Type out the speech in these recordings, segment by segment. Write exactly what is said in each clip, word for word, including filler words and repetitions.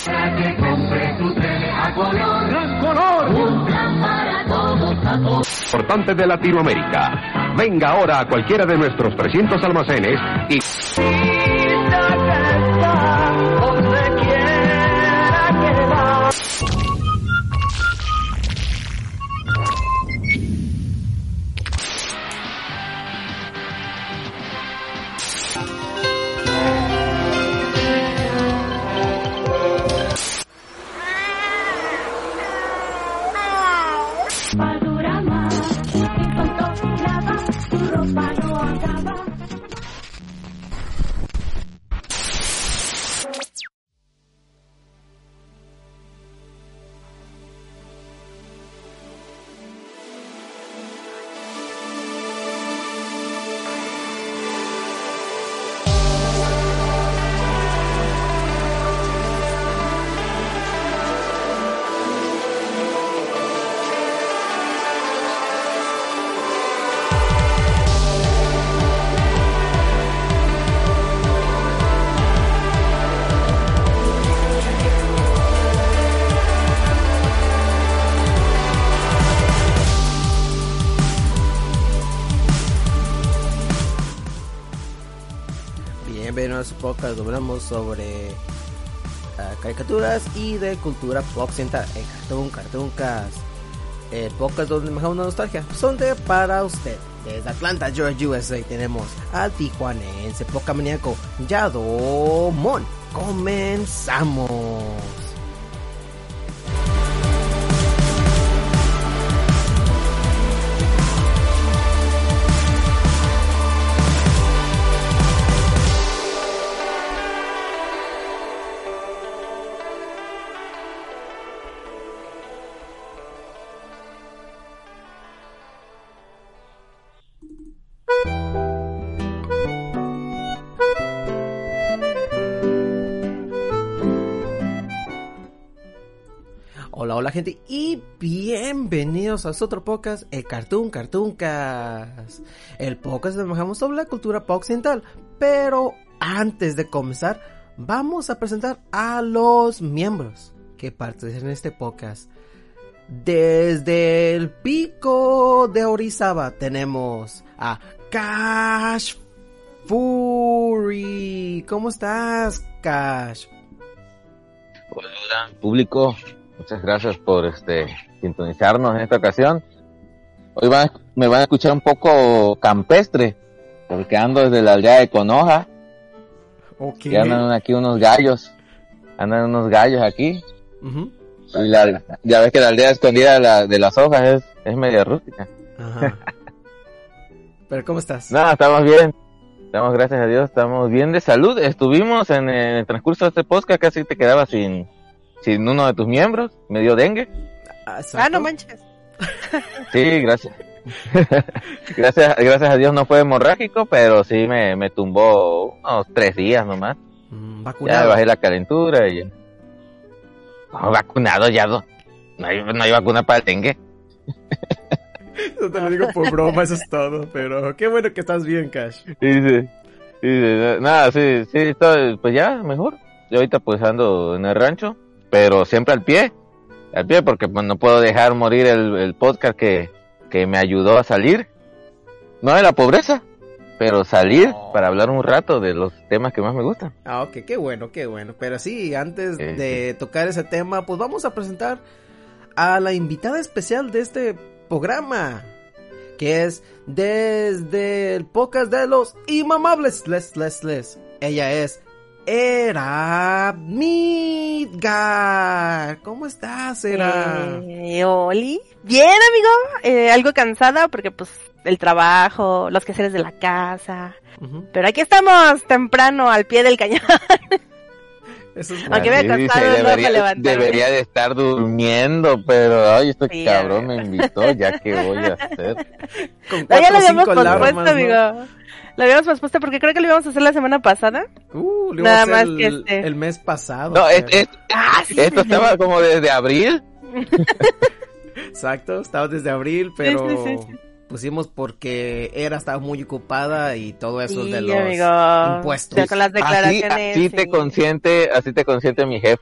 Para que compre tu tele a color. ¡Gran color! Un plan para todos, a todos. Importante de Latinoamérica. Venga ahora a cualquiera de nuestros trescientos almacenes y... Bienvenidos a su podcast donde hablamos sobre uh, caricaturas y de cultura pop occidental. El Cartoon Cartoon Cast, el podcast donde mejor una nostalgia son de para usted. Desde Atlanta, Georgia, U S A tenemos al tijuanense pocamaníaco Yadomon. Comenzamos. Hola, hola gente y bienvenidos a otro podcast, el Cartoon Cartoon Cast, el podcast donde bajamos sobre la cultura pop occidental. Pero antes de comenzar, vamos a presentar a los miembros que participan en este podcast. Desde el pico de Orizaba tenemos a Cash Fury. ¿Cómo estás, Cash? Hola, público. Muchas gracias por este sintonizarnos en esta ocasión. Hoy van a, me van a escuchar un poco campestre, porque ando desde la aldea de Conoja. Okay. Y andan aquí unos gallos, andan unos gallos aquí. Uh-huh. Y la, ya ves que la aldea escondida de, la, de las hojas es, es media rústica. Ajá. Pero ¿cómo estás? No, estamos bien. Estamos, gracias a Dios, estamos bien de salud. Estuvimos en, en el transcurso de este podcast, casi te quedabas sin... sin uno de tus miembros, me dio dengue. Ah, no manches. Sí, gracias. gracias gracias a Dios no fue hemorrágico, pero sí me, me tumbó unos tres días nomás. Mm, vacunado. Ya bajé la calentura y... No, vacunado ya, no, no, hay, no hay vacuna para el dengue. No te lo digo por broma, eso es todo, pero qué bueno que estás bien, Cash. Sí, sí, sí, nada, sí, sí, estoy, pues ya, mejor. Yo ahorita pues ando en el rancho, pero siempre al pie, al pie, porque pues no puedo dejar morir el, el podcast que, que me ayudó a salir, no de la pobreza, pero salir oh. para hablar un rato de los temas que más me gustan. Ah, ok, qué bueno, qué bueno, pero sí, antes sí, de sí. tocar ese tema, pues vamos a presentar a la invitada especial de este programa, que es desde el podcast de los inmamables, les, les, les, ella es... Era Midgar. ¿Cómo estás, Era? Eh, Oli. Bien, amigo. Eh, algo cansada porque, pues, el trabajo, los quehaceres de la casa. Uh-huh. Pero aquí estamos temprano al pie del cañón. Eso es Aunque me ha costado sí, debería, levantarme. Debería de estar durmiendo, pero ay, este sí, cabrón me invitó, ya que voy a hacer. Con cuatro, ya lo habíamos pospuesto, ¿no? amigo. Lo habíamos pospuesto porque creo que lo íbamos a hacer la semana pasada. Uh, lo íbamos Nada a hacer más que el, este. el mes pasado. No, es, es, ah, sí, esto sí, estaba sí. como desde abril. Exacto, estaba desde abril, pero sí, sí, sí. pusimos porque Era estaba muy ocupada y todo eso sí, de los amigo. impuestos. Ya con las declaraciones. Así, así sí. te consiente, así te consiente mi jefe.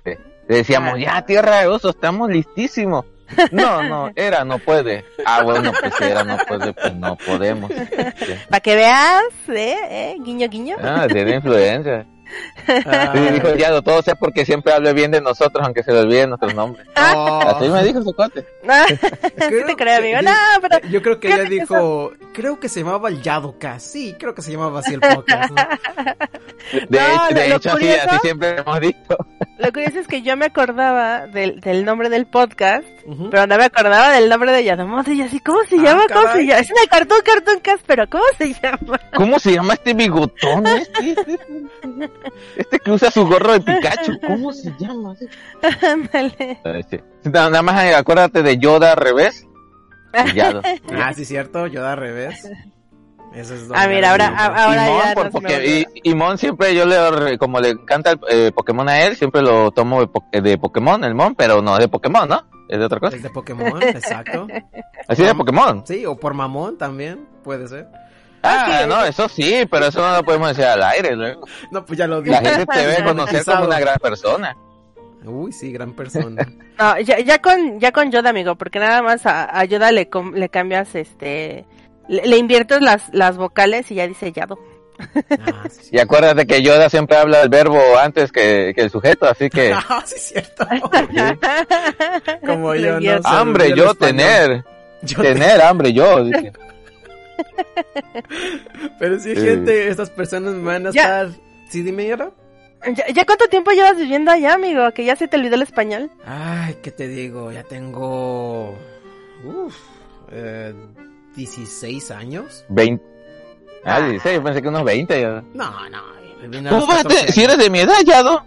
Le decíamos, Ah. ya, tierra de oso, estamos listísimos. No, no, era, no puede. Ah, bueno, pues era, no puede, pues no podemos. Para que veas, ¿eh? ¿eh? Guiño, guiño. Ah, tiene influencia. Ah, Sí, dijo Yado, todo sea porque siempre hable bien de nosotros, aunque se le olviden nuestros nombres. oh. Así me dijo su cuate. Sí te creo, amigo. que- No, pero... Yo creo que fíjate ella que dijo, creo que se llamaba el Yadocast. Sí, creo que se llamaba así el podcast, ¿no? De No, hecho, de lo- lo hecho así, curioso- así siempre hemos dicho. Lo curioso es que yo me acordaba del, del nombre del podcast, Ujú. pero no me acordaba del nombre de Yadomoto. Y así, ¿cómo se Ah, llama? ¿Cómo caray. se llama? Es una Cartoon Cartoon Cast, pero ¿cómo se llama? ¿Cómo se llama este bigotón? Este, este, este que usa su gorro de Pikachu. ¿Cómo se llama? Ándale. Eh, sí. Nada nada más eh, acuérdate de Yoda al revés. Y Yado. Ah, sí, cierto, yo da al revés. Eso es Ah, mira, ahora, a- ahora y Mon, ya por no se me Poké- olvida. y, y Mon siempre yo le re- como le encanta el eh, Pokémon a él, siempre lo tomo de, po- de Pokémon, el Mon, pero no es de Pokémon, ¿no? Es de otra cosa. Es de Pokémon, exacto. Así de Pokémon. Sí, o por mamón también, puede ser. Ah, Ok. no, eso sí, pero eso no lo podemos decir al aire luego. No, pues ya lo dije. La gente te debe conocer como una gran persona. Uy, sí, gran persona. No, ya, ya con ya con Yoda, amigo, porque nada más a, a Yoda le, com- le cambias, este... Le, le inviertes las, las vocales y ya dice Yado. Ah, sí, sí. Y acuérdate que Yoda siempre habla el verbo antes que, que el sujeto, así que... Ah, sí, cierto. Como Le yo, ¿no? inviertes. Se hambre, olvidó el yo español. tener. Yo te- Tener hambre, yo. Dice. Pero sí, Sí. gente, estas personas me van a Ya. estar... ¿Sí, dime ahora? ¿Ya, ya cuánto tiempo llevas viviendo allá, amigo? Que ya se te olvidó el español. Ay, ¿qué te digo? Ya tengo... Uf, eh, dieciséis años. veinte. Ah, dieciséis, yo pensé que unos veinte. Ya. No, no, me vine a ¿Cómo los vas a catorce te- si eres años. de mi edad, Yado?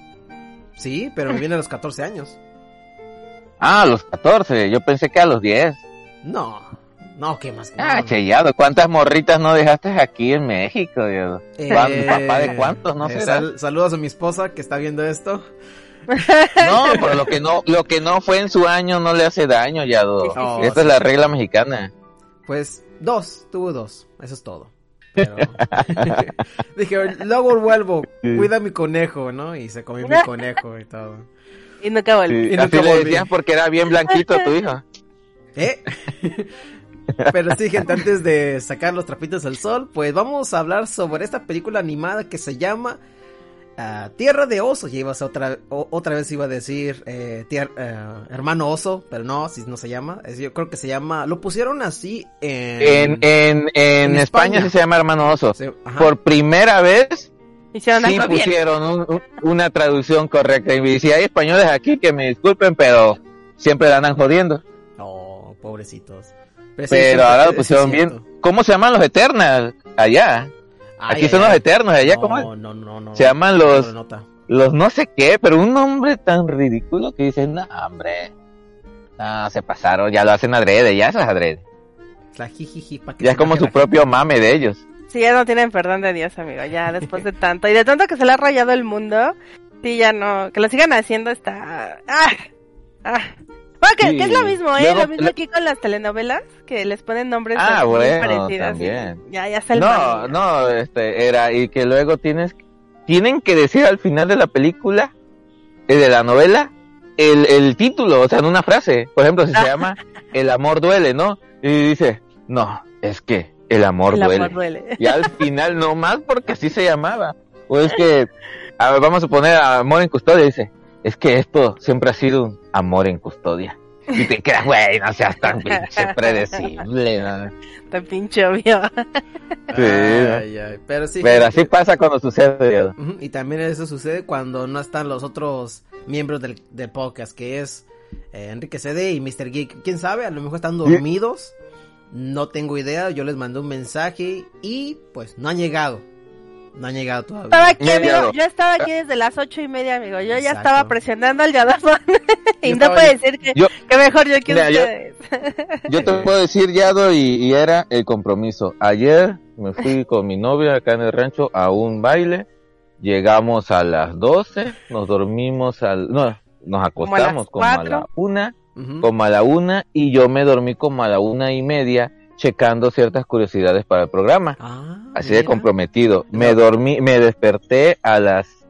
Sí, pero me viene a los catorce años. Ah, a los catorce, yo pensé que a los diez. No, no, ¿qué más? No, Ah, no. che, Yado, ¿cuántas morritas no dejaste aquí en México, Yado? Eh, ¿Cuán- ¿Papá de cuántos no eh, será? sal- saludos a mi esposa que está viendo esto. No, pero lo que no, lo que no fue en su año no le hace daño, Yado. Sí, sí, sí. Oh, Esta es la regla mexicana. Pues dos, tuvo dos, eso es todo. Pero... Dije, luego vuelvo, Sí. cuida mi conejo, ¿no? Y se comió mi conejo y todo. Y nunca volví. Sí, Y así nunca le volví. decías porque era bien blanquito tu hija. ¿Eh? Pero sí, gente, antes de sacar los trapitos al sol, pues vamos a hablar sobre esta película animada que se llama ah, Tierra de Osos. Ya ibas a otra, o- otra vez iba a decir eh, tier- eh, Hermano Oso, pero no, si no se llama. Es- yo creo que se llama, lo pusieron así en... En, en, en, en España, España. sí se llama Hermano Oso. se- ajá. Por primera vez Hicieron sí algo bien. pusieron un- un- una traducción correcta. Y si hay españoles aquí, que me disculpen, pero siempre la andan jodiendo. Oh, pobrecitos. sí, Pero gente, ahora lo sí es pusieron bien. cierto. ¿Cómo se llaman los Eternals allá? Ay, Aquí ay, son ay. los Eternos, allá no, cómo es? No, no, no. Se llaman no los- lo nota. Los no sé qué, pero un nombre tan ridículo que dicen, no, hombre. No, se pasaron, ya lo hacen adrede, ya eso es adrede. La jijiji, pa' que Ya se es como baje su la propio mame de ellos. Sí, ya no tienen perdón de Dios, amigo, ya después de tanto. Y de tanto que se le ha rayado el mundo, sí, ya no, que lo sigan haciendo está... ¡Ah! ¡Ah! Bueno, que, Sí. que es lo mismo, ¿eh? Luego- lo mismo aquí con las telenovelas, que les ponen nombres Ah, así muy bueno, parecidos. también. y Ya, ya está el No, mame. no, este, era, y que luego tienes, tienen que decir al final de la película, eh, de la novela, el, el título, o sea, en una frase. Por ejemplo, si se llama El amor duele, ¿no? Y dice, no, es que el amor El duele. amor duele. Y al final no más porque así se llamaba. O es que, a ver, vamos a poner Amor en Custodia, dice, es que esto siempre ha sido un amor en custodia. Y te quedas, güey, no seas tan pinche predecible, ¿no? Tan pinche obvio. Sí. Ay, ay, pero sí. Pero gente, así pasa cuando sucede. ujú, y también eso sucede cuando no están los otros miembros del, del podcast, que es eh, Enrique C D y mister Geek. ¿Quién sabe? A lo mejor están dormidos. No tengo idea. Yo les mandé un mensaje y pues no han llegado. No han llegado todavía. Estaba aquí, Ya, amigo. ya. Yo estaba aquí desde las ocho y media, amigo. Yo ya Exacto. estaba presionando al Yadafón. y Yo no estaba puede ahí. decir que, Yo- que mejor yo que Mira, yo- ustedes. Yo te puedo decir, Yado, y, y era el compromiso. Ayer me fui con mi novia acá en el rancho a un baile. Llegamos a las doce, nos dormimos al... No, nos Como a las acostamos como a, cuatro. la una, Ujú. como a la una, y yo me dormí como a la una y media checando ciertas curiosidades para el programa. Ah, Así de mira. comprometido. Me dormí, me desperté a las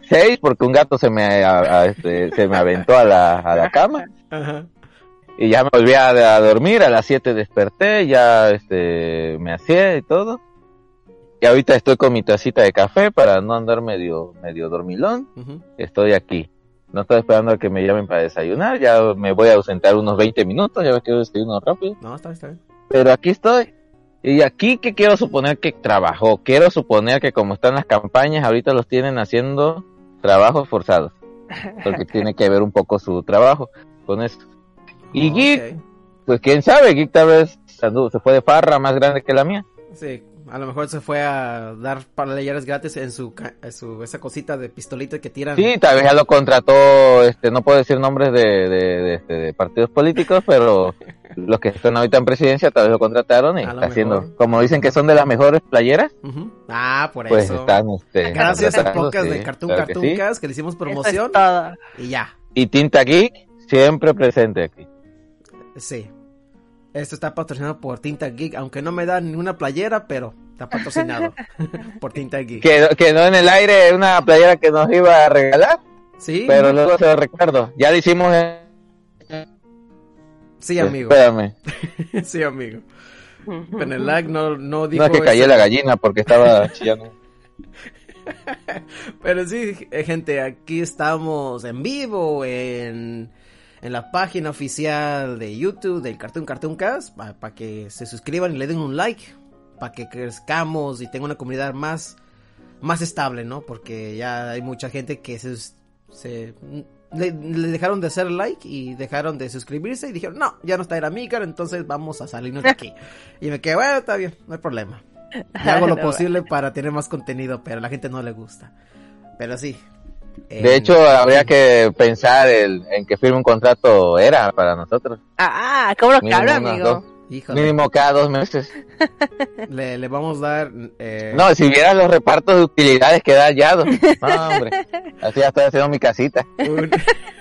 seis porque un gato se me, a, a, este, se me aventó a la, a la cama. Ajá. Y ya me volví a, a dormir, a las siete desperté, ya este me aseé y todo. Y ahorita estoy con mi tacita de café para no andar medio medio dormilón. Uh-huh. Estoy aquí. No estoy esperando a que me llamen para desayunar, ya me voy a ausentar unos veinte minutos, ya ves que desayuno rápido. No, está bien, está bien. Pero aquí estoy. Y aquí que quiero suponer que trabajó, quiero suponer que como están las campañas, ahorita los tienen haciendo trabajos forzados. Porque tiene que ver un poco su trabajo con eso. Y Oh, Geek, okay. pues quién sabe, Geek tal vez anduvo- se fue de farra más grande que la mía. Sí, a lo mejor se fue a dar palayeras gratis en su, ca- en su esa cosita de pistolita que tiran. Sí, tal vez ya lo contrató, este, no puedo decir nombres de, de, de, este, de partidos políticos, pero los que están ahorita en presidencia tal vez lo contrataron y A lo está haciendo, mejor. como dicen que son de las mejores playeras, Uh-huh. Ah, por pues eso. están, este, Gracias al contratando, podcast sí, de Cartoon claro que Cartoon sí. Cast que le hicimos Eso es promoción todo. y ya. Y Tinta Geek, siempre presente aquí. Sí. Esto está patrocinado por Tinta Geek, aunque no me da ninguna playera, pero está patrocinado por Tinta Geek. Quedó, quedó en el aire una playera que nos iba a regalar, Sí, pero luego se lo recuerdo. Ya lo hicimos en... sí, amigo. Espérame. Sí, amigo. Benelag no, no dijo No es que cayó ese- la gallina porque estaba chillando. Pero sí, eh, gente, aquí estamos en vivo en, en la página oficial de YouTube del Cartoon Cartoon Cast, para que se suscriban y le den un like, para que crezcamos y tenga una comunidad más, más estable, ¿no? Porque ya hay mucha gente que se, se le, le dejaron de hacer like y dejaron de suscribirse y dijeron, no, ya no está era Mícar, entonces vamos a salirnos de aquí. Y me quedé, bueno, está bien, no hay problema. Y hago lo No, posible para tener más contenido, pero a la gente no le gusta. Pero sí. En- De hecho, habría que pensar el, en que firme un contrato era para nosotros. Ah, cobro Mínimo caro, unos amigo. dos. Híjole, Mínimo cada dos meses. le, le vamos a dar... Eh, No, si vieras los repartos de utilidades que da Yado. No, hombre. Así ya estoy haciendo mi casita. un-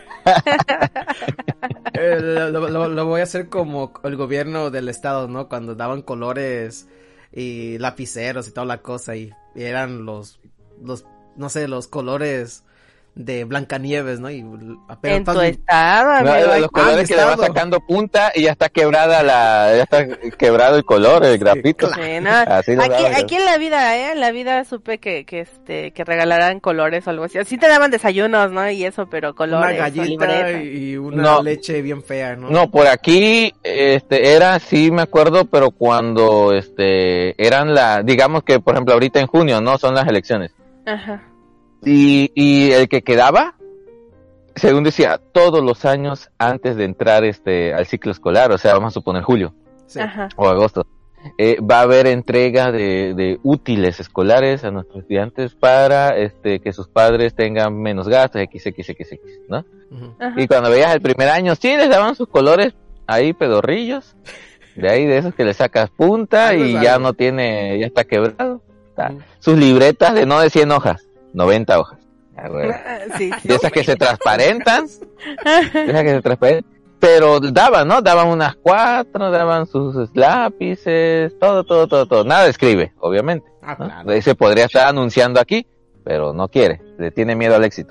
Eh, lo, lo- lo voy a hacer como el gobierno del estado, ¿no? Cuando daban colores y lapiceros y toda la cosa y, y eran los, los, no sé, los colores de Blancanieves, ¿no? Y apenas En tu pasan- estado, No, amigo. los aquí- colores mi que le va estado. sacando punta y ya está quebrada la, ya está quebrado el color, el grafito. claro. Sí, ¿no? Así lo aquí, daban, aquí en la vida, ¿eh? En la vida supe que, que este, que regalaran colores o algo así. Sí te daban desayunos, ¿no? Y eso, pero colores. una o galleta libretas. y una No. leche bien fea, ¿no? No, por aquí, este, era, sí me acuerdo, pero cuando, este, eran la, digamos que, por ejemplo, ahorita en junio, ¿no? Son las elecciones. Ajá. Y, y el que quedaba, según decía, todos los años antes de entrar, este, al ciclo escolar, o sea, vamos a suponer julio Sí. Ajá. o agosto, eh, va a haber entrega de, de útiles escolares a nuestros estudiantes para, este, que sus padres tengan menos gastos, x, x, x, x, ¿no? Ujú. Ajá. Y cuando veías el primer año, sí, les daban sus colores ahí pedorrillos, de ahí de esos que le sacas punta Algo es y algo. ya no tiene, ya está quebrado. Está. Ujú. Sus libretas de no de cien hojas, noventa hojas. Ah, güey. Ah, sí, sí. De esas que se transparentan, de esas que se transparentan. Pero daban, ¿no? Daban unas cuatro, daban sus lápices, todo, todo, todo, todo. Nada escribe, obviamente. Ah, ¿no? claro. Ahí se podría estar anunciando aquí, pero no quiere, le tiene miedo al éxito.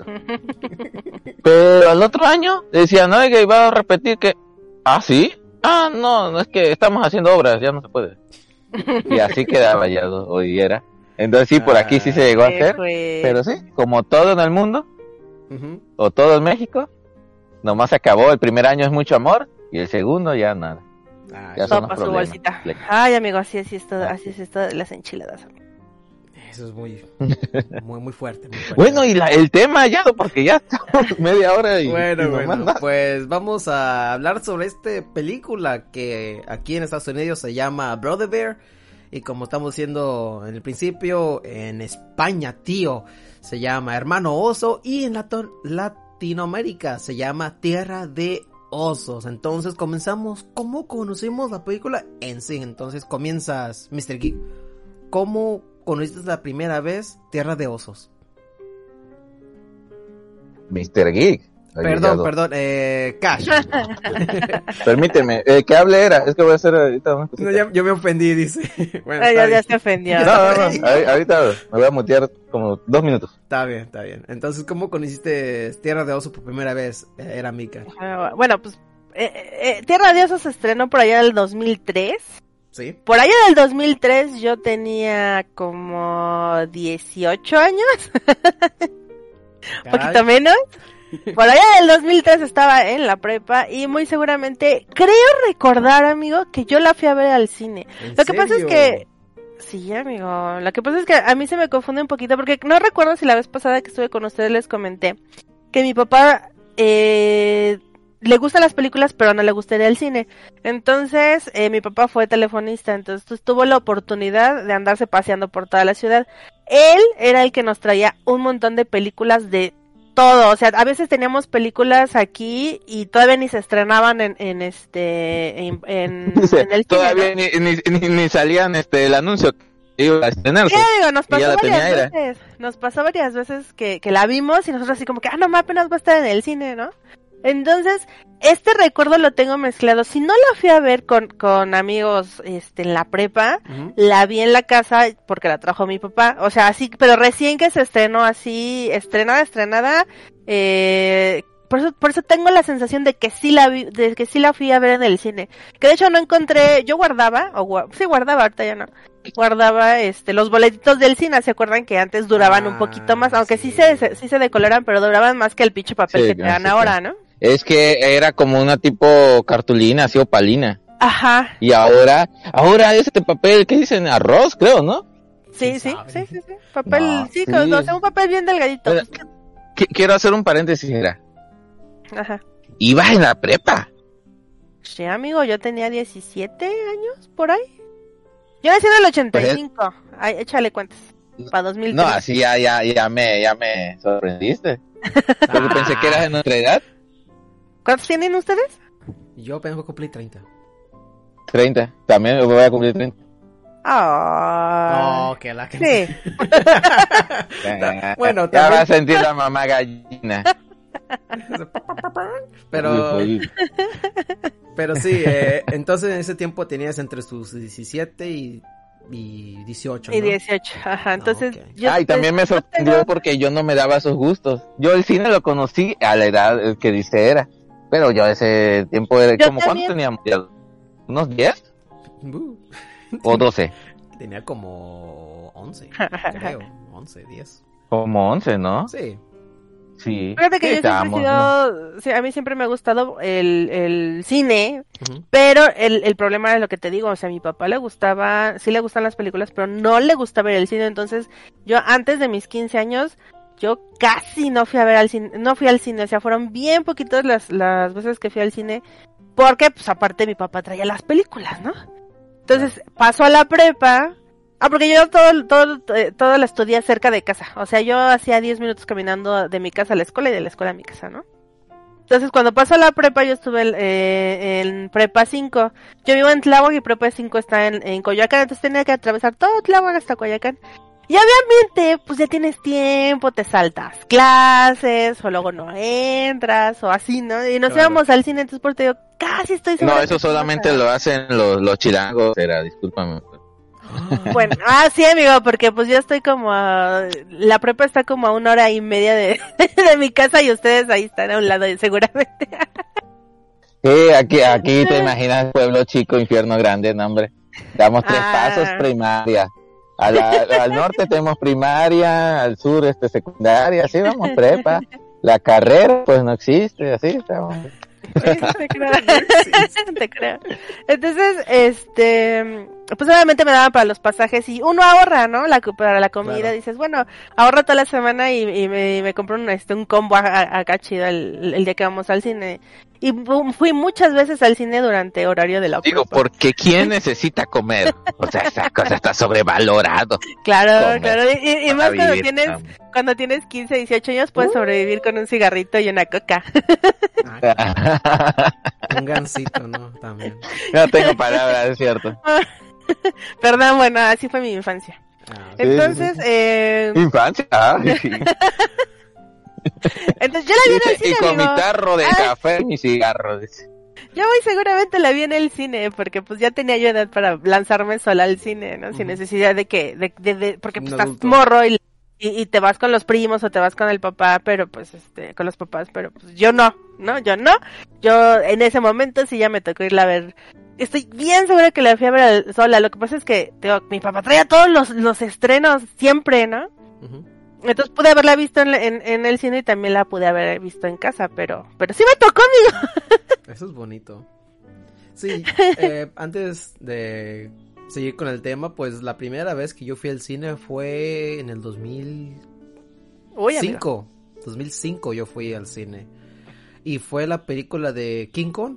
Pero al otro año decían, no, que iba a repetir que, ah, sí, ah, no, no es que estamos haciendo obras, ya no se puede. Y así quedaba ya, hoy era. Entonces sí, por aquí sí se llegó a Qué hacer, jue- pero sí, como todo en el mundo, Ujú. o todo en México, nomás se acabó, el primer año es mucho amor, y el segundo ya nada. Ah, Ya eso, son Sopa, más su problemas. bolsita. Le- Ay, amigo, así, así es todo, así es esto de las enchiladas, amigo. eso es muy, muy, muy fuerte, muy fuerte. Bueno, y la, el tema ya, porque ya estamos media hora y, Bueno, y nomás bueno, nada. pues vamos a hablar sobre esta película que aquí en Estados Unidos se llama Brother Bear y como estamos diciendo en el principio, en España, tío, se llama Hermano Oso y en Lato- Latinoamérica se llama Tierra de Osos. Entonces comenzamos, ¿cómo conocimos la película en sí? Entonces comienzas, mister Geek, ¿cómo conociste la primera vez Tierra de Osos? mister Geek. Perdón, perdón, eh, Cash. Permíteme, eh, ¿qué hable era? Es que voy a hacer ahorita una cosita. No, ya, yo me ofendí, dice. Bueno, Ay, está ya, bien. ya se ofendió. No, no, no, ahí- ahorita me voy a mutear como dos minutos. Está bien, está bien. Entonces, ¿cómo conociste Tierra de Oso por primera vez? Eh, Era Mika. Ah, bueno, pues eh, eh, Tierra de Osos se estrenó por allá del dos mil tres. ¿Sí? Por allá del dos mil tres yo tenía como dieciocho años, un poquito menos. Por allá del dos mil tres estaba en la prepa y muy seguramente, creo recordar, amigo, que yo la fui a ver al cine. ¿En Lo que pasa es serio? que... Sí, amigo. Lo que pasa es que a mí se me confunde un poquito porque no recuerdo si la vez pasada que estuve con ustedes les comenté que mi papá eh, le gustan las películas pero no le gustaría el cine. Entonces eh, mi papá fue telefonista, entonces pues, tuvo la oportunidad de andarse paseando por toda la ciudad. Él era el que nos traía un montón de películas de todo, o sea, a veces teníamos películas aquí y todavía ni se estrenaban en, en este en, en, Dice, en el cine, todavía ¿no? ni, ni, ni, ni salían este el anuncio que iba a estrenarse. Sí, digo, nos Y ya pasó la tenía varias era. veces, nos pasó varias veces que, que la vimos y nosotros así como que, ah, no, ma, apenas va a estar en el cine, ¿no? Entonces, este recuerdo lo tengo mezclado. Si no la fui a ver con, con amigos este, en la prepa, Ujú. la vi en la casa porque la trajo mi papá. O sea, así, pero recién que se estrenó así, estrenada, estrenada, eh, por eso, por eso tengo la sensación de que sí la vi, de que sí la fui a ver en el cine. Que de hecho no encontré, yo guardaba, o gua- sí guardaba, ahorita ya no, guardaba este los boletitos del cine. ¿Se acuerdan que antes duraban un poquito más? Ah, Aunque sí, sí. se, sí se decoloran, pero duraban más que el pinche papel Sí, que te dan sí, ahora, sí. ¿no? Es que era como una tipo cartulina, así opalina. Ajá, Y ahora, ahora es este papel que dicen arroz, creo, ¿no? sí, ¿Quién sí, sabe? sí, sí, sí, papel, No, sí, sí. con- o sea, un papel bien delgadito. Pero- Qu- quiero hacer un paréntesis, era. Ajá. Ibas en la prepa. Sí, amigo, yo tenía diecisiete años, por ahí. Yo nací en el ochenta y cinco. Ay, échale cuentas. Para dos mil tres. No, así ya, ya, ya me, ya me sorprendiste. Porque pensé que eras de nuestra edad. ¿Cuántos tienen ustedes? Yo apenas voy a cumplir treinta. treinta. También voy a cumplir treinta. Ah. Oh, que la que... Sí. Bueno, ya también- va a sentir la mamá gallina. Pero, pero sí, eh, entonces en ese tiempo tenías entre tus diecisiete y, y dieciocho, ¿no? Y dieciocho. Ajá, entonces. Ah, ok. yo, Ah, y también me yo sorprendió tengo- porque yo no me daba esos gustos. Yo el cine lo conocí a la edad que dice era. Pero yo ese tiempo era Yo como, ¿cuánto también. teníamos? Ya, ¿unos diez Uh, o doce? Tenía como once, creo. once, diez. Como once, ¿no? Sí. Sí. Fíjate que Sí, yo siempre he estábamos, ¿no? sido, sí, a mí siempre me ha gustado el, el cine, Ujú. pero el, el problema es lo que te digo, o sea, a mi papá le gustaba, sí le gustan las películas, pero no le gusta ver el cine, entonces yo antes de mis quince años, yo casi no fui a ver al cine, no fui al cine, o sea, fueron bien poquitas las, las veces que fui al cine, porque pues aparte mi papá traía las películas, ¿no? Entonces pasó a la prepa. Ah, porque yo todo, todo, eh, todo la estudié cerca de casa. O sea, yo hacía diez minutos caminando de mi casa a la escuela y de la escuela a mi casa, ¿no? Entonces, cuando pasó a la prepa, yo estuve eh, en prepa cinco. Yo vivo en Tláhuac y prepa cinco está en, en Coyoacán, entonces tenía que atravesar todo Tláhuac hasta Coyoacán. Y obviamente, pues ya tienes tiempo, te saltas clases, o luego no entras, o así, ¿no? Y nos Claro. íbamos al cine, entonces por te digo, casi estoy segura No, que eso fuimos solamente a- lo hacen los, los chilangos. Era, discúlpame. Bueno, ah, sí, amigo, porque pues yo estoy como a... La prepa está como a una hora y media de, de mi casa y ustedes ahí están a un lado, seguramente. Sí, aquí, aquí te imaginas pueblo chico, infierno grande, no, hombre. Damos tres Ah. pasos primaria. A la- al norte tenemos primaria, al sur este secundaria, así vamos, prepa. La carrera, pues no existe, así estamos. Sí, sí, te creo. Te creo. Entonces, este, pues obviamente me daban para los pasajes y uno ahorra, ¿no? La, para la comida, Claro. dices, bueno, ahorra toda la semana y, y me, me compré un, este, un combo a- a- acá chido el, el día que vamos al cine. Y fu- fui muchas veces al cine durante horario de la Digo, prepa. porque ¿quién necesita comer? O sea, esa cosa está sobrevalorado. Claro, comer claro. Y, y- y más para cuando vivir, tienes, ¿no? cuando tienes quince, dieciocho años, puedes sobrevivir con un cigarrito y una coca. Ah, un gansito, ¿no? También. No tengo palabras, es cierto. Perdón, bueno, así fue mi infancia. Ah, Sí, Entonces, sí, eh, Infancia. Ay, sí. Entonces yo la vi en el cine, Y con amigo. mi tarro de Ah, café y mi cigarro. Dice. Yo muy seguramente la vi en el cine, porque pues ya tenía yo edad para lanzarme sola al cine, ¿no? Sin Ujú. necesidad de que, de, de, de- porque pues Un estás adulto. morro y, y, y te vas con los primos o te vas con el papá, pero pues este, con los papás, pero pues yo no, ¿no? Yo no. Yo en ese momento sí ya me tocó irla a ver. Estoy bien segura que la fui a ver al- sola. Lo que pasa es que, digo, mi papá traía todos los, los estrenos siempre, ¿no? Ujú. Entonces pude haberla visto en, en, en el cine y también la pude haber visto en casa, pero, pero sí me tocó, amigo. Eso es bonito. Sí, eh, antes de seguir con el tema, pues la primera vez que yo fui al cine fue en el dos mil Uy, amigo. cinco. dos mil cinco yo fui al cine. Y fue la película de King Kong.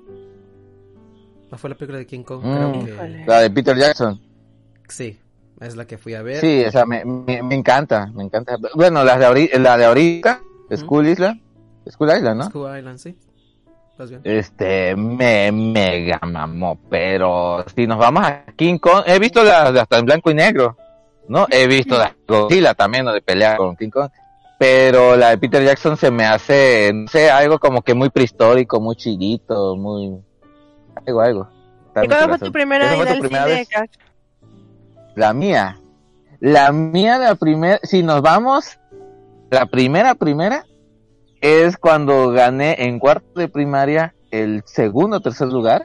¿No fue la película de King Kong? Mm. Creo que... Híjole. La de Peter Jackson. Sí, es la que fui a ver. Sí, o sea, me, me, me encanta, me encanta. Bueno, la de, ahorita, la de ahorita, School Island, School Island, ¿no? School Island, sí. ¿Estás bien? Este, me mega mamó, pero si nos vamos a King Kong, he visto las hasta en blanco y negro, ¿no? He visto la Godzilla también, ¿no? De pelea con King Kong, pero la de Peter Jackson se me hace, no sé, algo como que muy prehistórico, muy chidito, muy... algo, algo. Está ¿Y en mi cuándo fue corazón. tu primera ¿Esa fue ida tu al primera cine, vez? Cash? La mía. La mía, la primera, si nos vamos, la primera, primera, es cuando gané en cuarto de primaria el segundo o tercer lugar.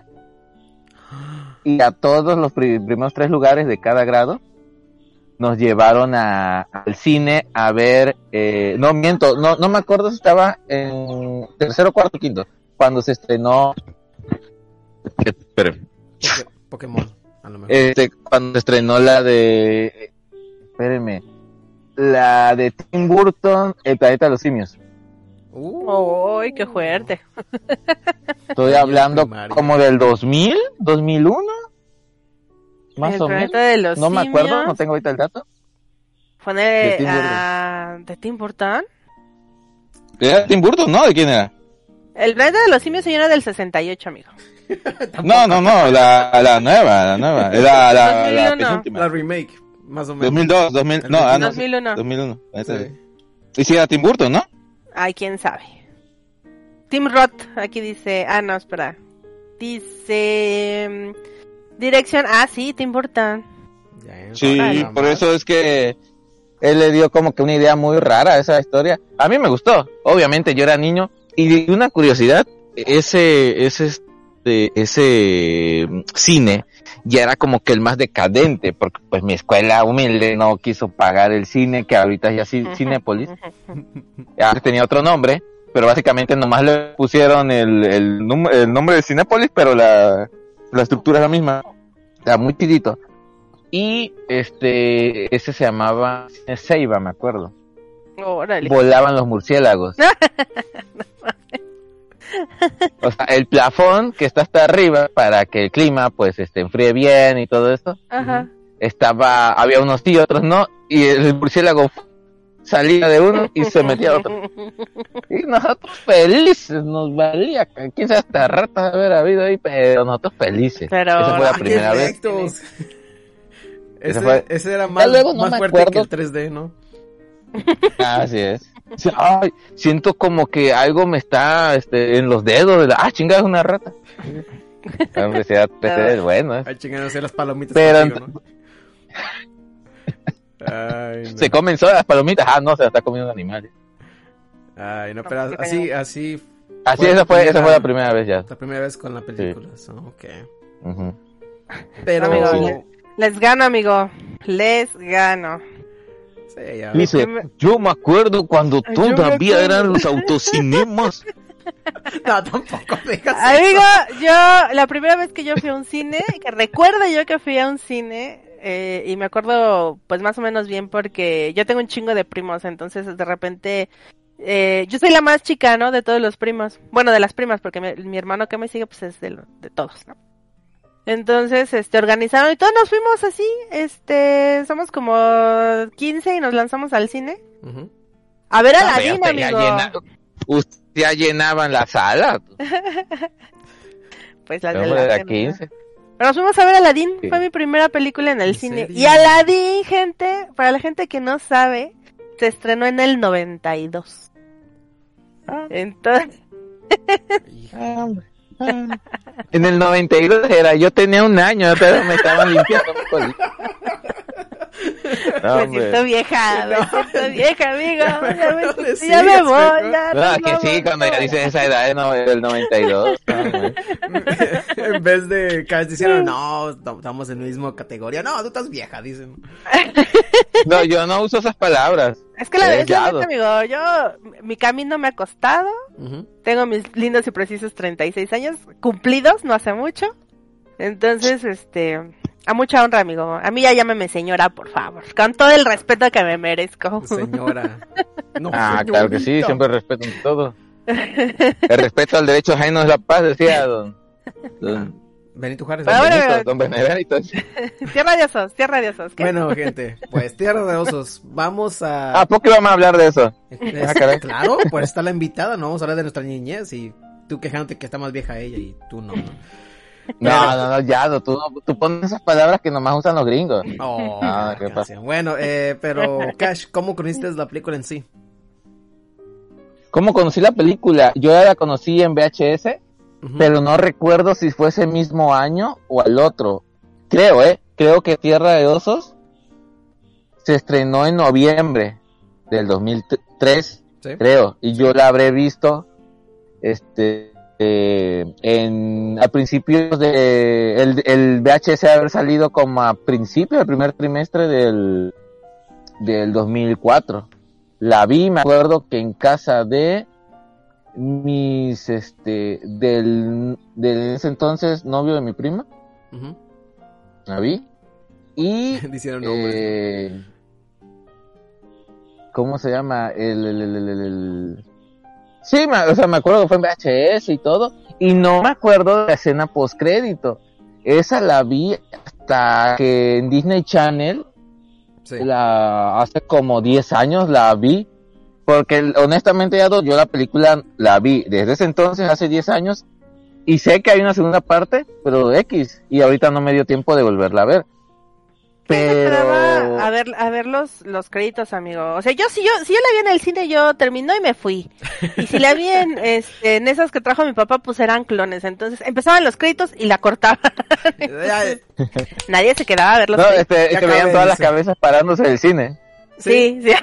Y a todos los pri- primeros tres lugares de cada grado nos llevaron a, al cine a ver, eh, no miento, no, no me acuerdo si estaba en tercero, cuarto, quinto, cuando se estrenó, espere, Poké- Pokémon, a lo mejor. este, cuando se estrenó la de, espérenme, la de Tim Burton, El planeta de los simios. Uh, Uy, qué fuerte. Estoy Yo hablando primaria. como del dos mil, dos mil uno, más El o menos. planeta de los No me acuerdo, simios. no tengo ahorita el dato. Fue De de, Tim Burton. ah, de Tim Burton. ¿Era Tim Burton? ¿No? ¿De quién era? El planeta de los simios se llena del sesenta y ocho, amigo. No, no, no, la, la nueva, la nueva. Era la, la dos mil uno. penúltima. la remake, más o menos. dos mil dos, dos mil, no, ah, no, dos mil uno. dos mil uno. Esa Sí. es. Y sí, era Tim Burton, ¿no? Ay, quién sabe. Tim Roth, aquí dice, ah, no, espera. Dice, mm, dirección, ah, sí, Tim Burton. Ya, Sí, nada por más. eso es que él le dio como que una idea muy rara a esa historia. A mí me gustó. Obviamente yo era niño y una curiosidad, ese ese este, ese mm, cine ya era como que el más decadente porque pues mi escuela humilde no quiso pagar el cine que ahorita ya sí, Cinépolis. Antes tenía otro nombre, pero básicamente nomás le pusieron el el, num- el nombre de Cinépolis, pero la la estructura es la misma. Era muy chidito. Y este, ese se llamaba Cine Ceiba, me acuerdo. Órale. Volaban los murciélagos. O sea, el plafón que está hasta arriba para que el clima pues este enfríe bien y todo eso, Ajá. estaba, había unos sí, otros no, y el murciélago salía de uno y se metía a otro. Y nosotros felices, nos valía, quién sabe hasta ratas haber habido ahí, pero nosotros felices. Pero- Esa fue la ¡Ay, primera vez. efectos! Ese Ese, fue- ese era más, luego no más me fuerte que acuerdo. el tres D, ¿no? Así es. Sí, ay, siento como que algo me está este, en los dedos. De la... Ah, chingada, es una rata. La universidad tres D es bueno. ¿eh? Ay, chingándose las palomitas. Pero contigo, ¿no? Ay, no. Se comen solas las palomitas. Ah, no, se las está comiendo un animal. Ay, no, pero así, así. Así, Fue esa la fue, esa primera- fue la primera vez ya. La primera vez con la película. so, ok. Ujú. Pero. Amigo, sí, le- les gano, amigo. Les gano. ya. Dice, yo me acuerdo cuando Ay, yo me todavía acuerdo. eran los autocinemas. No, tampoco dejas Amigo, yo, la primera vez que yo fui a un cine, que recuerdo yo que fui a un cine, eh, y me acuerdo pues más o menos bien porque yo tengo un chingo de primos, entonces de repente, eh, yo soy la más chica, ¿no? De todos los primos, bueno, de las primas, porque mi, mi hermano que me sigue pues es de, lo- de todos, ¿no? Entonces, este, organizaron y todos nos fuimos así, este, somos como quince y nos lanzamos al cine. Ujú. A ver a Ah, la pero Dina, usted ya amigo. llena- Usted ya llenaban la sala. Pues las de Somos la de la ¿no? quince. Pero nos fuimos a ver Aladdin, Sí. fue mi primera película en el ¿En cine. serio? Y Aladdin, gente, para la gente que no sabe, se estrenó en el noventa y dos. Entonces, en el noventa y dos era, yo tenía un año, pero me estaban limpiando mi colita. No, me hombre. siento vieja, me siento vieja, amigo. Ya me, No le ya sigas, me voy, chico. ya No, nos que vamos. sí, cuando ya dices esa edad no, del noventa y dos. No, hombre. En vez de casi diciendo, no, estamos en la misma categoría. No, tú estás vieja, dicen. No, yo no uso esas palabras. Es que la Es verdad, es la yado. neta, amigo, yo, mi camino me ha costado. Ujú. Tengo mis lindos y precisos treinta y seis años, cumplidos, no hace mucho. Entonces, este, a mucha honra, amigo. A mí ya llámeme señora, por favor. Con todo el respeto que me merezco. Señora. No, Ah, claro que sí, señorita. siempre respeto en todo. El respeto al derecho ajeno es la paz, decía don, don, Benito Juárez. Pero don bueno, Benito, pero- don Beneverito. Tierra de osos, tierra de osos. ¿qué? Bueno, gente, pues Tierra de Osos. Vamos a... ¿A poco íbamos a hablar de eso? Es- ah, caray. claro, pues está la invitada, ¿no? Vamos a hablar de nuestra niñez y tú quejándote que está más vieja ella y tú no. ¿no? No, no, no, ya, no, tú, no- tú pones esas palabras que nomás usan los gringos. Oh, Ah, qué qué canción. Bueno, eh, pero Cash, ¿cómo conociste la película en sí? ¿Cómo conocí la película? Yo ya la conocí en V H S, Ujú. pero no recuerdo si fue ese mismo año o al otro. Creo, ¿eh? Creo que Tierra de Osos se estrenó en noviembre del dos mil tres, ¿Sí? creo, y yo la habré visto este eh, en a principios de el, el V H S haber salido como a principios del primer trimestre del del dos mil cuatro. La vi, me acuerdo que en casa de mis este del de ese entonces novio de mi prima, Ujú. la vi y Dijeron nombres. eh, ¿cómo se llama? El, el, el, el, el- el- Sí, me, o sea, me acuerdo que fue en V H S y todo, y no me acuerdo de la escena postcrédito. Esa la vi hasta que en Disney Channel, Sí. la, hace como diez años la vi, porque honestamente ya yo la película la vi desde ese entonces, hace diez años, y sé que hay una segunda parte, pero X, y ahorita no me dio tiempo de volverla a ver. ¿Quién se Pero... esperaba a ver, a ver los, los créditos, amigo? O sea, yo si yo, si yo la vi en el cine, yo terminó y me fui. Y si la vi en, este, en esas que trajo mi papá, pues eran clones. Entonces empezaban los créditos y la cortaban. Ya, eh, Nadie se quedaba a ver los No, créditos. este, Ya es que veían acabé, todas las dice. cabezas parándose del cine. Sí, sí.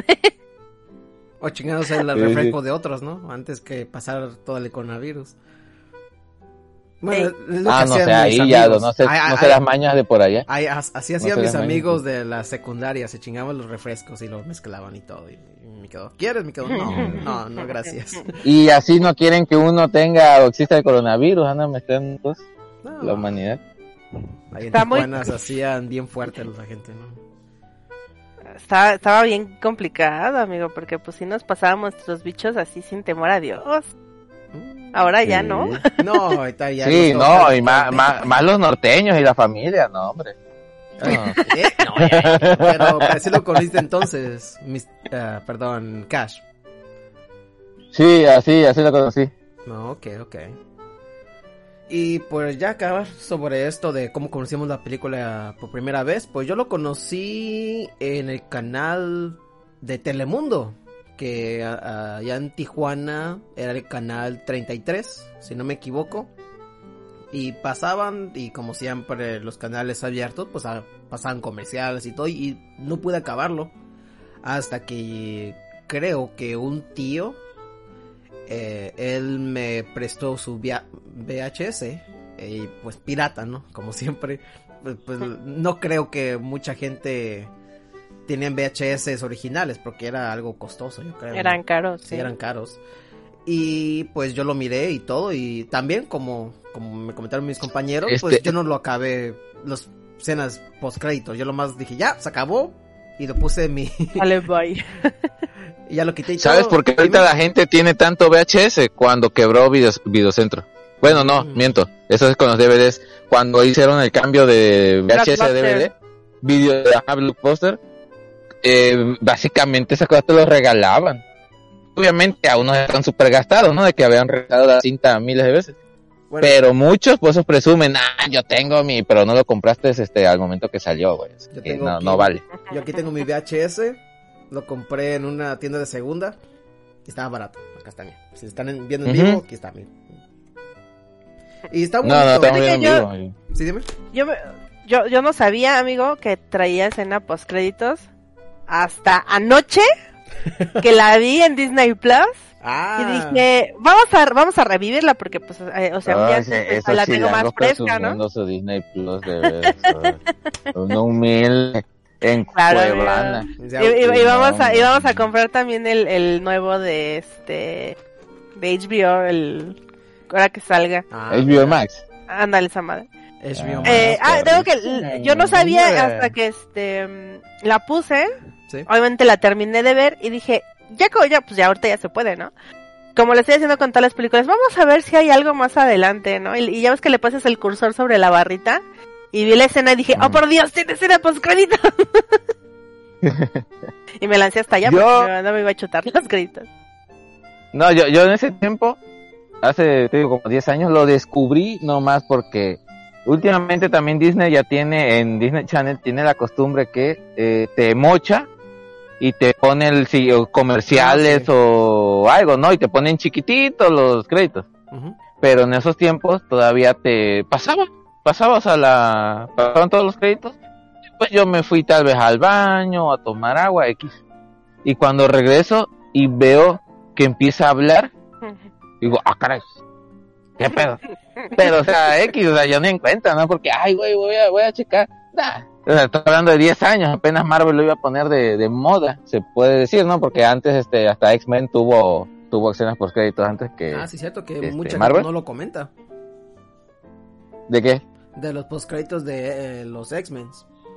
o chingándose el Sí, refresco sí. de otros, ¿no? Antes que pasar todo el coronavirus. Bueno, Sí. es lo Ah, que no sé, hacían mis ahí ya, amigos. no sé, Ay, ay, no sé ay, las mañas de por allá. ay, as- así No hacían sé mis las mañas. amigos de la secundaria, se chingaban los refrescos y los mezclaban y todo. Y, y me quedó, ¿quieres? Me quedó, no, no, no, gracias. Y así no quieren que uno tenga o exista el coronavirus, andan mezclando cosas, No, la humanidad. ahí en Está muy- Tijuana se hacían bien fuertes la gente, ¿no? Estaba, estaba bien complicado, amigo, porque pues si nos pasábamos los bichos así sin temor a Dios. Ahora ya Sí. no. No, ahorita ya. Sí, los no, tocan y más, todo. más, más los norteños y la familia, no, hombre. No. Eh, no, ya, pero, pero sí lo conociste entonces, mis, ah, perdón, Cash. Sí, así, así lo conocí. No, ok, ok. Y pues ya acabar sobre esto de cómo conocimos la película por primera vez, pues yo lo conocí en el canal de Telemundo, que ah, allá en Tijuana era el canal treinta y tres, si no me equivoco. Y pasaban, y como siempre los canales abiertos, pues ah, pasaban comerciales y todo, y no pude acabarlo. Hasta que creo que un tío, eh, él me prestó su via- V H S, eh, y pues pirata, ¿no? Como siempre, pues, pues, no creo que mucha gente tenían V H S originales, porque era algo costoso, yo creo. ¿no? Eran caros, Sí, sí. eran caros. Y pues yo lo miré y todo, y también como, como me comentaron mis compañeros, pues Este- yo no lo acabé, las escenas post créditos, yo lo más dije, ya, se acabó, y lo puse en mi, Vale, bye. y ya lo quité y ¿Sabes todo. por qué ahorita Dime. la gente tiene tanto V H S? Cuando quebró Videos- Videocentro. Bueno, no, Mm. miento. Eso es con los D V Ds. Cuando hicieron el cambio de V H S a D V D, video de ajá, Blockbuster, eh, básicamente esas cosas te los regalaban. Obviamente a unos están súper gastados, ¿no? De que habían regalado la cinta miles de veces. Bueno, Pero muchos, pues, esos presumen, ah, yo tengo mi, pero no lo compraste este al momento que salió, güey. Yo Que tengo no, aquí- no vale. yo aquí tengo mi V H S, lo compré en una tienda de segunda, Estaba barato. Acá está bien. Si están en- viendo en Ujú. vivo, aquí está bien. Y está No, bonito. no, estamos Fíjate bien que yo- en vivo. Sí, dime. Yo, me- yo, yo no sabía, amigo, que traía escena post créditos hasta anoche que la vi en Disney Plus Ah. y dije, vamos a vamos a revivirla porque pues eh, o sea, ya Ay, sí, eso la sí, tengo más Lango fresca, ¿no? presumiendo su Disney Plus de veras. ay. Un humilde en Claro, Cuevana. O Y, sea, y- y sí, vamos no, a y no. vamos a comprar también el, el nuevo de este de H B O, el ahora que salga. ah, H B O Max. Ándale esa madre. H B O Ah, Eh, ah, qué tengo que rico. yo no sabía Hombre. hasta que este mm, la puse. Sí. Obviamente la terminé de ver y dije, ya como ya, pues ya ahorita ya se puede, ¿no? Como lo estoy haciendo con todas las películas, vamos a ver si hay algo más adelante, ¿no? Y, y ya ves que le pasas el cursor sobre la barrita y vi la escena y dije, oh Mm. por Dios, tiene escena post crédito. Y me lancé hasta allá Yo- porque no, no me iba a chutar los créditos. No, yo, yo en ese tiempo, hace te digo, como diez años, lo descubrí nomás porque últimamente también Disney ya tiene, en Disney Channel, tiene la costumbre que eh, te mocha y te pone el sí, o comerciales Ah, sí. o algo, ¿no? Y te ponen chiquititos los créditos. Ujú. Pero en esos tiempos todavía te pasaba, pasabas a la, pasaban todos los créditos. Pues yo me fui tal vez al baño, a tomar agua, X. Y cuando regreso y veo que empieza a hablar, digo, ah, caray, qué pedo. Pero, o sea, X, o sea, yo ni en cuenta, ¿no? Porque, ay, güey, voy a, voy a checar. Nah. O sea, estoy hablando de diez años, apenas Marvel lo iba a poner de, de moda, se puede decir, ¿no? Porque antes, este, hasta X-Men tuvo, tuvo escenas por créditos antes que... Ah, sí, cierto que este, mucha Marvel. gente no lo comenta. ¿De qué? De los postcréditos de eh, los X-Men.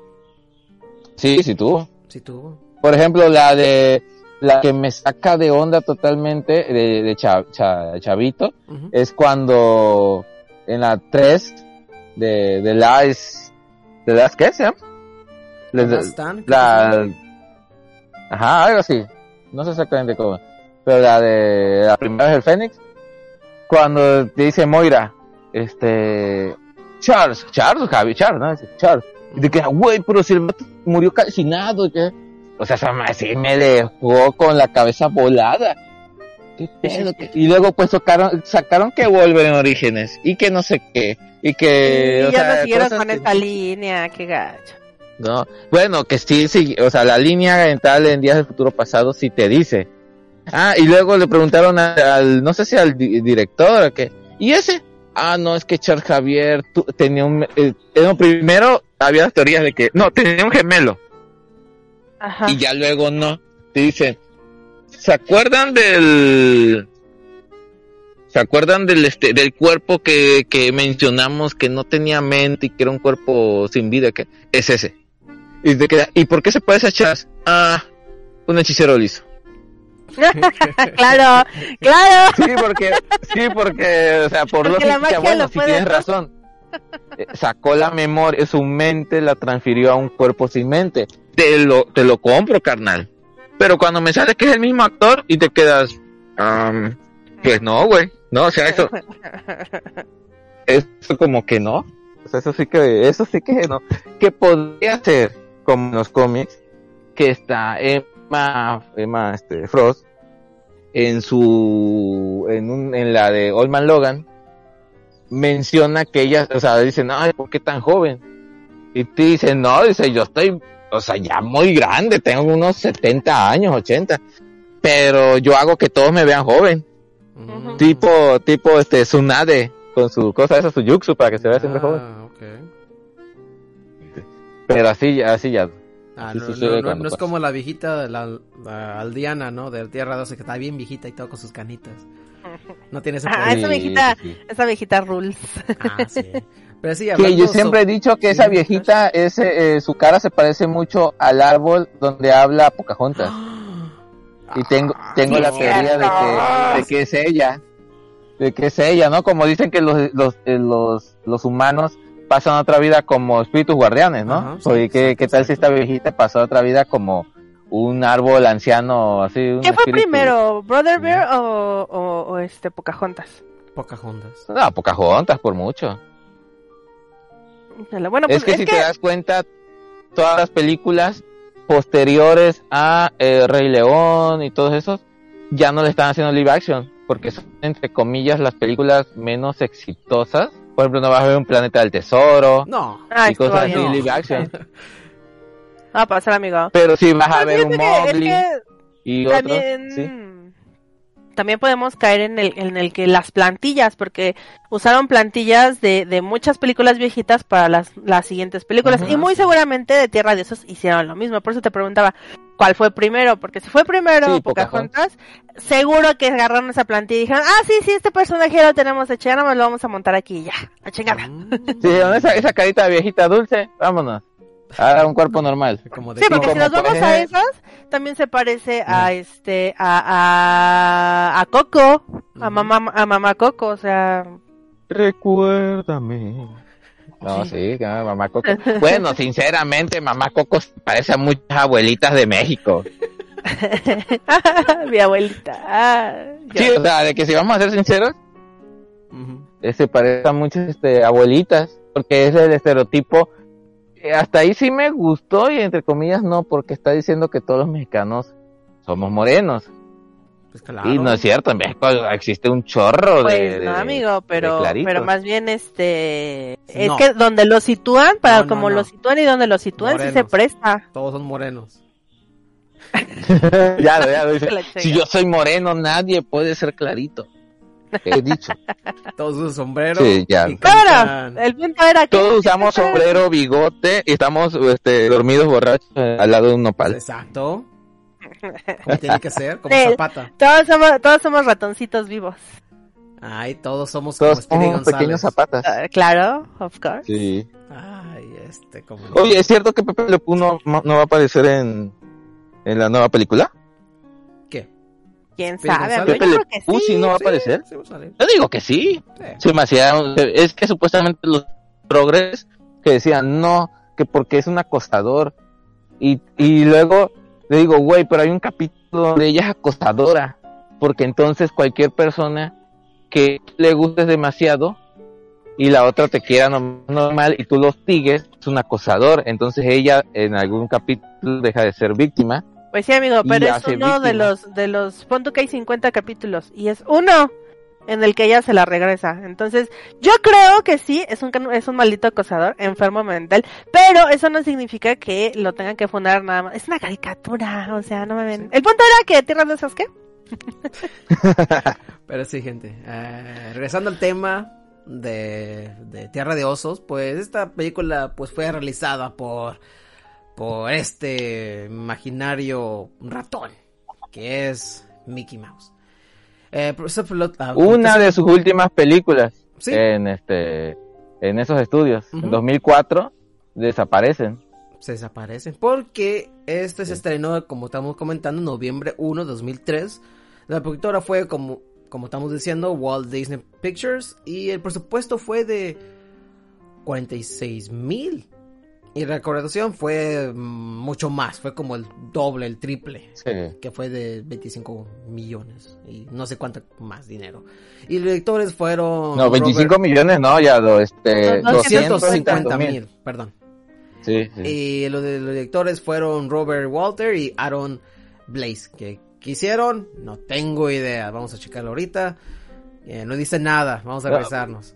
Sí, sí tuvo. Sí tuvo. Por ejemplo, la de la que me saca de onda totalmente de, de cha- cha- Chavito Ujú. es cuando en la tres de de Last de Last ¿qué se llama? Les- Last Stand, creo la que se ajá, algo así. No sé exactamente cómo. Pero la de la primera vez del Fénix cuando te dice Moira, este Charles, Charles, Javi, Charles, ¿no? Dice, Charles. Y te queda, güey, pero si el vato murió calcinado, ¿qué? O sea, esa madre sí me dejó con la cabeza volada. ¿Qué pedo? ¿Qué? Y luego pues sacaron, sacaron que Wolverine Orígenes, y que no sé qué, y que, y o ya sea, no siguieron cosas con que- esta línea, qué gacho. no, bueno, que sí, sí, o sea, la línea dental en Días del Futuro Pasado sí te dice. Ah, y luego le preguntaron a- al, no sé si al di- director o qué, ¿y ese? Ah, no, es que Charles Javier tu- tenía un, eh, eh, primero había las teorías de que, no, tenía un gemelo, Ajá. y ya luego no, te dicen, ¿se acuerdan del, se acuerdan del este, del cuerpo que, que mencionamos que no tenía mente y que era un cuerpo sin vida? Que es ese. Y te queda, ¿y por qué se parece a Chas? Ah, un hechicero liso. Claro, claro. Sí, porque, sí, porque, o sea, por Porque la lógica, magia bueno, lo sí puede tienes todo. razón. Eh, Sacó la memoria, su mente la transfirió a un cuerpo sin mente. Te lo, te lo compro, carnal. Pero cuando me sale que es el mismo actor y te quedas, um, pues no, güey. No, o sea, eso, eso como que no. O sea, eso sí que, eso sí que no. Que podría ser, como en los cómics, que está Emma, Emma, este, Frost, en su, en un, en la de Old Man Logan, menciona que ella, o sea, dicen, ay, ¿por qué tan joven? Y te dicen, no, dice, yo estoy, o sea, ya muy grande, tengo unos setenta años, ochenta, pero yo hago que todos me vean joven. Ujú. Tipo, tipo, este, Tsunade, con su cosa esa, su jutsu, para que se vea siempre joven. Ah, ok. Pero así, así ya. Ah, Sí, no, sí, no, sí, no, cuando no es pasa. como la viejita, la, la aldeana, ¿no? De Tierra doce, que está bien viejita y todo con sus canitas. No tiene ese Ah, poder. esa viejita, Sí, sí. esa viejita rules. Ah, sí. Pero sí, Que hablando yo siempre he so- dicho que sí, esa viejita, ese, eh, su cara se parece mucho al árbol donde habla Pocahontas. Y tengo, tengo sí, la es teoría de cierto. que, de que es ella. De que es ella, ¿no? Como dicen que los, los, eh, los, los humanos pasan otra vida como espíritus guardianes, ¿no? Ajá, sí, Oye, ¿qué, exacto, ¿qué tal si exacto. esta viejita pasó otra vida como un árbol anciano, así? Un ¿Qué fue espíritu? primero, Brother Bear o, o, o este Pocahontas? Pocahontas. No, Pocahontas, por mucho. Bueno, pues es que si te das cuenta, todas las películas posteriores a eh, Rey León y todos esos ya no le están haciendo live action, porque son, entre comillas, las películas menos exitosas. Por ejemplo, no vas a ver un Planeta del Tesoro No. Ah, y cosas así, estuvo bien. live action. Va a pasar, amigo. Pero sí vas a Pero ver un fíjate que- Mowgli es que y otros. también, Sí. también podemos caer en el, en el que las plantillas, porque usaron plantillas de, de muchas películas viejitas para las, las siguientes películas, Ajá, y muy sí. seguramente de Tierra de Osos hicieron lo mismo. Por eso te preguntaba cuál fue primero, porque si fue primero Sí, Pocahontas, seguro que agarraron esa plantilla y dijeron, ah, sí, sí, este personaje ya lo tenemos hecho, ya nada más lo vamos a montar aquí y ya, a chingada. Mm, Sí, esa, esa carita de viejita dulce, vámonos. A un cuerpo normal. como de Sí, porque como si nos vamos pues, a eh. esas, también se parece a este, a, a, a Coco, a Ujú. mamá, a mamá Coco, o sea, Recuérdame. No, Sí. sí, no, mamá Coco. Bueno, sinceramente, mamá Coco se parece a muchas abuelitas de México. mi abuelita. Ah, yo- Sí, o sea, de que si vamos a ser sinceros, Ujú. eh, se parece a muchas este, abuelitas, porque es el estereotipo. Eh, hasta ahí sí me gustó y entre comillas no, porque está diciendo que todos los mexicanos somos morenos. Pues claro. Y no es cierto, en México existe un chorro Pues de, no, de- amigo, de pero, claritos. pero más bien este, es No. que donde lo sitúan, para No, no, como no. lo sitúan y donde lo sitúan, sí se Morenos. presta. Todos son morenos. ya, lo- ya lo dice. La Si chinga. yo soy moreno, nadie puede ser clarito. He dicho. Todos usan sombrero. Sí, ya. y Claro, cantan. el punto era que Todos usamos sombrero, bigote y estamos este, dormidos borrachos eh, al lado de un nopal. Exacto. Como tiene que ser, como Sí. Zapata. todos somos, todos somos ratoncitos vivos. Ay, todos somos Todos como Speedy somos González. pequeños zapatas. Ah, claro, of course. Sí. Ay, este, como... Oye, ¿es cierto que Pepe Le Pew no, no va a aparecer en, en la nueva película? ¿Qué? ¿Quién Speedy sabe? González. Amigo? Pepe Yo Le creo que Pew sí. sí no va a Sí, aparecer. sí va a salir. Yo digo que sí. Sí. Se me hacía, es que supuestamente los progres que decían no, que porque es un acosador. Y, y luego le digo, güey, pero hay un capítulo donde ella es acosadora. Porque entonces cualquier persona que le gustes demasiado y la otra te quiera no- normal y tú lo hostigues, es un acosador. Entonces ella en algún capítulo deja de ser víctima. Pues sí, amigo, Y pero es hace uno de víctima. los, de los, pon tú que hay cincuenta capítulos, y es uno en el que ella se la regresa. Entonces, yo creo que sí, es un, can- es un maldito acosador, enfermo mental, pero eso no significa que lo tengan que fundar nada más. Es una caricatura, o sea, no me ven. El punto era que Tierra de Osos, ¿qué? Pero sí, gente. eh, regresando al tema de, de Tierra de Osos, pues esta película pues fue realizada por por este imaginario ratón que es Mickey Mouse. Eh, por eso, por lo- ah, Una de sus últimas películas Sí. en este en esos estudios, Ujú. en dos mil cuatro, desaparecen. se desaparecen porque este se Sí. estrenó, como estamos comentando, noviembre primero de dos mil tres. La productora fue, como como estamos diciendo, Walt Disney Pictures, y el presupuesto fue de cuarenta y seis mil, y la recaudación fue mm, mucho más, fue como el doble, el triple, Sí. que fue de veinticinco millones y no sé cuánto más dinero. Y los directores fueron No, veinticinco Robert- millones, no, ya lo, este, No, doscientos y tantos cincuenta mil. mil, perdón. Sí, sí. Y los, de, los directores fueron Robert Walter y Aaron Blaze. ¿Qué, qué hicieron? No tengo idea. Vamos a checarlo ahorita. Eh, no dice nada. Vamos a No. regresarnos.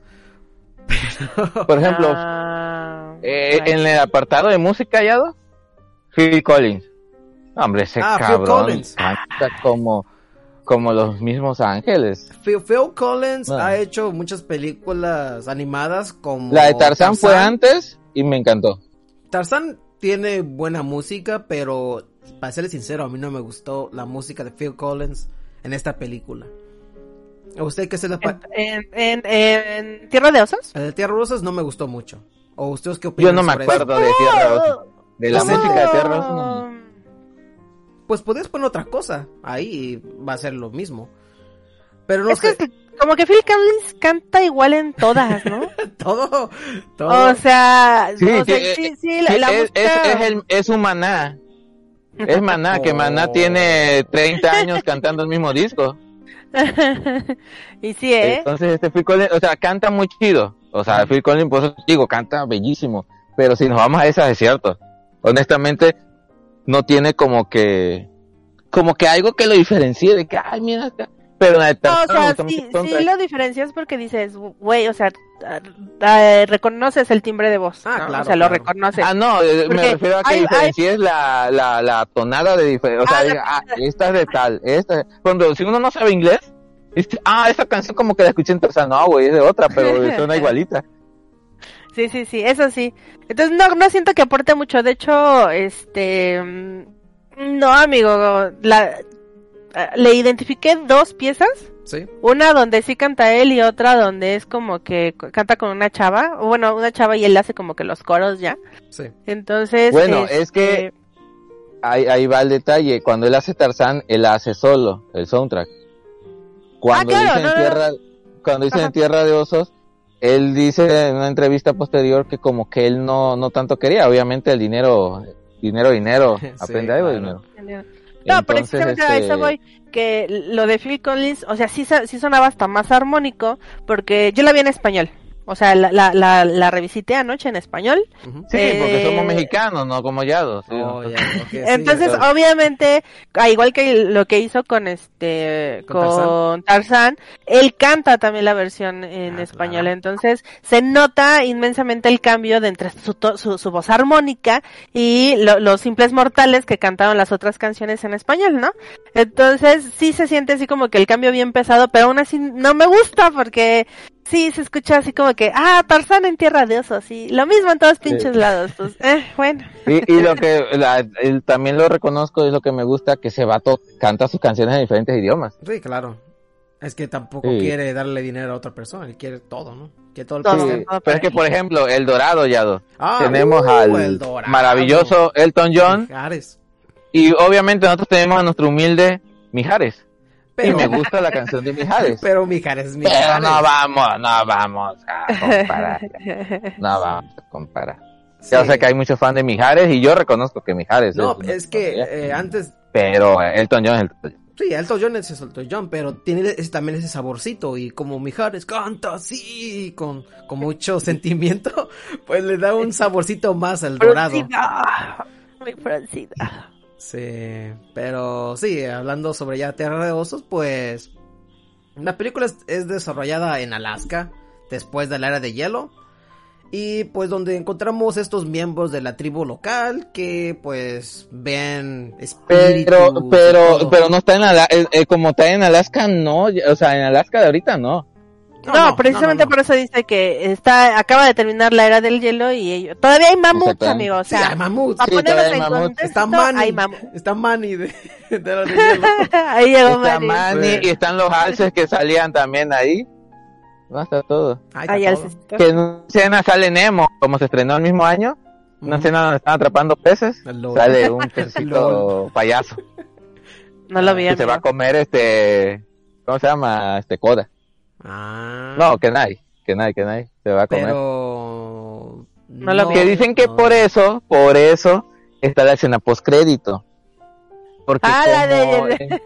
Por ejemplo, Ah, eh, right. en el apartado de música hallado, Phil Collins. No, hombre, ese Ah, Phil cabrón Collins. canta como, como los mismos ángeles. Phil, Phil Collins Bueno. ha hecho muchas películas animadas como... La de Tarzán fue antes y me encantó. Tarzán tiene buena música, pero para serle sincero, a mí no me gustó la música de Phil Collins en esta película. ¿A usted qué se le pa- En, en, en, en Tierra de Osos. El de Tierra Rosas no me gustó mucho. ¿O ustedes qué opinan? Yo no me sobre eso? acuerdo de Tierra Osos. De la ¿Cómo? música de Tierra Osos, no. Pues podrías poner otra cosa ahí y va a ser lo mismo. Pero no Es sé, que es- como que Phil Collins canta igual en todas, ¿no? todo, todo. O sea, Sí, o sea, sí, sí, eh, sí, la, Sí, la es, música... es, es, el, es un Maná. Es Maná, que Maná Oh. tiene treinta años cantando el mismo disco. y sí, ¿eh? Entonces este Phil Collins, o sea, canta muy chido. O sea, Phil Collins, por eso digo, canta bellísimo. Pero si nos vamos a esas, es cierto. Honestamente, no tiene como que como que algo que lo diferencie de que, ay, mira acá. Pero la de No, Tarzán o me sea, gusta mucho sí, el soundtrack. sí lo diferencias porque dices, güey, o sea, uh, uh, reconoces el timbre de voz, Ah, ¿no? claro, O sea, lo claro. reconoces. Ah, no, eh, me Porque refiero a que hay- diferencies la, la, la tonada de diferencia. O sea, Ah, diga, ah, esta es de tal, esta. Cuando, si uno no sabe inglés, dice, ah, esta canción como que la escuché en Tarzán. No, güey, es de otra, pero suena igualita. Sí, sí, sí, eso sí. Entonces no, no siento que aporte mucho. De hecho, este, mm, no, amigo, la, le identifiqué dos piezas. Sí. Una donde sí canta él y otra donde es como que canta con una chava. O bueno, una chava y él hace como que los coros ya. Sí. Entonces. Bueno, este, es que ahí, ahí va el detalle. Cuando él hace Tarzán, él hace solo el soundtrack. Cuando Ah, claro, dice no, en no, tierra, cuando dice Ajá. en Tierra de Osos, él dice en una entrevista posterior que como que él no, no tanto quería. Obviamente el dinero, dinero, dinero, Sí, aprende algo de claro. dinero. No, Entonces, precisamente a este, eso voy, que lo de Phil Collins, o sea, sí, sa- sí sonaba hasta más armónico, porque yo la vi en español, o sea, la, la, la, la revisité anoche en español. Ujú. Sí, porque Eh, somos mexicanos, no como Yados. ¿sí? Oh, ya, ok, sí, Entonces, claro. obviamente, a igual que lo que hizo con este, ¿Con con Tarzán, él canta también la versión en Ah, español. claro. Entonces, se nota inmensamente el cambio de entre su, to- su, su voz armónica y lo- los simples mortales que cantaron las otras canciones en español, ¿no? Entonces, sí se siente así como que el cambio bien pesado, pero aún así no me gusta porque sí se escucha así como que, ah, Tarzán en Tierra de Osos, y lo mismo en todos pinches Sí. lados. Pues, eh, bueno. Y, y lo que la- el- también lo reconozco, es lo que me gusta, que ese vato canta sus canciones en diferentes idiomas. Sí, claro. Es que tampoco Sí. quiere darle dinero a otra persona, él quiere todo, ¿no? Quiere todo el Todo. pastel. Sí, no, pero es que, por ejemplo, El Dorado, Yado, Ah, tenemos uh, al El Dorado. maravilloso Elton John, Mijares. y obviamente nosotros tenemos a nuestro humilde Mijares. Pero, Y me gusta la canción de Mijares. pero Mijares, Pero Mijares. no vamos, no vamos a comparar. No vamos a comparar. Sí. Ya sé que hay muchos fans de Mijares, y yo reconozco que Mijares No, es... es que eh, antes, Pero Elton John es Elton John. sí, Elton John es Elton John, pero tiene ese- también ese saborcito, y como Mijares canta así, con, con mucho sentimiento, pues le da un saborcito más al Dorado. Francida. Muy francida. Sí, pero sí, hablando sobre ya Tierra de Osos, pues la película es, es desarrollada en Alaska, después de la era de hielo, y pues donde encontramos estos miembros de la tribu local que pues ven espíritus. Pero, y pero, todo. pero no está en Alaska, eh, eh, como está en Alaska, no, o sea, en Alaska de ahorita no. No, No, no, precisamente no, no, no. por eso dice que está acaba de terminar la era del hielo y ellos, todavía hay mamuts, Exactamente. amigo, o Sí, sea, hay mamuts. para Sí, ponerlos todavía hay en mamuts. contexto, Está Manny, hay mamuts. está Manny de, de la de hielo. Ahí llegó Está Manny. Manny, Sí. y están los alces que salían también ahí. No, está todo. Ahí Ahí está al todo. cestito. Que en una escena sale Nemo, como se estrenó el mismo año. Una Ujú. escena donde están atrapando peces. Lol. Sale un pececito payaso. No lo vi, Que se va a amigo. comer este... ¿Cómo se llama? Este Coda. Ah, No, Kenai. Kenai, Kenai. Se va a comer. pero No lo vi. Que dicen que no. por eso, por eso, está la escena postcrédito. Porque Ah, la como- de-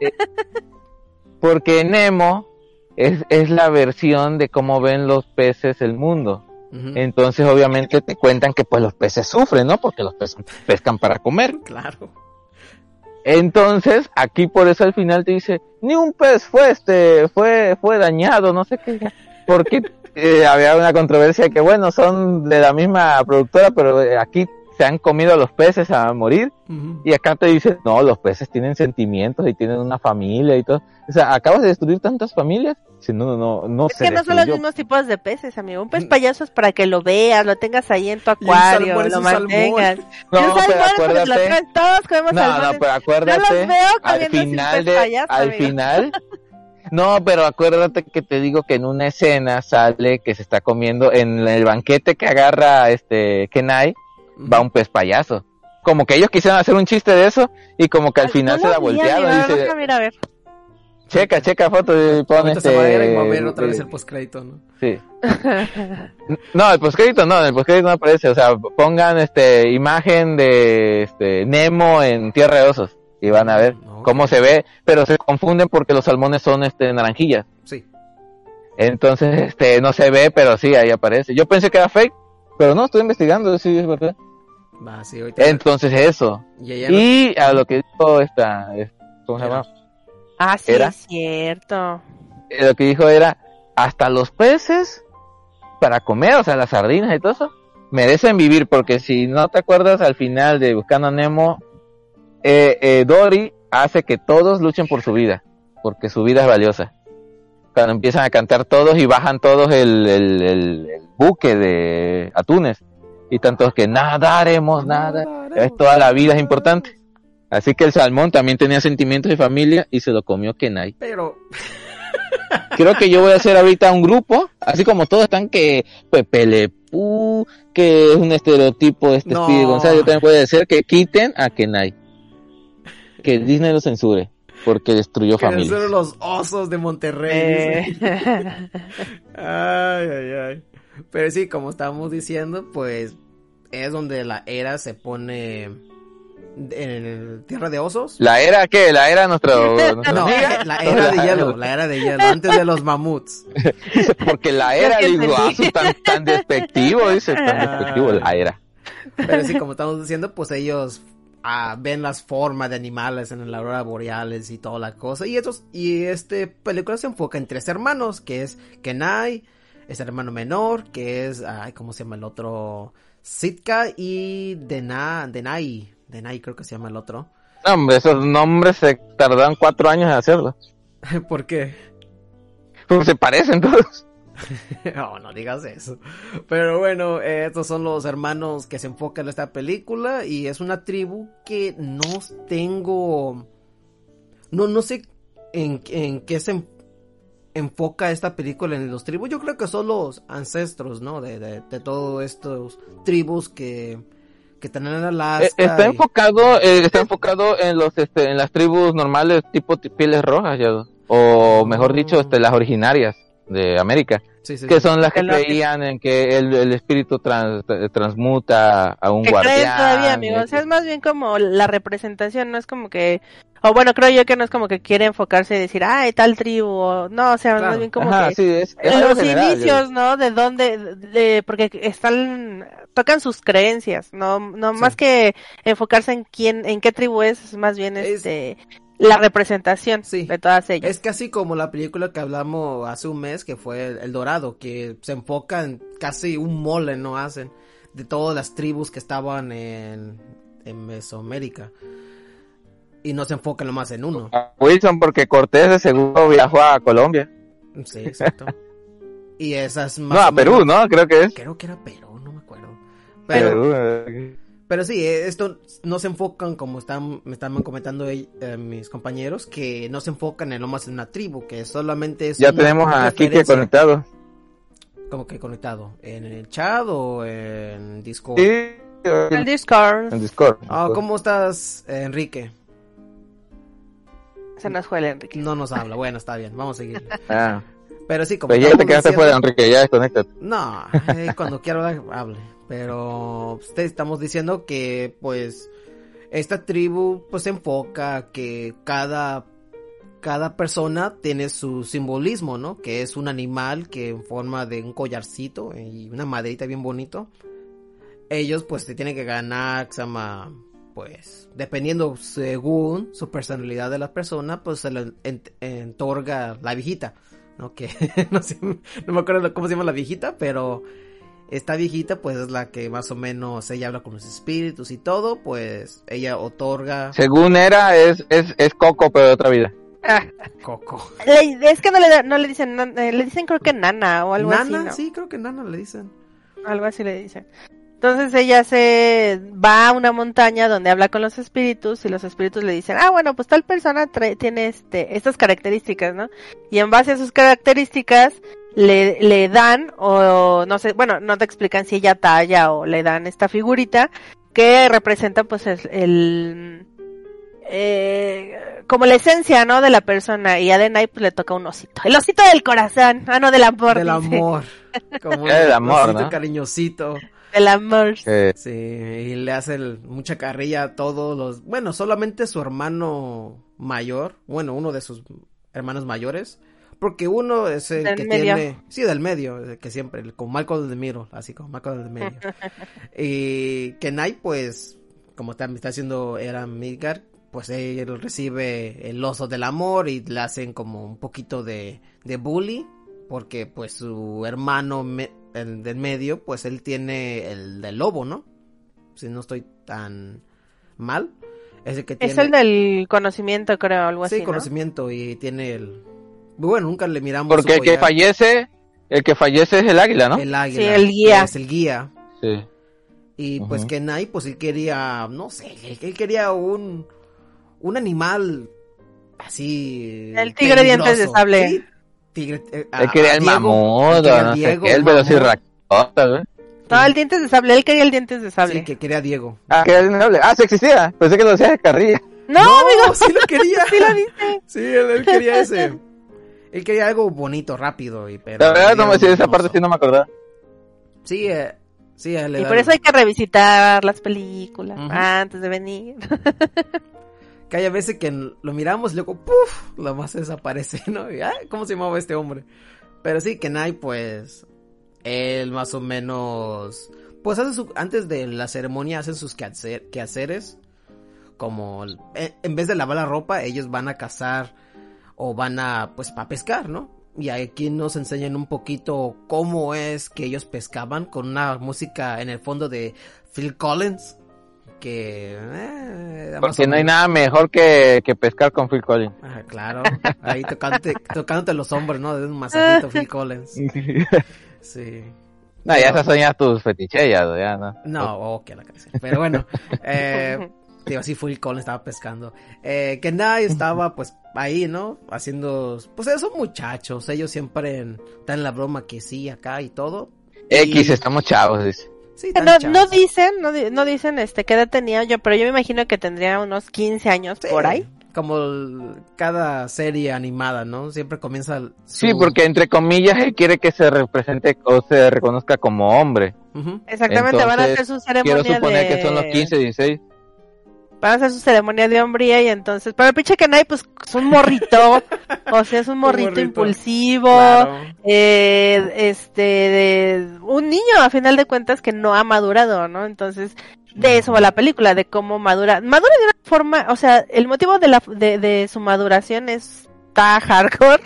porque Nemo es, es la versión de cómo ven los peces el mundo. Ujú. Entonces, obviamente, te cuentan que pues los peces sufren, ¿no? Porque los peces pescan para comer. Claro. Entonces, aquí por eso al final te dice, ni un pez fue este, fue, fue dañado, no sé qué. Porque eh, había una controversia que, bueno, son de la misma productora, pero eh, aquí se han comido a los peces a morir. Ujú. Y acá te dicen, no, los peces tienen sentimientos y tienen una familia y todo. O sea, acabas de destruir tantas familias. Dice, no, no, no, no Es se que no son los destruyó. mismos tipos de peces, amigo. Un pez payaso es para que lo veas, lo tengas ahí en tu Y un acuario, salmón es lo un salmón. mantengas. No, Y un pero salmón, porque acuérdate. lo traen- todos comemos No, salmones. no, pero Yo acuérdate. los veo al comiendo sin final pez de, payaso, al amigo. final. No, pero acuérdate que te digo que en una escena sale que se está comiendo en el banquete que agarra este Kenai, va un pez payaso. Como que ellos quisieron hacer un chiste de eso y como que al Ay, final no se lo la vi, voltearon amigo, y dice, déjame ir a ver. checa, checa foto y pon Ahorita este... se va a ir a mover otra vez el postcrédito, ¿no? Sí. No, el postcrédito no, en el postcrédito no aparece, o sea, pongan este imagen de este Nemo en Tierra de Osos y van a ver Ok. cómo se ve, pero se confunden porque los salmones son este naranjillas. Sí. Entonces, este no se ve, pero sí ahí aparece. Yo pensé que era fake, pero no, estoy investigando, sí es verdad. Va, sí, ahorita. Entonces eso. y ella no- Y a lo que dijo esta, ¿cómo se Era. llama? Ah, sí, Era. es cierto. Eh, Lo que dijo era, hasta los peces para comer, o sea, las sardinas y todo eso, merecen vivir, porque si no te acuerdas, al final de Buscando a Nemo, eh, eh, Dory hace que todos luchen por su vida, porque su vida es valiosa. Cuando empiezan a cantar todos y bajan todos el, el, el, el buque de atunes, y tantos que nadaremos, nada, es toda la vida es importante. Así que el salmón también tenía sentimientos de familia y se lo comió Kenai. Pero, Creo que yo voy a hacer ahorita un grupo, así como todos están que Pepe Le Pew, que es un estereotipo de este No. Speedy González, yo también puede ser que quiten a Kenai. Que Disney lo censure, porque destruyó que familias. son los osos de Monterrey. dice. Eh, Ay, ay, ay. Pero sí, como estábamos diciendo, pues es donde la era se pone en el Tierra de Osos. ¿La era qué? ¿La era nuestro, nuestra No, amiga? la era de hielo, la era de hielo, antes de los mamuts. Porque la era, Creo que digo, ah, entendí. su tan, tan despectivo, dice, tan despectivo, la era. Pero sí, como estamos diciendo, pues ellos ah, ven las formas de animales en la aurora boreales y toda la cosa. Y estos, y este película se enfoca en tres hermanos, que es Kenai, es el hermano menor, que es, ay, ¿cómo se llama el otro? Sitka y Dena, Denai, Denai creo que se llama el otro. No, hombre, esos nombres se tardaron cuatro años en hacerlo. ¿Por qué? Porque se parecen todos. No, no digas eso. Pero bueno, eh, estos son los hermanos que se enfocan en esta película y es una tribu que no tengo... No, no sé en, en qué se en- enfoca esta película en los tribus. Yo creo que son los ancestros, ¿no? De, de, de todos estos tribus que, que están en Eh, Alaska. Está y- enfocado, eh, está enfocado en los, este, en las tribus normales tipo t- pieles rojas, ya, o mejor dicho, este, las originarias de América, Sí, sí, que sí. son las que Que lo- creían en que el, el espíritu trans- tra- transmuta a un que guardián. creen todavía, amigos. O sea, es más bien como la representación, no es como que, o bueno, creo yo que no es como que quiere enfocarse y decir, ay, tal tribu, o no, o sea, Claro. más bien como Ajá, que sí, es, es en algo los general, inicios, ¿no? De dónde, de, porque están, tocan sus creencias, no, no Sí. más que enfocarse en quién, en qué tribu es, es más bien Es- este, la representación Sí. de todas ellas. Es casi como la película que hablamos hace un mes, que fue El, El Dorado, que se enfoca en casi un mole, ¿no? Hacen de todas las tribus que estaban en, en Mesoamérica. Y no se enfoca nomás en uno. A Wilson, porque Cortés de seguro viajó a Colombia. Sí, exacto. Y esas más No, a o Perú, menos- ¿no? Creo que es. Creo que era Perú, no me acuerdo. Pero, Perú, eh. pero sí, eh, esto no se enfocan, como están, me estaban comentando eh, mis compañeros, que no se enfocan en nomás en una tribu, que solamente es Ya una tenemos a Kike referencia. conectado. ¿Cómo que conectado? ¿En el chat o en Discord? Sí, El Discord en Discord. Ah, ¿cómo estás, eh, Enrique? se nos fue el Enrique. No nos habla. Bueno, está bien, vamos a seguir. Ah, Pero sí, como pues ya te estábamos quedaste diciendo- fuera, Enrique, ya desconéctate. No, eh, cuando quiera hablar, hable. Pero usted estamos diciendo que, pues, esta tribu, pues, se enfoca que cada, cada persona tiene su simbolismo, ¿no? Que es un animal que en forma de un collarcito y una maderita bien bonito. Ellos, pues, se tienen que ganar, se llama, pues, dependiendo según su personalidad de la persona, pues, se le ent- entorga la viejita, ¿no? Que no sé, no me acuerdo cómo se llama la viejita, pero esta viejita, pues, es la que más o menos, ella habla con los espíritus y todo, pues, ella otorga Según era, es, es, es Coco, pero de otra vida. Ah, coco. le- es que no le, da- no le dicen, nan- eh, le dicen creo que nana o algo Nana, así, ¿no? sí, creo que Nana le dicen. Algo así le dicen. Entonces ella se va a una montaña donde habla con los espíritus y los espíritus le dicen, ah, bueno, pues tal persona trae- tiene este, estas características, ¿no? Y en base a sus características le, le dan, o no sé, bueno, no te explican si ella talla o le dan esta figurita que representa pues el, el eh, como la esencia, ¿no? De la persona. Y a Denai pues le toca un osito. El osito del corazón. Ah, no, del amor. Del dice. amor. Como El amor, osito ¿no? cariñosito. Del amor. Eh, Sí, y le hace el- mucha carrilla a todos los... Bueno, solamente su hermano mayor, bueno, uno de sus hermanos mayores, porque uno es el Del que medio. tiene... Sí, del medio, el que siempre, el- con Malcolm de Miro, así como Malcolm del medio. Y Kenai, pues, como está, me está haciendo era Midgar, pues él recibe el oso del amor y le hacen como un poquito de, de bully, porque pues su hermano me, el del medio, pues él tiene el del lobo, ¿no? Si no estoy tan mal. Es el que tiene... Es el del conocimiento, creo, algo así, Sí, ¿no? conocimiento, y tiene el... Bueno, nunca le miramos... Porque su el que collar. fallece, el que fallece es el águila, ¿no? El águila. Sí, el guía. Es el guía. Sí. Y pues Ujú. Kenai, pues él quería, no sé, él, él quería un... Un animal así... El tigre dientes de sable. Sí, tigre... eh, a- Él quería a el Diego, mamut, él quería no sé Diego, qué, el mamut. velociraptor, güey. Todo el dientes de sable, él quería el dientes de sable. Sí, que quería a Diego. Ah, que era el innombrable. Ah, sí existía. Pensé que lo decía de carrilla. No, amigo, sí lo quería. sí lo dice. Sí, él, él quería ese. Él quería algo bonito, rápido. Y, pero La verdad, no Diego me decía esa no parte, so- sí no me acordaba. Sí, eh, sí, a él le Y da por eso el- hay que revisitar las películas Ujú. antes de venir. Que hay veces que lo miramos y luego, ¡puf! Lo más desaparece, ¿no? Y, ay, ¿cómo se llamaba este hombre? Pero sí, Kenai, pues, él más o menos, pues hace su, antes de la ceremonia hacen sus quehacer- quehaceres, como, en, en vez de lavar la ropa, ellos van a cazar o van a, pues, a pescar, ¿no? Y aquí nos enseñan un poquito cómo es que ellos pescaban con una música en el fondo de Phil Collins. Que eh, más Porque o no hay menos. nada mejor que, que pescar con Phil Collins. Ah, claro, ahí tocándote, tocándote los hombros, ¿no? De un masajito Phil Collins. Sí. No, ya Pero- esas son ya tus fetichillas, ya, ¿no? No, ok, la canción. Pero bueno, eh, digo, así Phil Collins estaba pescando. Eh, Kenai estaba, pues, ahí, ¿no? Haciendo, pues, esos muchachos, ellos siempre en- están en la broma que sí, acá y todo. X, Y- estamos chavos, dice. Sí, están No, no chavos. dicen, no, di- no dicen este qué edad tenía yo, pero yo me imagino que tendría unos quince años Sí, por ahí. Como el- cada serie animada, ¿no? Siempre comienza el- Sí, su- porque entre comillas él quiere que se represente o se reconozca como hombre. Ujú. Exactamente, van a Entonces, hacer su ceremonia Quiero suponer de... que son los quince, dieciséis. Van a hacer su ceremonia de hombría y entonces... Pero el pinche Kenai, pues, es un morrito. O sea, es un morrito, morrito. impulsivo. Claro. eh, este, de un niño, a final de cuentas, que no ha madurado, ¿no? Entonces, de eso va la película, de cómo madura. Madura de una forma, o sea, el motivo de la de, de su maduración es está hardcore.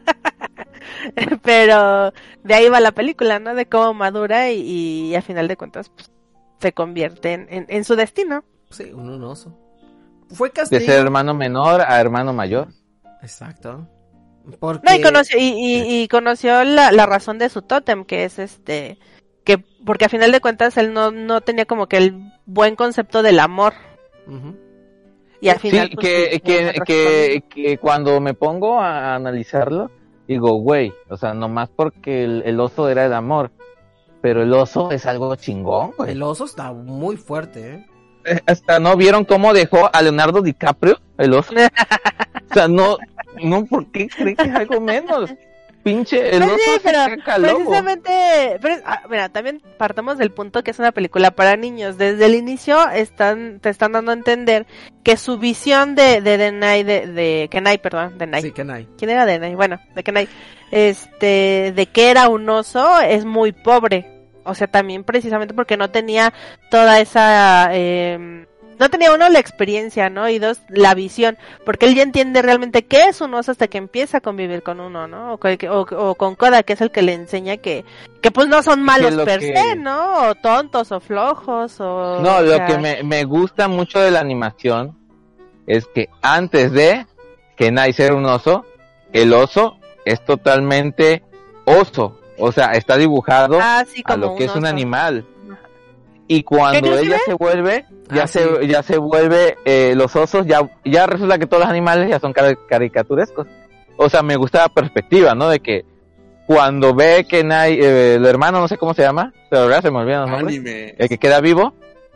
Pero de ahí va la película, ¿no? De cómo madura y, y a final de cuentas, pues, se convierte en, en, en su destino. Sí, un, un oso. Fue De castigo. ser hermano menor a hermano mayor. Exacto. Porque... No, y conoció, y, y, y conoció la, la razón de su tótem, que es este, que, porque a final de cuentas él no, no tenía como que el buen concepto del amor. Ujú. Y al final, Sí, pues, que, sí, que, una que, que cuando me pongo a analizarlo, digo, güey, o sea, nomás porque el, el oso era el amor, pero el oso es algo chingón, güey. El oso está muy fuerte, ¿eh? Eh, Hasta no vieron cómo dejó a Leonardo DiCaprio, el oso. O sea, no, no, ¿por qué creen que es algo menos? Pinche, el Pues oso sí, se pero caca lobo. precisamente, pero, ah, mira, también partamos del punto que es una película para niños. Desde el inicio están, te están dando a entender que su visión de, de Denai, de, de Kenai, perdón, Denai. Sí, Kenai. ¿Quién era Denai? Bueno, de Kenai. Este, de que era un oso, es muy pobre. O sea, también precisamente porque no tenía toda esa, eh, no tenía uno la experiencia, ¿no? Y dos, la visión. Porque él ya entiende realmente qué es un oso hasta que empieza a convivir con uno, ¿no? O, que- o, o con Koda, que es el que le enseña que, que pues no son malos lo per que- se, ¿no? O tontos, o flojos, o... No, o lo sea, que me, me gusta mucho de la animación es que antes de que Kenai ser un oso, el oso es totalmente oso. O sea, está dibujado Ah, sí, a como lo que un es un oso. animal. Y cuando ¿Qué ella se vuelve, ya Ah, se sí. ya se vuelve eh, los osos, ya ya resulta que todos los animales ya son cari- caricaturescos. O sea, me gusta la perspectiva, ¿no? De que cuando ve que Kenai, eh, el hermano, no sé cómo se llama, pero ahora se me olvidan los nombres. Anime. El que queda vivo,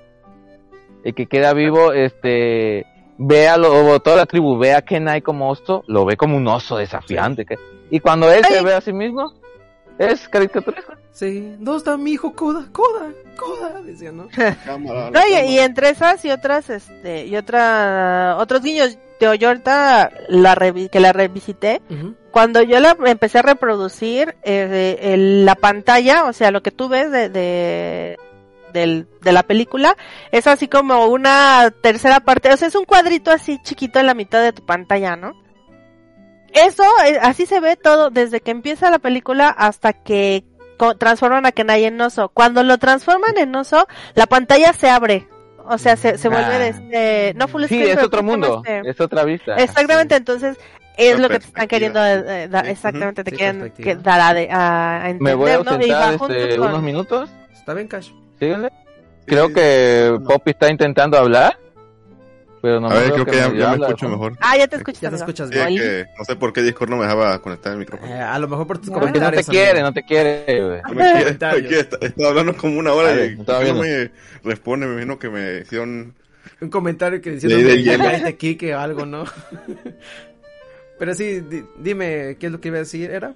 el que queda vivo, este, ve a lo, o toda la tribu ve a Kenai como oso, lo ve como un oso desafiante. que- Y cuando él se Ay. ve a sí mismo, es caricaturesco. Sí. ¿Dónde está mi hijo Koda? Koda, Koda, decía, ¿no? Cámara, No, y, cámara. y entre esas y otras, este, y otra, otros guiños, yo, yo ahorita la revi- que la revisité, Ujú. cuando yo la empecé a reproducir, eh, el- la pantalla, o sea, lo que tú ves de, de, del, de la película, es así como una tercera parte, o sea, es un cuadrito así chiquito en la mitad de tu pantalla, ¿no? Eso, así se ve todo, desde que empieza la película hasta que transforman a Kenai en oso. Cuando lo transforman en oso, la pantalla se abre. O sea, se, se vuelve de este, no full screen. Sí, es otro mundo, este... es otra vista. Exactamente, sí. Entonces, es lo que te están queriendo, eh, da, exactamente, te sí, quieren que, dar a, a, a entender, ¿me voy a ¿no? ausentar este, con... unos minutos? Está bien, Cash. Síguele. Creo sí, que no. Poppy está intentando hablar. Pero no a ver, creo que, que ya, me, ya me escucho mejor. Ah, ya te escuchas. Ya te escuchas bien. Sí, que no sé por qué Discord no me dejaba conectar el micrófono. Eh, a lo mejor por tus no, comentarios. No te quiere, no te quiere, güey. No me quiere, no quiere. Está, estaba hablando como una hora ver, y no me responde, me imagino que me hicieron... Un comentario que diciendo que ya te Kike o algo, ¿no? Pero sí, di, dime, ¿qué es lo que iba a decir? ¿Era?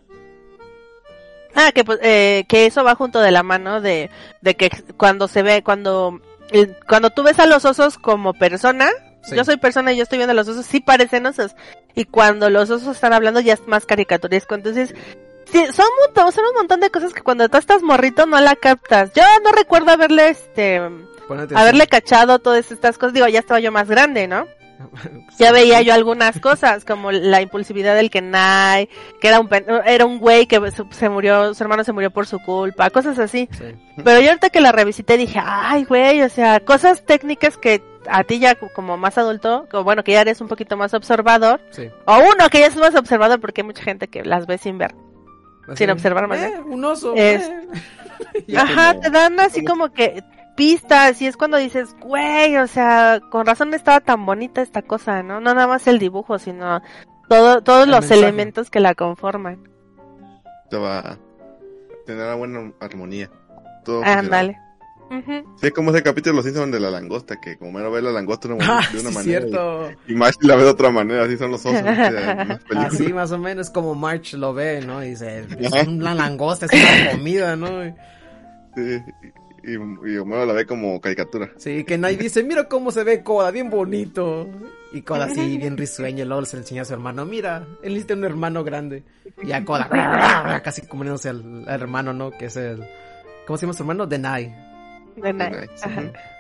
Ah, que pues, eh, que eso va junto de la mano de, de que cuando se ve, cuando, el, cuando tú ves a los osos como persona, sí. Yo soy persona y yo estoy viendo a los osos, sí parecen osos. Y cuando los osos están hablando ya es más caricaturesco, entonces, sí, son, son un montón de cosas que cuando tú estás morrito no la captas. Yo no recuerdo haberle, este, haberle cachado todas estas cosas, digo, ya estaba yo más grande, ¿no? Ya veía yo algunas cosas, como la impulsividad del Kenai, que era un era un güey que se murió, su hermano se murió por su culpa, cosas así. Sí. Pero yo ahorita que la revisité dije, ay güey, o sea, cosas técnicas que a ti ya como más adulto, como bueno, que ya eres un poquito más observador, sí. O uno que ya es más observador porque hay mucha gente que las ve sin ver, así, sin observar más. Eh, un oso. Es... Eh. Ajá, como... te dan así como que pistas y es cuando dices, güey, o sea, con razón estaba tan bonita esta cosa, ¿no? No nada más el dibujo, sino todo, todos el los mensaje. Elementos que la conforman. Te va a tener una buena armonía. Todo ándale. Uh-huh. Sí, es como ese capítulo de los Simpsons de la langosta, que como menos ve la langosta de una, ah, de una sí, manera cierto. Y, y Marge la ve de otra manera, así son los osos. Así más o menos como Marge lo ve, ¿no? Y dice, es una langosta, es una comida, ¿no? Sí. Y, y Homero la ve como caricatura. Sí, que nadie dice, mira cómo se ve Koda, bien bonito. Y Koda así, bien risueño, y luego se le enseña a su hermano, mira, él necesita un hermano grande. Y a Koda, casi comiéndose al, al hermano, ¿no? Que es el, ¿cómo se llama su hermano? Denai. Denai, ajá.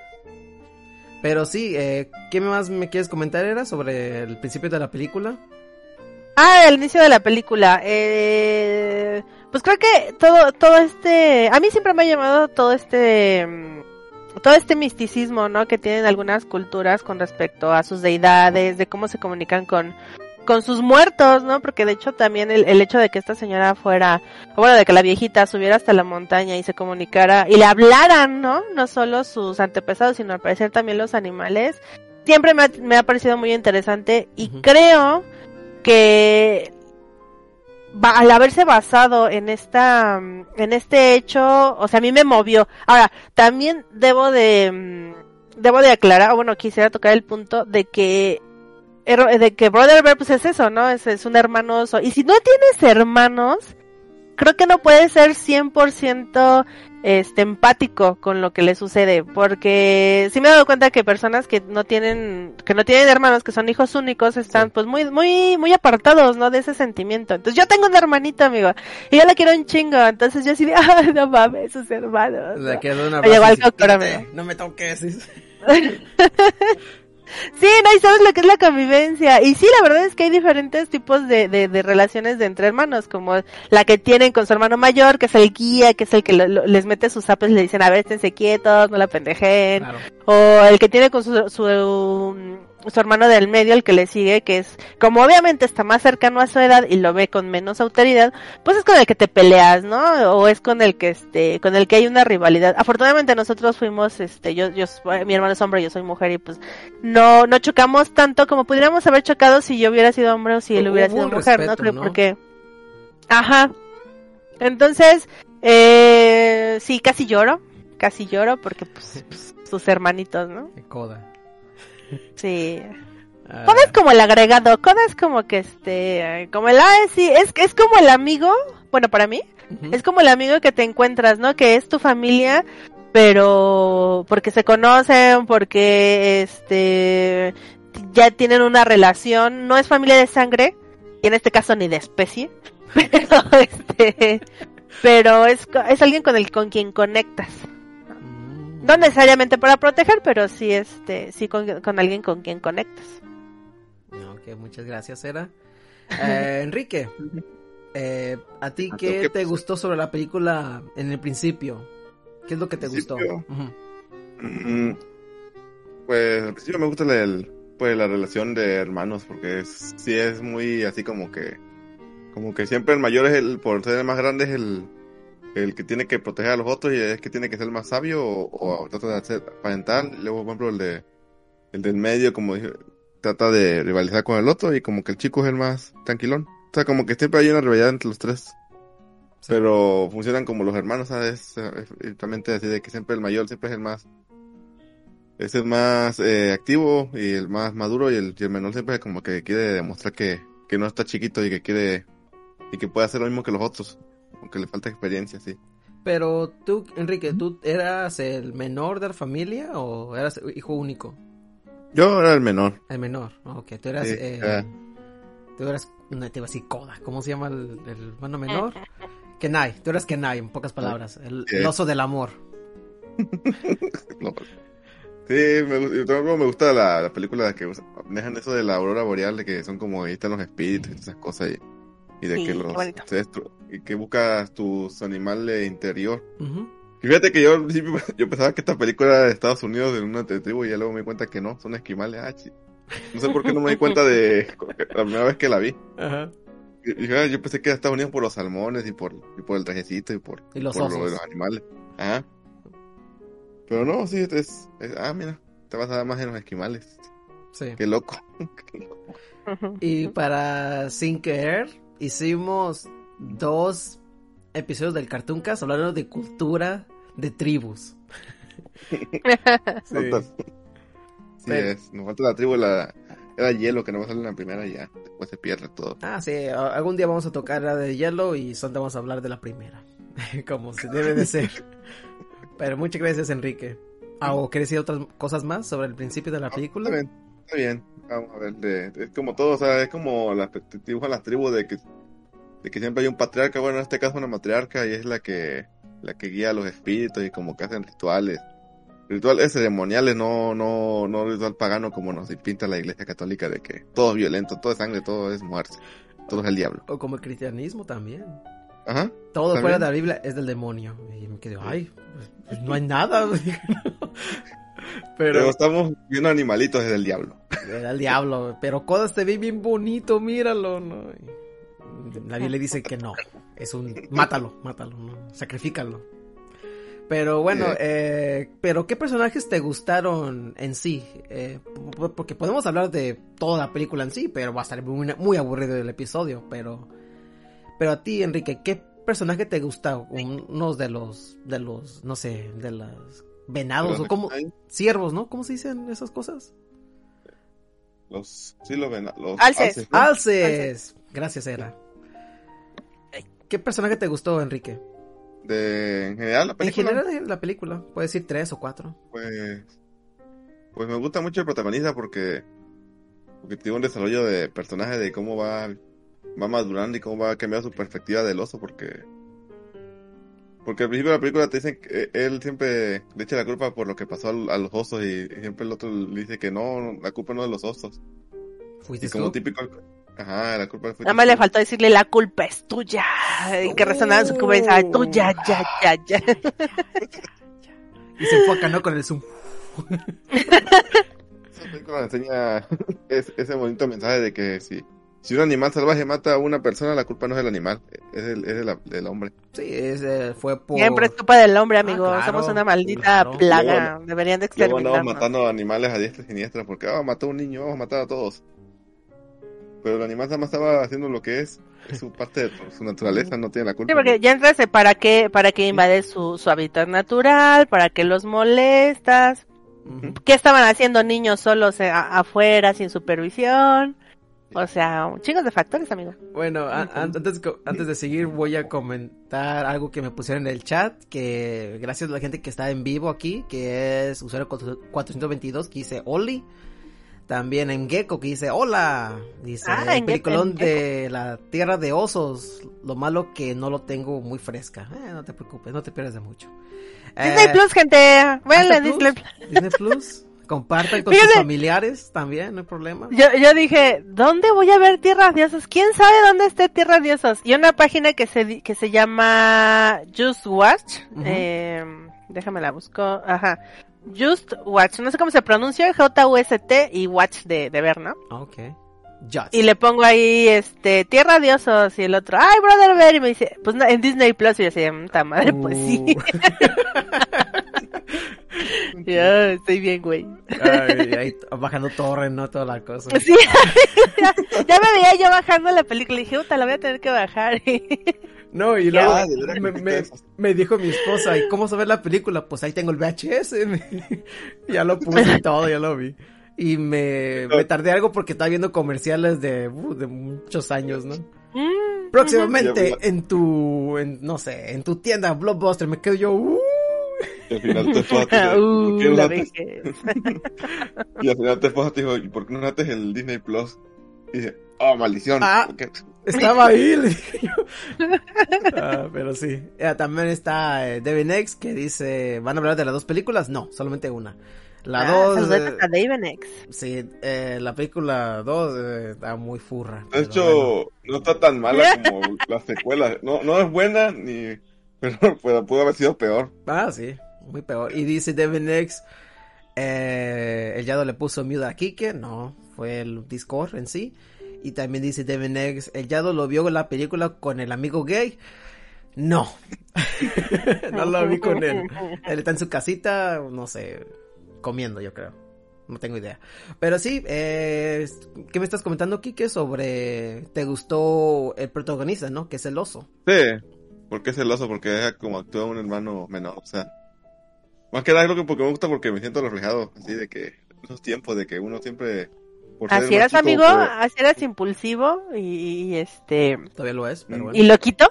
Pero sí, eh, ¿qué más me quieres comentar, Era, sobre el principio de la película? Ah, el inicio de la película. Eh, pues creo que todo, todo este, a mí siempre me ha llamado todo este, todo este misticismo, ¿no? Que tienen algunas culturas con respecto a sus deidades, de cómo se comunican con, con sus muertos, ¿no? Porque de hecho también el, el hecho de que esta señora fuera, o bueno, de que la viejita subiera hasta la montaña y se comunicara y le hablaran, ¿no? No solo sus antepasados, sino al parecer también los animales. Siempre me ha, me ha parecido muy interesante y uh-huh. creo que al haberse basado en esta en este hecho, o sea, a mí me movió. Ahora, también debo de debo de aclarar, bueno, quisiera tocar el punto de que de que Brother Bear pues es eso, ¿no? Es, es un hermano oso. Y si no tienes hermanos, creo que no puedes ser cien por ciento este empático con lo que le sucede, porque sí me he dado cuenta que personas que no tienen que no tienen hermanos, que son hijos únicos, están sí. pues muy muy muy apartados, ¿no? De ese sentimiento. Entonces yo tengo un hermanito, amigo, y yo la quiero un chingo, entonces yo así de, ay, no mames, sus hermanos. Le quedó una llegó al cocórame. No me toques. Sí, no, y sabes lo que es la convivencia. Y sí, la verdad es que hay diferentes tipos de, de, de relaciones de entre hermanos, como la que tienen con su hermano mayor, que es el guía, que es el que lo, lo, les mete sus apes y le dicen, a ver, esténse quietos, no la pendejen. Claro. O el que tiene con su, su, su hermano del medio, el que le sigue, que es, como obviamente está más cercano a su edad y lo ve con menos autoridad, pues es con el que te peleas, ¿no? O es con el que, este, con el que hay una rivalidad. Afortunadamente nosotros fuimos, este, yo, yo, mi hermano es hombre, yo soy mujer y pues, no, no chocamos tanto como pudiéramos haber chocado si yo hubiera sido hombre o si él hubiera sido mujer, respeto, ¿no? Creo, ¿no? Porque, ajá. Entonces, eh, sí, casi lloro, casi lloro porque, pues, pues sus hermanitos, ¿no? Koda. Sí. Uh... Koda es como el agregado, Koda es como que este, como el, ah, sí, es, es como el amigo, bueno, para mí, uh-huh. es como el amigo que te encuentras, ¿no? Que es tu familia, pero porque se conocen, porque este ya tienen una relación, no es familia de sangre, y en este caso ni de especie, pero este pero es es alguien con el con quien conectas. No necesariamente para proteger, pero sí, este, sí con, con alguien con quien conectas. Ok, muchas gracias, Era. Eh, Enrique, eh, ¿a ti qué te gustó sobre la película en el principio? ¿Qué es lo que te gustó? Uh-huh. Mm, pues al principio me gusta el, pues, la relación de hermanos, porque es, sí es muy así como que, como que siempre el mayor es el, por ser el más grande es el, el que tiene que proteger a los otros y es que tiene que ser el más sabio o, o trata de hacer aparentar. Luego, por ejemplo, el de, el del medio, como dije, trata de rivalizar con el otro y como que el chico es el más tranquilón. O sea, como que siempre hay una rivalidad entre los tres. Sí. Pero funcionan como los hermanos, ¿sabes? Es realmente así de que siempre el mayor siempre es el más, es el más eh, activo y el más maduro y el, y el menor siempre es como que quiere demostrar que, que no está chiquito y que quiere, y que puede hacer lo mismo que los otros, aunque le falta experiencia, sí. Pero tú, Enrique, ¿tú eras el menor de la familia o eras hijo único? Yo era el menor. El menor, ok, tú eras, sí, eh, yeah. tú eras, no te iba a decir Koda, ¿cómo se llama el, el hermano menor? Kenai, tú eras Kenai, en pocas palabras, el, el oso del amor. No. Sí, me, me gusta la, la película que dejan eso de la aurora boreal, de que son como ahí están los espíritus y esas cosas, y, y de sí, que los ancestros, y que buscas tus animales interior. Uh-huh. Y fíjate que yo al principio yo pensaba que esta película era de Estados Unidos, de una tribu, y ya luego me di cuenta que no, son esquimales. Ah, ch... No sé por qué no me di cuenta de la primera vez que la vi. Uh-huh. Y, y yo pensé que era Estados Unidos por los salmones y por, y por el trajecito y por, ¿Y los, por osos? Lo de los animales. Ajá. Pero no, sí, es, es... Ah, mira, te vas a dar más en los esquimales. Sí. Qué loco. Y para Sin Querer, hicimos dos episodios del Cartoon Cast hablando de cultura de tribus. Sí, sí Pero... es. Nos falta la tribu, la... Era hielo, que no va a salir en la primera y ya. Después se pierde todo. Ah, sí, algún día vamos a tocar la de hielo y solo vamos a hablar de la primera. Como se debe de ser. Pero muchas gracias, Enrique. Ah, ¿o quieres decir otras cosas más sobre el principio de la película? Está bien, está bien. Vamos a ver, de, de, es como todo, o sea, es como la, dibujan las tribus de que, de que siempre hay un patriarca, bueno, en este caso una matriarca, y es la que, la que guía a los espíritus y como que hacen rituales. Rituales ceremoniales, no, no, no ritual pagano como nos pinta la Iglesia Católica de que todo es violento, todo es sangre, todo es muerte, todo es el diablo. O como el cristianismo también. Ajá. Todo ¿también? Fuera de la Biblia es del demonio. Y me quedé, ay, pues, pues no hay nada. pero... pero estamos viendo animalitos desde el diablo. Era el diablo, pero Koda te ve bien bonito, míralo, ¿no? Y la Biblia dice que no, es un, mátalo, mátalo, ¿no? Sacrifícalo. Pero bueno, yeah. eh, pero ¿qué personajes te gustaron en sí? Eh, porque podemos hablar de toda la película en sí, pero va a estar muy, muy aburrido el episodio, pero... Pero a ti, Enrique, ¿qué personaje te gusta? Unos de los, de los, no sé, de los venados o como ciervos, ¿no? ¿Cómo se dicen esas cosas? Los, sí, los venados. Alces. Alces, ¿no? Alces. Gracias, Era. ¿Qué personaje te gustó, Enrique? De, en general, la película. En general, la película. Puedes decir tres o cuatro. Pues, pues me gusta mucho el protagonista porque, porque tiene un desarrollo de personaje de cómo va... va madurando y cómo va a cambiar su perspectiva del oso, porque porque al principio de la película te dicen que él siempre le echa la culpa por lo que pasó a los osos y, y siempre el otro le dice que no, la culpa no es de los osos. ¿Fuiste y como tú? Típico, ajá, la culpa fue nada más le faltó decirle la culpa es tuya y que resonaba en su cabeza, tuya, ya, ya, ya. Y se enfoca, ¿no? Con el zoom. Esa película enseña ese bonito mensaje de que si Si un animal salvaje mata a una persona, la culpa no es del animal, es del, es de la, del hombre. Sí, ese fue por... Siempre es culpa del hombre, amigo. Ah, claro, Somos una maldita claro. plaga. Luego, Deberían de luego exterminarnos. andamos matando animales a diestra y siniestra porque, ah, oh, mató a un niño, vamos a matar a todos. Pero el animal nada más estaba haciendo lo que es, es su parte de su naturaleza, no tiene la culpa. Sí, porque ya entraste, ¿para qué, para qué invades su, su hábitat natural? ¿Para qué los molestas? Uh-huh. ¿Qué estaban haciendo niños solos a, afuera sin supervisión? O sea, chicos de factores, amigo. Bueno, a, a, antes, antes de seguir voy a comentar algo que me pusieron en el chat, que gracias a la gente que está en vivo aquí, que es usuario cuatrocientos veintidós, que dice Oli. También en Gecko, que dice, hola, dice, Ah, el en peliculón Gecko. de la Tierra de Osos, lo malo que no lo tengo muy fresca. Eh, no te preocupes, no te pierdas de mucho. Disney Eh, Plus, gente. Bueno, ¿hasta Disney Plus? Plus. Disney Plus, compartan con Fíjate. sus familiares también, no hay problema. Yo, yo dije, ¿dónde voy a ver Tierra de Osos? ¿Quién sabe dónde esté Tierra de Osos? Y una página que se di- que se llama Just Watch. Ujú. eh, déjame la busco. Ajá. Just Watch. No sé cómo se pronuncia. J U S T y Watch de, de ver, ¿no? Ok. Just. Y le pongo ahí, este, Tierra de Osos. Y el otro, ay, brother, ver. Y me dice, pues no, en Disney Plus. Y yo así, puta madre, pues sí. Uh. Yo estoy bien, güey. Ay, ahí bajando torrent, ¿no? Toda la cosa. Sí, ya, ya me veía yo bajando la película y dije, puta, la voy a tener que bajar. No, y luego Ah, de veras me, que me, eso. me dijo mi esposa, ¿y cómo se ve la película? Pues ahí tengo el V H S. Ya lo puse y todo, ya lo vi. Y me, me tardé algo porque estaba viendo comerciales de, uh, de muchos años, ¿no? Mm, Próximamente ujú. en tu, en, no sé, en tu tienda Blockbuster, me quedo yo, uh. Y al final te esposa te dice, uh, ¿por qué no la usaste? vejez. Y al final te esposa te dijo, ¿y por qué no usaste el Disney Plus? Y dice, oh, maldición. Ah. ¿Por qué? Estaba ahí, le dije yo. Ah, pero sí. Eh, también está eh, Devin X que dice, ¿van a hablar de las dos películas? No, solamente una. La Ah, dos, saludos eh, a David X. sí, eh, la película dos eh, está muy furra. De pero hecho, bueno. no está tan mala como la secuela. No, no es buena, ni pero, pero pudo haber sido peor. Ah, sí, muy peor. Y dice Devin X, eh, el Yado le puso mute a Kike, no, fue el Discord en sí. Y también dice Devin X, el Yado lo vio en la película con el amigo gay. No, no lo vi con él. Él está en su casita, no sé, comiendo, yo creo. No tengo idea. Pero sí, eh, ¿qué me estás comentando, Kike? Sobre, ¿te gustó el protagonista, no? Que es el oso. Sí, porque es celoso, porque deja como actúa un hermano menor, o sea. Más que nada creo que porque me gusta porque me siento reflejado, así de que esos tiempos de que uno siempre... por ser Así más eras, chico, amigo, pues, así eras impulsivo y, y, este... Todavía lo es, pero bueno. ¿Y loquito?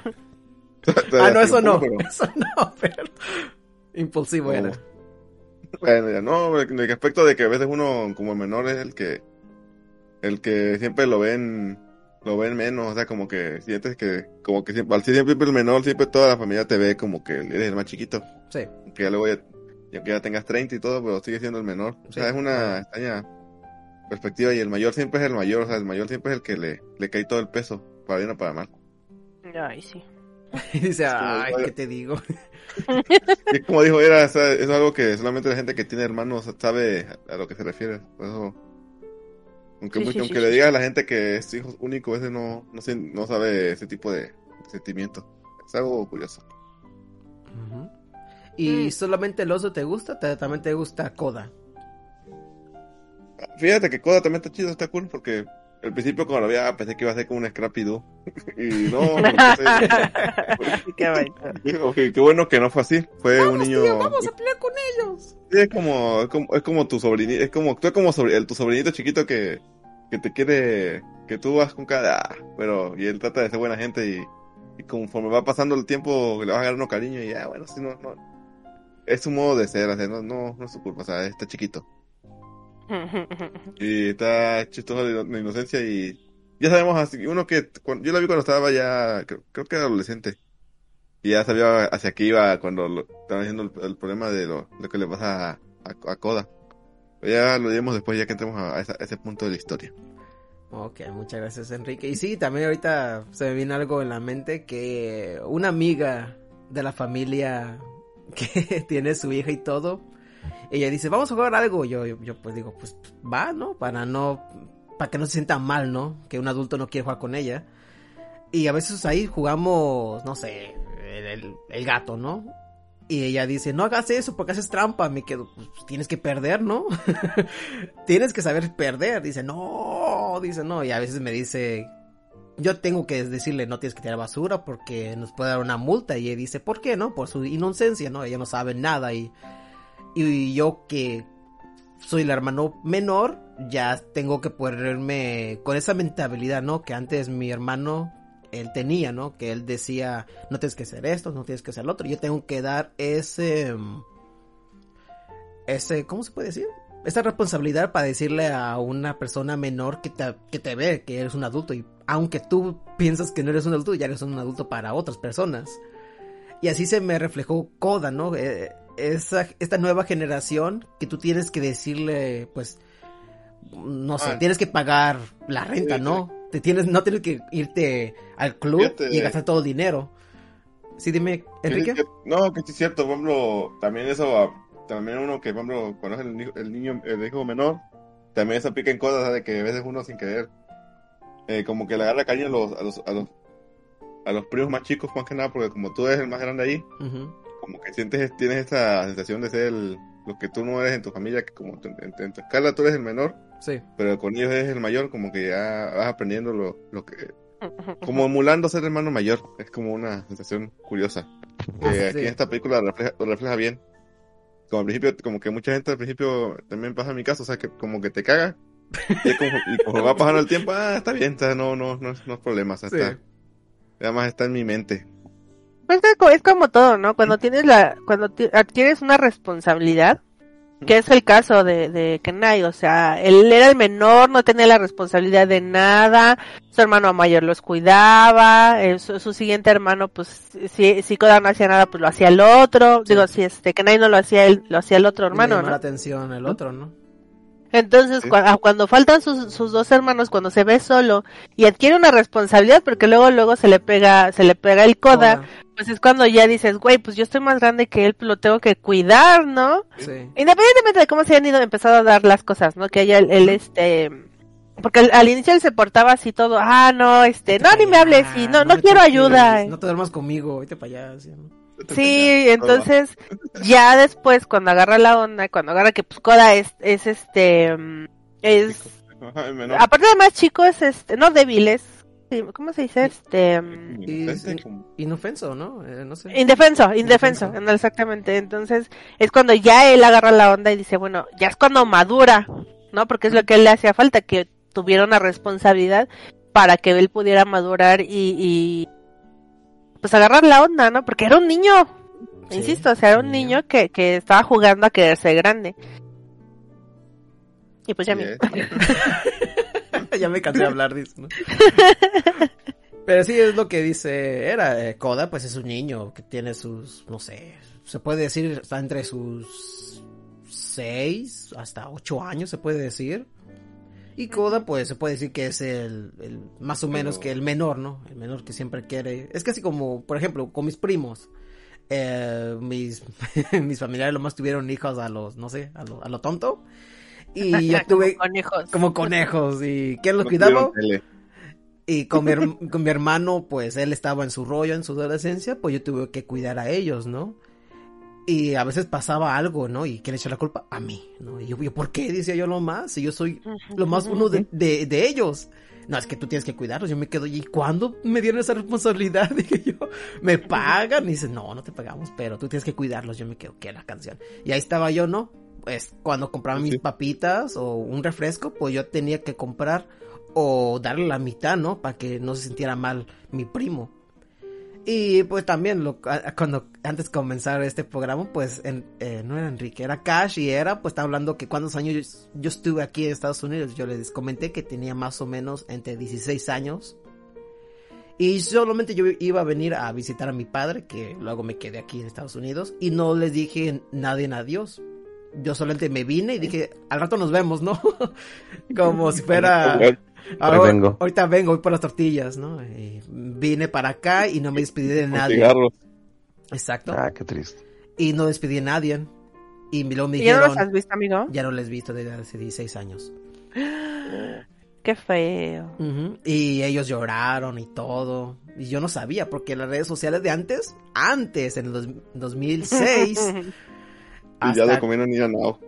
Ah, no, eso no, pero- eso no, pero impulsivo No. era. Bueno, ya no, en el aspecto de que a veces uno como menor es el que el que siempre lo ven lo ven menos, o sea, como que sientes que como que siempre al ser siempre el menor, siempre toda la familia te ve como que eres el más chiquito, Sí, que ya luego ya, ya que ya tengas treinta y todo, pero sigue siendo el menor. O sea, Sí. es una extraña perspectiva y el mayor siempre es el mayor, o sea, el mayor siempre es el que le le cae todo el peso, para bien o para mal. Ay, sí. y dice, como ay, igual- ¿qué te digo? Y como dijo, era, o sea, es algo que solamente la gente que tiene hermanos sabe a, a lo que se refiere. Por eso, aunque, Sí, mucho, sí, aunque sí, le sí. diga a la gente que es hijo único, a veces no, no, se- no sabe ese tipo de sentimiento. Es algo curioso. Ujú. ¿Y Mm. solamente el oso te gusta? ¿Te- ¿También te gusta Koda? Fíjate que Koda también está chido, está cool, porque al principio cuando lo vi, ah, pensé que iba a ser como un Scrappy Doo. Y no, entonces, Qué bonito. digo, que qué bueno que no fue así. Fue un niño. a pelear con ellos. Sí, es como, es como, es como tu sobrinito, es como, tú como sobre, el, tu sobrinito chiquito que, que te quiere, que tú vas con cada, ah, pero, y él trata de ser buena gente y, y conforme va pasando el tiempo le vas agarrando cariño y ya, bueno, si no, no, es su modo de ser, o sea, no, no, no es su culpa, o sea, está chiquito. Y está chistoso de la inocencia y ya sabemos así, uno que, cuando, yo lo vi cuando estaba ya, creo, creo que era adolescente. Y ya sabía hacia qué iba cuando lo, estaban diciendo el, el problema de lo, lo que le pasa a, a, a Koda. Pero ya lo diremos después, ya que entremos a, a, esa- a ese punto de la historia. Ok, muchas gracias, Enrique. Y sí, también ahorita se me viene algo en la mente que una amiga de la familia que tiene su hija y todo, ella dice, vamos a jugar algo. Yo, yo, yo pues digo, pues va, ¿no? Para no, para que no se sienta mal, ¿no? Que un adulto no quiere jugar con ella. Y a veces ahí jugamos, no sé, el, el, el gato, ¿no? Y ella dice, no hagas eso porque haces trampa. Me quedo, pues tienes que perder, ¿no? Tienes que saber perder. Dice, no, dice, no. Y a veces me dice, yo tengo que decirle, no tienes que tirar basura porque nos puede dar una multa. Y ella dice, ¿por qué, no? Por su inocencia, ¿no? Ella no sabe nada. Y, y yo que soy el hermano menor, ya tengo que ponerme con esa mentalidad, ¿no? Que antes mi hermano, él tenía, ¿no? Que él decía, no tienes que hacer esto, no tienes que hacer lo otro. Yo tengo que dar ese, ese, ¿cómo se puede decir? esta responsabilidad para decirle a una persona menor que te, que te ve que eres un adulto, y aunque tú piensas que no eres un adulto, ya eres un adulto para otras personas. Y así se me reflejó Koda, ¿no? Eh, esa, esta nueva generación que tú tienes que decirle, pues, no sé, Ah. tienes que pagar la renta, Sí, ¿no? Te tienes, no tienes que irte al club Fíjate. y gastar todo el dinero. Sí, dime, Enrique. Sí, que- No, que sí es cierto, por ejemplo, también eso, ah, también uno que, por ejemplo, conoce el, niño- el niño, el hijo menor, también eso aplica en cosas, ¿sabes? De que a veces uno sin querer, eh, como que le agarra cariño a los, a los, a los, a los primos más chicos, más que nada, porque como tú eres el más grande ahí, Ujú. como que sientes, tienes esta sensación de ser el, lo que tú no eres en tu familia, que como tu- en, en tu escala tú eres el menor, Sí. pero con ellos eres el mayor, como que ya vas aprendiendo lo, lo que, como emulando ser hermano mayor, es como una sensación curiosa, que Sí. aquí en esta película refleja, lo refleja bien. Como al principio, como que mucha gente al principio también pasa en mi caso, o sea, que como que te caga, y, es como, y como va pasando el tiempo, ah, está bien, o sea, no, no, no, es- no es problema, o sea, Sí. está, además está en mi mente. Pues es co- es como todo, ¿no? Cuando tienes la, cuando ti- adquieres una responsabilidad, que es el caso de, de Kenai, o sea, él era el menor, no tenía la responsabilidad de nada, su hermano mayor los cuidaba, eh, su, su siguiente hermano, pues, si, si Koda no hacía nada, pues lo hacía el otro, Sí. digo, si este Kenai no lo hacía él, lo hacía el otro Y le hermano, llama ¿no? la atención el otro, ¿no? Entonces, Sí. cua- ah, cuando faltan sus, sus dos hermanos, cuando se ve solo y adquiere una responsabilidad, porque luego luego se le pega, se le pega el Koda, Koda. pues es cuando ya dices, güey, pues yo estoy más grande que él, pues lo tengo que cuidar, ¿no? Sí. Independientemente de cómo se han ido empezado a dar las cosas, ¿no? Que haya el, el, este, porque al, al inicio él se portaba así todo, ah, no, este, no, ni me hables, y no, no, me quiero toques, ayuda. No te duermas conmigo, vete para allá. Así, ¿no? Sí, entonces, ya después, cuando agarra la onda, cuando agarra que pues Koda es, es este, mm, es, Ajá, el menor. aparte de más chico, es este, no débil, es, sí, ¿cómo se dice? Este, mm, Y- Inocente, como- Inofenso, ¿no? Eh, no sé. indefenso, indefenso, Indefenso. no, exactamente. Entonces, es cuando ya él agarra la onda y dice, bueno, ya es cuando madura, ¿no? Porque es lo que él le hacía falta, que tuviera una responsabilidad para que él pudiera madurar y, y pues agarrar la onda, ¿no? Porque era un niño, Sí, insisto, o sea, era un niño. niño que, que estaba jugando a querer ser grande. Y pues ya Sí, me... es. Ya me cansé de hablar, dice, ¿no? Pero sí es lo que dice, era, eh, Koda, pues es un niño que tiene sus, no sé, se puede decir, está entre sus seis hasta ocho años, se puede decir. Y Koda, pues se puede decir que es el, el más o menos que el menor, ¿no? El menor que siempre quiere. Es casi como, por ejemplo, con mis primos. Eh, mis, mis familiares lo más tuvieron hijos a los, no sé, a lo, a lo tonto. Y yo tuve Como conejos. como conejos. ¿Y quién los No cuidaba? tuvieron tele. Y con mi, herm- con mi hermano, pues él estaba en su rollo, en su adolescencia, pues yo tuve que cuidar a ellos, ¿no? Y a veces pasaba algo, ¿no? Y quién echó la culpa a mí, ¿no? Y yo, yo, ¿por qué? Decía yo lo más, si yo soy lo más uno de, de, de ellos. No, es que tú tienes que cuidarlos. Yo me quedo, ¿y cuándo me dieron esa responsabilidad? Dije yo, ¿me pagan? Y dice, no, no te pagamos, pero tú tienes que cuidarlos. Yo me quedo, ¿qué la canción? Y ahí estaba yo, ¿no? Pues cuando compraba mis Sí. papitas o un refresco, pues yo tenía que comprar o darle la mitad, ¿no? Para que no se sintiera mal mi primo. Y pues también lo, a- cuando antes de comenzar este programa, pues en, eh, no era Enrique, era Cash y era, pues estaba hablando que cuántos años yo, yo estuve aquí en Estados Unidos. Yo les comenté que tenía más o menos entre dieciséis años. Y solamente yo iba a venir a visitar a mi padre, que luego me quedé aquí en Estados Unidos, y no les dije nadie adiós. Yo solamente me vine y dije, al rato nos vemos, ¿no? Como si fuera... Ahí vengo. Ahorita vengo, voy por las tortillas, ¿no? Y vine para acá y no me despedí de Con nadie. cigarros. Exacto. Ah, qué triste. Y no despedí de nadie. Y luego me ¿Y ya no dijeron, los has visto, amigo? ya no les he visto desde hace dieciséis años. Qué feo. Ujú. Y ellos lloraron y todo. Y yo no sabía, porque las redes sociales de antes, antes, en el dos- dos mil seis, Y ya hasta- lo comieron y ya no.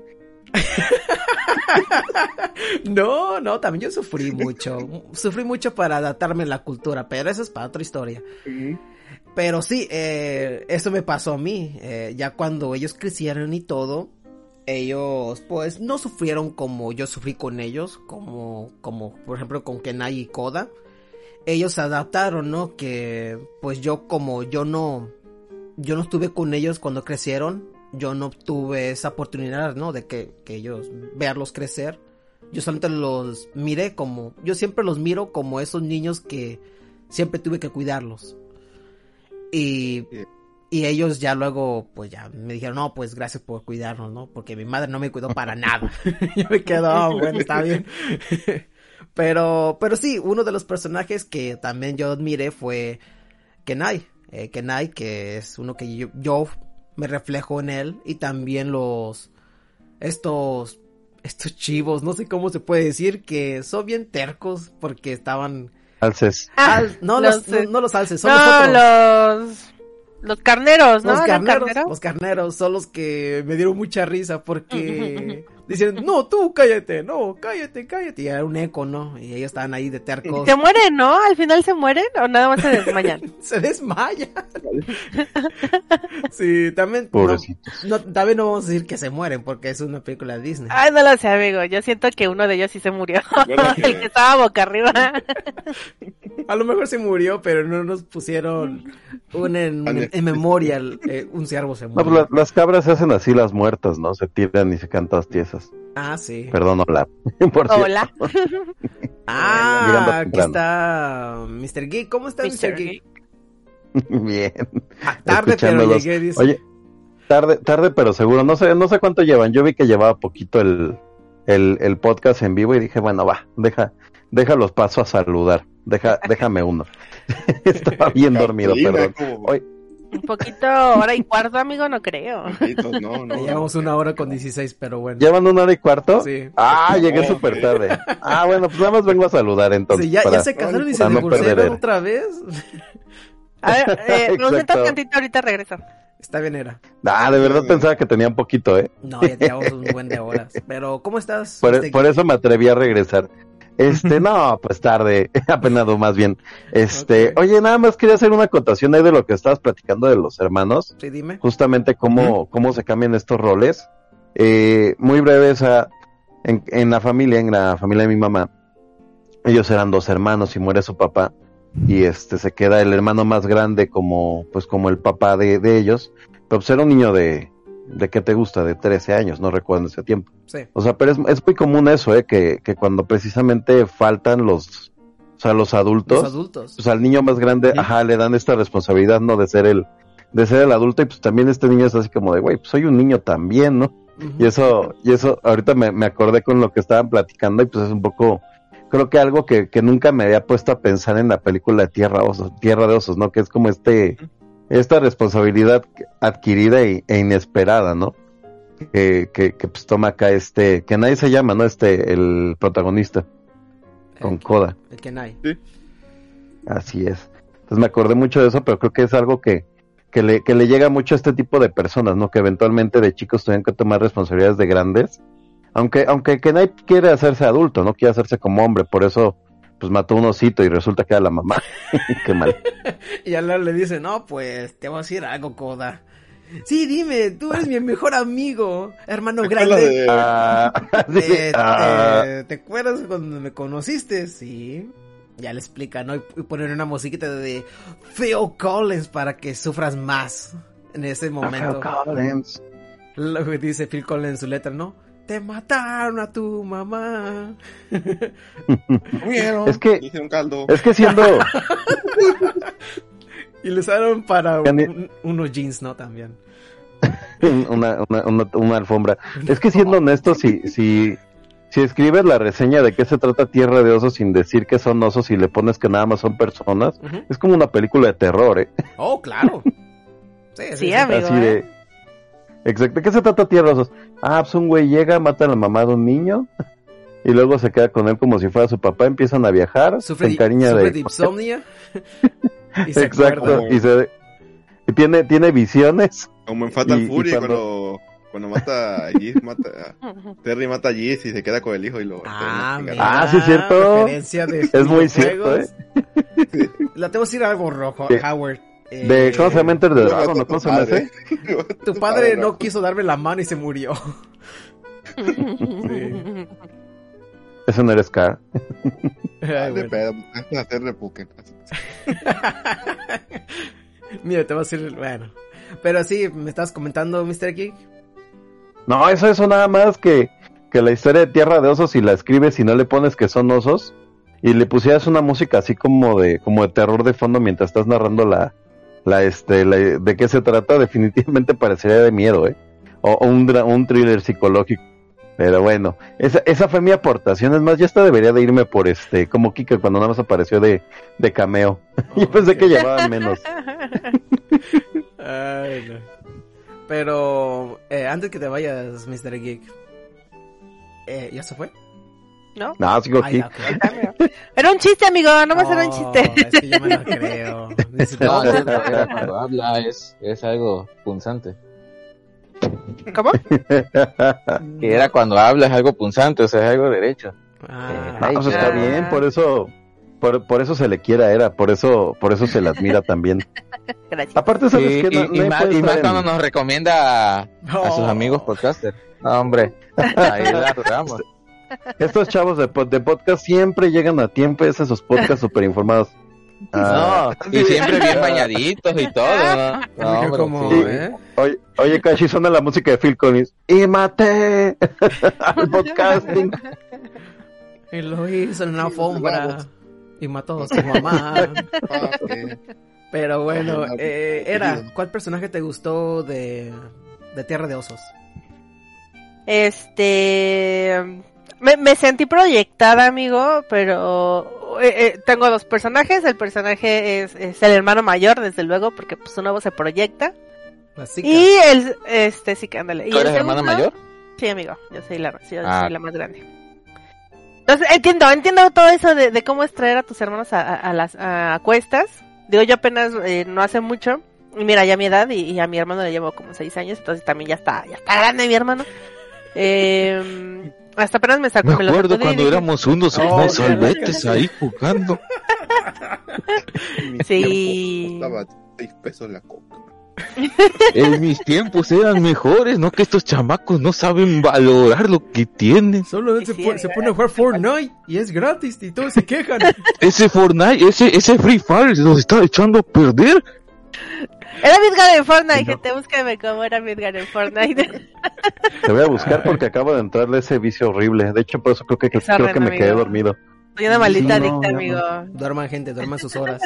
No, no, también yo sufrí mucho. Sufrí mucho para adaptarme a la cultura, pero eso es para otra historia. Pero sí, eh, eso me pasó a mí. Eh, ya cuando ellos crecieron y todo, ellos pues no sufrieron como yo sufrí con ellos, como, como por ejemplo con Kenai y Koda. Ellos se adaptaron, ¿no? Que pues yo como yo no, yo no estuve con ellos cuando crecieron, yo no tuve esa oportunidad, ¿no? De que, que ellos, verlos crecer. Yo solamente los miré como, yo siempre los miro como esos niños que siempre tuve que cuidarlos. Y, y ellos ya luego, pues ya me dijeron, no, pues gracias por cuidarnos, ¿no? Porque mi madre no me cuidó para nada. Yo me quedo, oh, bueno, está bien. Pero, pero sí, uno de los personajes que también yo admiré fue Kenai. Eh, Kenai, que es uno que yo, yo me reflejo en él. Y también los, estos, estos chivos, no sé cómo se puede decir, que son bien tercos porque estaban... Alces. Al, no, los, los, no, no los alces, son no, los otros. los... Los carneros, ¿no? Los ¿Eran carneros, carneros? los carneros son los que me dieron mucha risa porque dicen, no, tú cállate, no, cállate, cállate. Y era un eco, ¿no? Y ellos estaban ahí de tercos. ¿Se mueren, no? ¿Al final se mueren o nada más se desmayan? Se desmayan. Sí, también. No, Pobrecitos. no, también no vamos a decir que se mueren porque es una película de Disney. Ay, no lo sé, amigo. Yo siento que uno de ellos sí se murió. ¿Verdad que- El que estaba boca arriba. A lo mejor se murió, pero no nos pusieron un en, en, en memorial, eh, un ciervo se No, murió. pues la- las cabras se hacen así las muertas, ¿no? Se tiran y se cantan todas tiesas. Ah, sí. Perdón, hola. Por cierto. Hola. Llegando Ah, aquí temprano. está mister Geek. ¿Cómo está mister mister Geek? Bien. Ah, tarde, pero Escuchándolos. llegué, dice. Oye, tarde, tarde, pero seguro. No sé, no sé cuánto llevan. Yo vi que llevaba poquito el, el, el podcast en vivo y dije, bueno, va, deja, deja los pasos a saludar. Deja, déjame uno. Estaba bien dormido, Gasolina, perdón. como- Oye, Un poquito hora y cuarto, amigo, no creo. Malditos, no, no. Ya llevamos una hora con dieciséis, pero bueno. ¿llevan una hora y cuarto? Sí. Ah, llegué Oh, súper ok. tarde. Ah, bueno, pues nada más vengo a saludar entonces. Sí, ya, para- ya se casaron y se para no perder divorciaron el- otra vez. A ver, eh, me Exacto. siento tantito, ahorita regreso. Está bien, era. Ah, de verdad pensaba que tenía un poquito, ¿eh? No, ya llevamos un buen de horas. Pero, ¿cómo estás? Por, mister por Geek? eso me atreví a regresar. Este, no, pues tarde, apenado más bien. Este, Ok. oye, nada más quería hacer una acotación ahí de lo que estabas platicando de los hermanos. Sí, dime. Justamente cómo, cómo se cambian estos roles. Eh, muy breve, esa, en, en la familia, en la familia de mi mamá, ellos eran dos hermanos y muere su papá. Y este, se queda el hermano más grande como, pues como el papá de, de ellos. Pero pues era un niño de, de ¿qué te gusta? De trece años, no recuerdo ese tiempo. Sí. O sea, pero es, es muy común eso, ¿eh? Que, que cuando precisamente faltan los, o sea, los adultos, Los adultos. pues al niño más grande, Ujú. ajá, le dan esta responsabilidad, ¿no? De ser el, de ser el adulto, y pues también este niño es así como de, güey, pues soy un niño también, ¿no? Ujú. Y eso, y eso, ahorita me, me acordé con lo que estaban platicando, y pues es un poco, creo que algo que, que nunca me había puesto a pensar en la película de Tierra Osos, Tierra de Osos, ¿no? Que es como este, esta responsabilidad adquirida y- e inesperada, ¿no? Que, que, que pues toma acá este, que nadie se llama, ¿no? Este, el protagonista, con El- Koda. El Kenai. Así es. Entonces me acordé mucho de eso, pero creo que es algo que, que le, que le llega mucho a este tipo de personas, ¿no? Que eventualmente de chicos tienen que tomar responsabilidades de grandes. Aunque, aunque Kenai quiere hacerse adulto, no quiere hacerse como hombre, por eso pues mató un osito y resulta que era la mamá. Qué mal. Y al lado le dice, no, pues, te voy a decir algo, Koda. Sí, dime, tú eres mi mejor amigo, hermano ¿Te acuerdas grande. de- Ah, sí, Eh, ah. eh, ¿Te acuerdas cuando me conociste? Sí. Ya le explica, ¿no? Y y poner una musiquita de Phil Collins para que sufras más en ese momento. Collins. Lo que dice Phil Collins en su letra, ¿no? Te mataron a tu mamá. Comieron, Es que- hice un caldo. Es que siendo, Y les usaron para Ya ni- un- unos jeans, ¿no? También. una, una, una, una alfombra. Es que siendo honesto, si, si, si escribes la reseña de qué se trata Tierra de Osos sin decir que son osos y le pones que nada más son personas, Ujú. es como una película de terror, ¿eh? Oh, claro. Sí, sí, Sí, sí. amigo. Así ¿eh? de... Exacto. ¿De qué se trata Tierra de Osos? Ah, pues un güey llega, mata a la mamá de un niño y luego se queda con él como si fuera su papá, empiezan a viajar, Sufre, se de, encariña sufre de... de insomnia. Y se Exacto, acuerda. y se... y tiene, tiene visiones. Como en Fatal Y- y Fury, cuando- cuando... cuando mata a Giz, mata a... Terry mata a Giz y se queda con el hijo y lo... Ah, termina mira, Ah, sí, cierto. referencia de Es muy cierto, videojuegos. La tengo que decir algo rojo, De- Howard. Eh, De ¿cómo se llama Enter the chingando. Dragon? ¿No? ¿Cómo se llama ese? Tu padre no quiso darme la mano y se murió. Ese no eres Scar. Ay, Dale, bueno. pero es hacer repuque. Mira, te voy a decir, bueno. Pero sí, me estabas comentando, mister Geek. No, eso, eso nada más que, que la historia de Tierra de Osos, si la escribes y no le pones que son osos, y le pusieras una música así como de, como de terror de fondo mientras estás narrando la, la, este, la, de qué se trata, definitivamente parecería de miedo, eh. O, o un, dra- un thriller psicológico. Pero bueno, esa, esa fue mi aportación. Es más, ya hasta debería de irme por este, como Kika cuando nada más apareció de, de cameo. Yo pensé que llevaban menos. Ay, no. Pero eh, antes que te vayas, mister Geek, eh, ¿ya se fue? ¿No? No, sigo Ay, aquí. ya, ok. Era un chiste, amigo, no va a ser un Oh, chiste. Es que yo me lo creo. Necesito- No, es cierto, era cuando habla es, es algo punzante. ¿Cómo? Que era cuando habla es algo punzante, o sea, es algo derecho. Ah, No, pues está Ah. bien, por eso, por, por eso se le quiere a Era, por eso, por eso se le admira también. Gracias. Aparte, ¿sabes Y, qué? No- y- y nadie más, puede y más estar en- cuando nos recomienda a, a sus No. amigos podcasters. No, hombre, ahí la adoramos. Estos chavos de, pod- de podcast siempre llegan a tiempo, es esos podcasts súper informados. Ah, No, y siempre bien bañaditos y todo, ¿no? No, Yo hombre, como, sí. ¿eh? oye, oye, Kashi, suena la música de Phil Collins. Y maté al podcasting. Y lo hizo en una alfombra y mató a su mamá. Ah, sí. Pero bueno, Ah, eh, Era, querido. ¿cuál personaje te gustó de, de Tierra de Osos? Este... Me, me sentí proyectada, amigo, pero eh, eh, tengo dos personajes. El personaje es, es el hermano mayor, desde luego, porque pues su nuevo se proyecta. La Zika. Y el... Este, sí, que ándale. ¿Y ¿Tú el eres hermana segundo? mayor? Sí, amigo, yo soy la, sí, yo Ah. soy la más grande. Entonces, entiendo, entiendo todo eso de, de cómo es traer a tus hermanos a, a, a las a, a cuestas. Digo, yo apenas eh, no hace mucho. Y mira, ya a mi edad, y, y a mi hermano le llevo como seis años, entonces también ya está, ya está grande mi hermano. Eh, hasta apenas me sacó, me, lo sacudí y dije, unos Oh, mozalbetes ahí jugando. En mis Sí. tiempos costaba seis pesos la coca. En mis tiempos eran mejores, ¿no? Que estos chamacos no saben valorar lo que tienen. Solo Sí, se, sí, pone, se ¿verdad? pone a jugar Fortnite y es gratis y todos se quejan. Ese Fortnite, ese, ese Free Fire se los está echando a perder. Era Midgar en Fortnite, gente, búscame cómo era Midgar en Fortnite. Te voy a buscar porque acabo de entrarle ese vicio horrible. De hecho, por eso creo que, Es creo que horrendo, me quedé amigo. dormido. Soy una maldita Sí, no, adicta, no, amigo. Duerman, gente, duerman sus horas.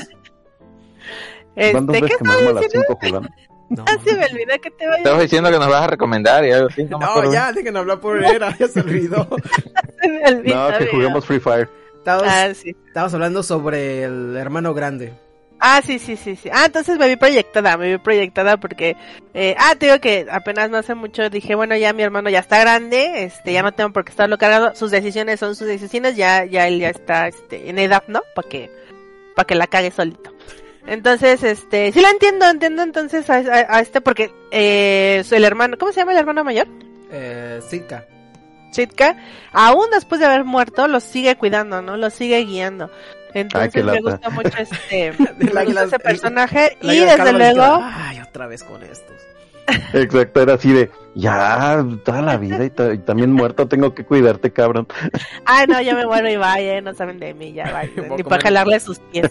Van dos Este, ¿qué veces que me estaba duermo a las diciendo? cinco jugando. No, Ah, se me olvidó que te vaya. Estabas diciendo que nos vas a recomendar y algo así. No, me no acuerdo. ya, dejen hablar por Era, ya se olvidó. Se me olvidó, No, que amigo. juguemos Free Fire. Estabas, Ah, sí. estabas hablando sobre el hermano grande. Ah, sí, sí, sí, sí. Ah, entonces me vi proyectada, me vi proyectada porque, eh, ah, te digo que apenas no hace mucho dije, bueno, ya mi hermano ya está grande, este, ya no tengo por qué estarlo cargando, sus decisiones son sus decisiones, ya, ya él ya está, este, en edad, ¿no? Para que, para que la cague solito. Entonces, este, sí lo entiendo, entiendo entonces a, a, a este porque, eh, el hermano, ¿cómo se llama el hermano mayor? Eh, Zika. Chitka, aún después de haber muerto, los sigue cuidando, ¿no? Los sigue guiando. Entonces qué me lata. gusta mucho este, El me águila- gusta ese el- personaje La y guía desde Carlos luego, Zika. Ay, otra vez con estos. Exacto, era así de, ya, toda la vida y, ta- y también muerto tengo que cuidarte, cabrón. ay no, ya me muero y vaya, no saben de mí, ya vaya, Poco ni para menos. jalarle sus pies.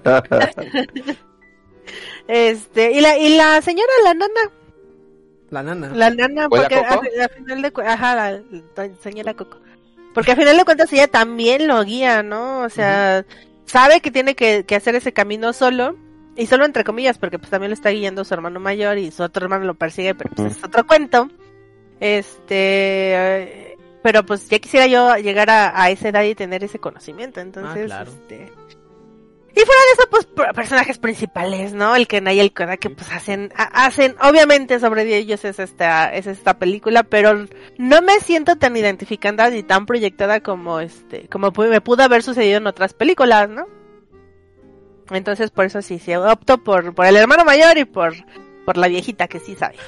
Este, y la, y la señora, la nana, La nana. la nana, ¿Huele a porque Coco? a, a final de cu- ajá, la, la señora Coco. Porque a final de cuentas ella también lo guía, ¿no? O sea, sabe que tiene que, que hacer ese camino solo, y solo entre comillas, porque pues también lo está guiando su hermano mayor y su otro hermano lo persigue, pero pues es otro cuento. Este, eh, pero pues ya quisiera yo llegar a, a esa edad y tener ese conocimiento, entonces, Ah, claro. este... Y fuera de eso, pues, per- personajes principales, ¿no? El Kenai y el Koda que, pues, hacen, a- hacen, obviamente sobre ellos es esta, es esta película, pero no me siento tan identificada ni tan proyectada como, este, como pu- me pudo haber sucedido en otras películas, ¿no? Entonces, por eso sí, sí, opto por, por el hermano mayor y por, por la viejita que sí sabe.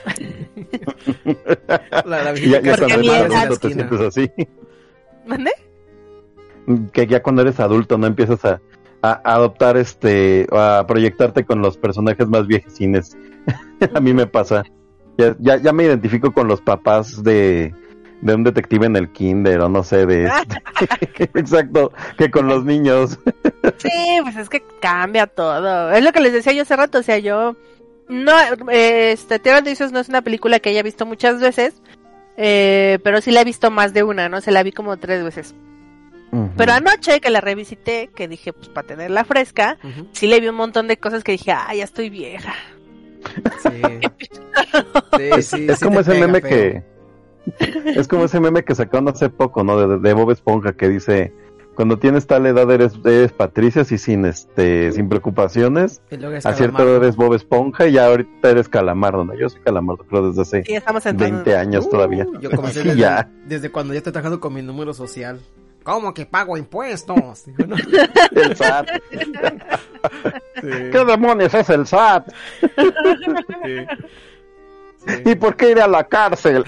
La, la ya, ya Porque cuando mi eres edad- adulto te sientes así. ¿Mande? Que ya cuando eres adulto no empiezas a, a adoptar este, a proyectarte con los personajes más viejecines. A mí me pasa. Ya, ya, ya me identifico con los papás de, de un detective en el kinder o no sé, de este. Exacto, que con los niños. Sí, pues es que cambia todo. Es lo que les decía yo hace rato, o sea, yo No, eh, este, Tierra de Osos no es una película que haya visto muchas veces, eh, pero sí la he visto más de una, ¿no? Se la vi como tres veces. Ujú. Pero anoche que la revisité, que dije, pues para tenerla fresca, Ujú. sí le vi un montón de cosas que dije, ah, ya estoy vieja. Sí. Sí, Es, sí, es sí como te ese pega meme feo. que es como ese meme que sacaron hace poco, ¿no? De, de Bob Esponja, que dice: cuando tienes tal edad eres, eres Patricia y sin este sin preocupaciones, Y luego es a cierta Calamardo. edad eres Bob Esponja y ya ahorita eres Calamardo, ¿no? Yo soy Calamardo, creo, desde hace Sí, estamos entrando. veinte años Uh, todavía. Yo comencé Sí, desde, ya. desde cuando ya estoy trabajando con mi número social. ¿Cómo que pago impuestos? Digo, no. El S A T. Sí, ¿Qué demonios es el S A T? sí. ¿Y por qué ir a la cárcel?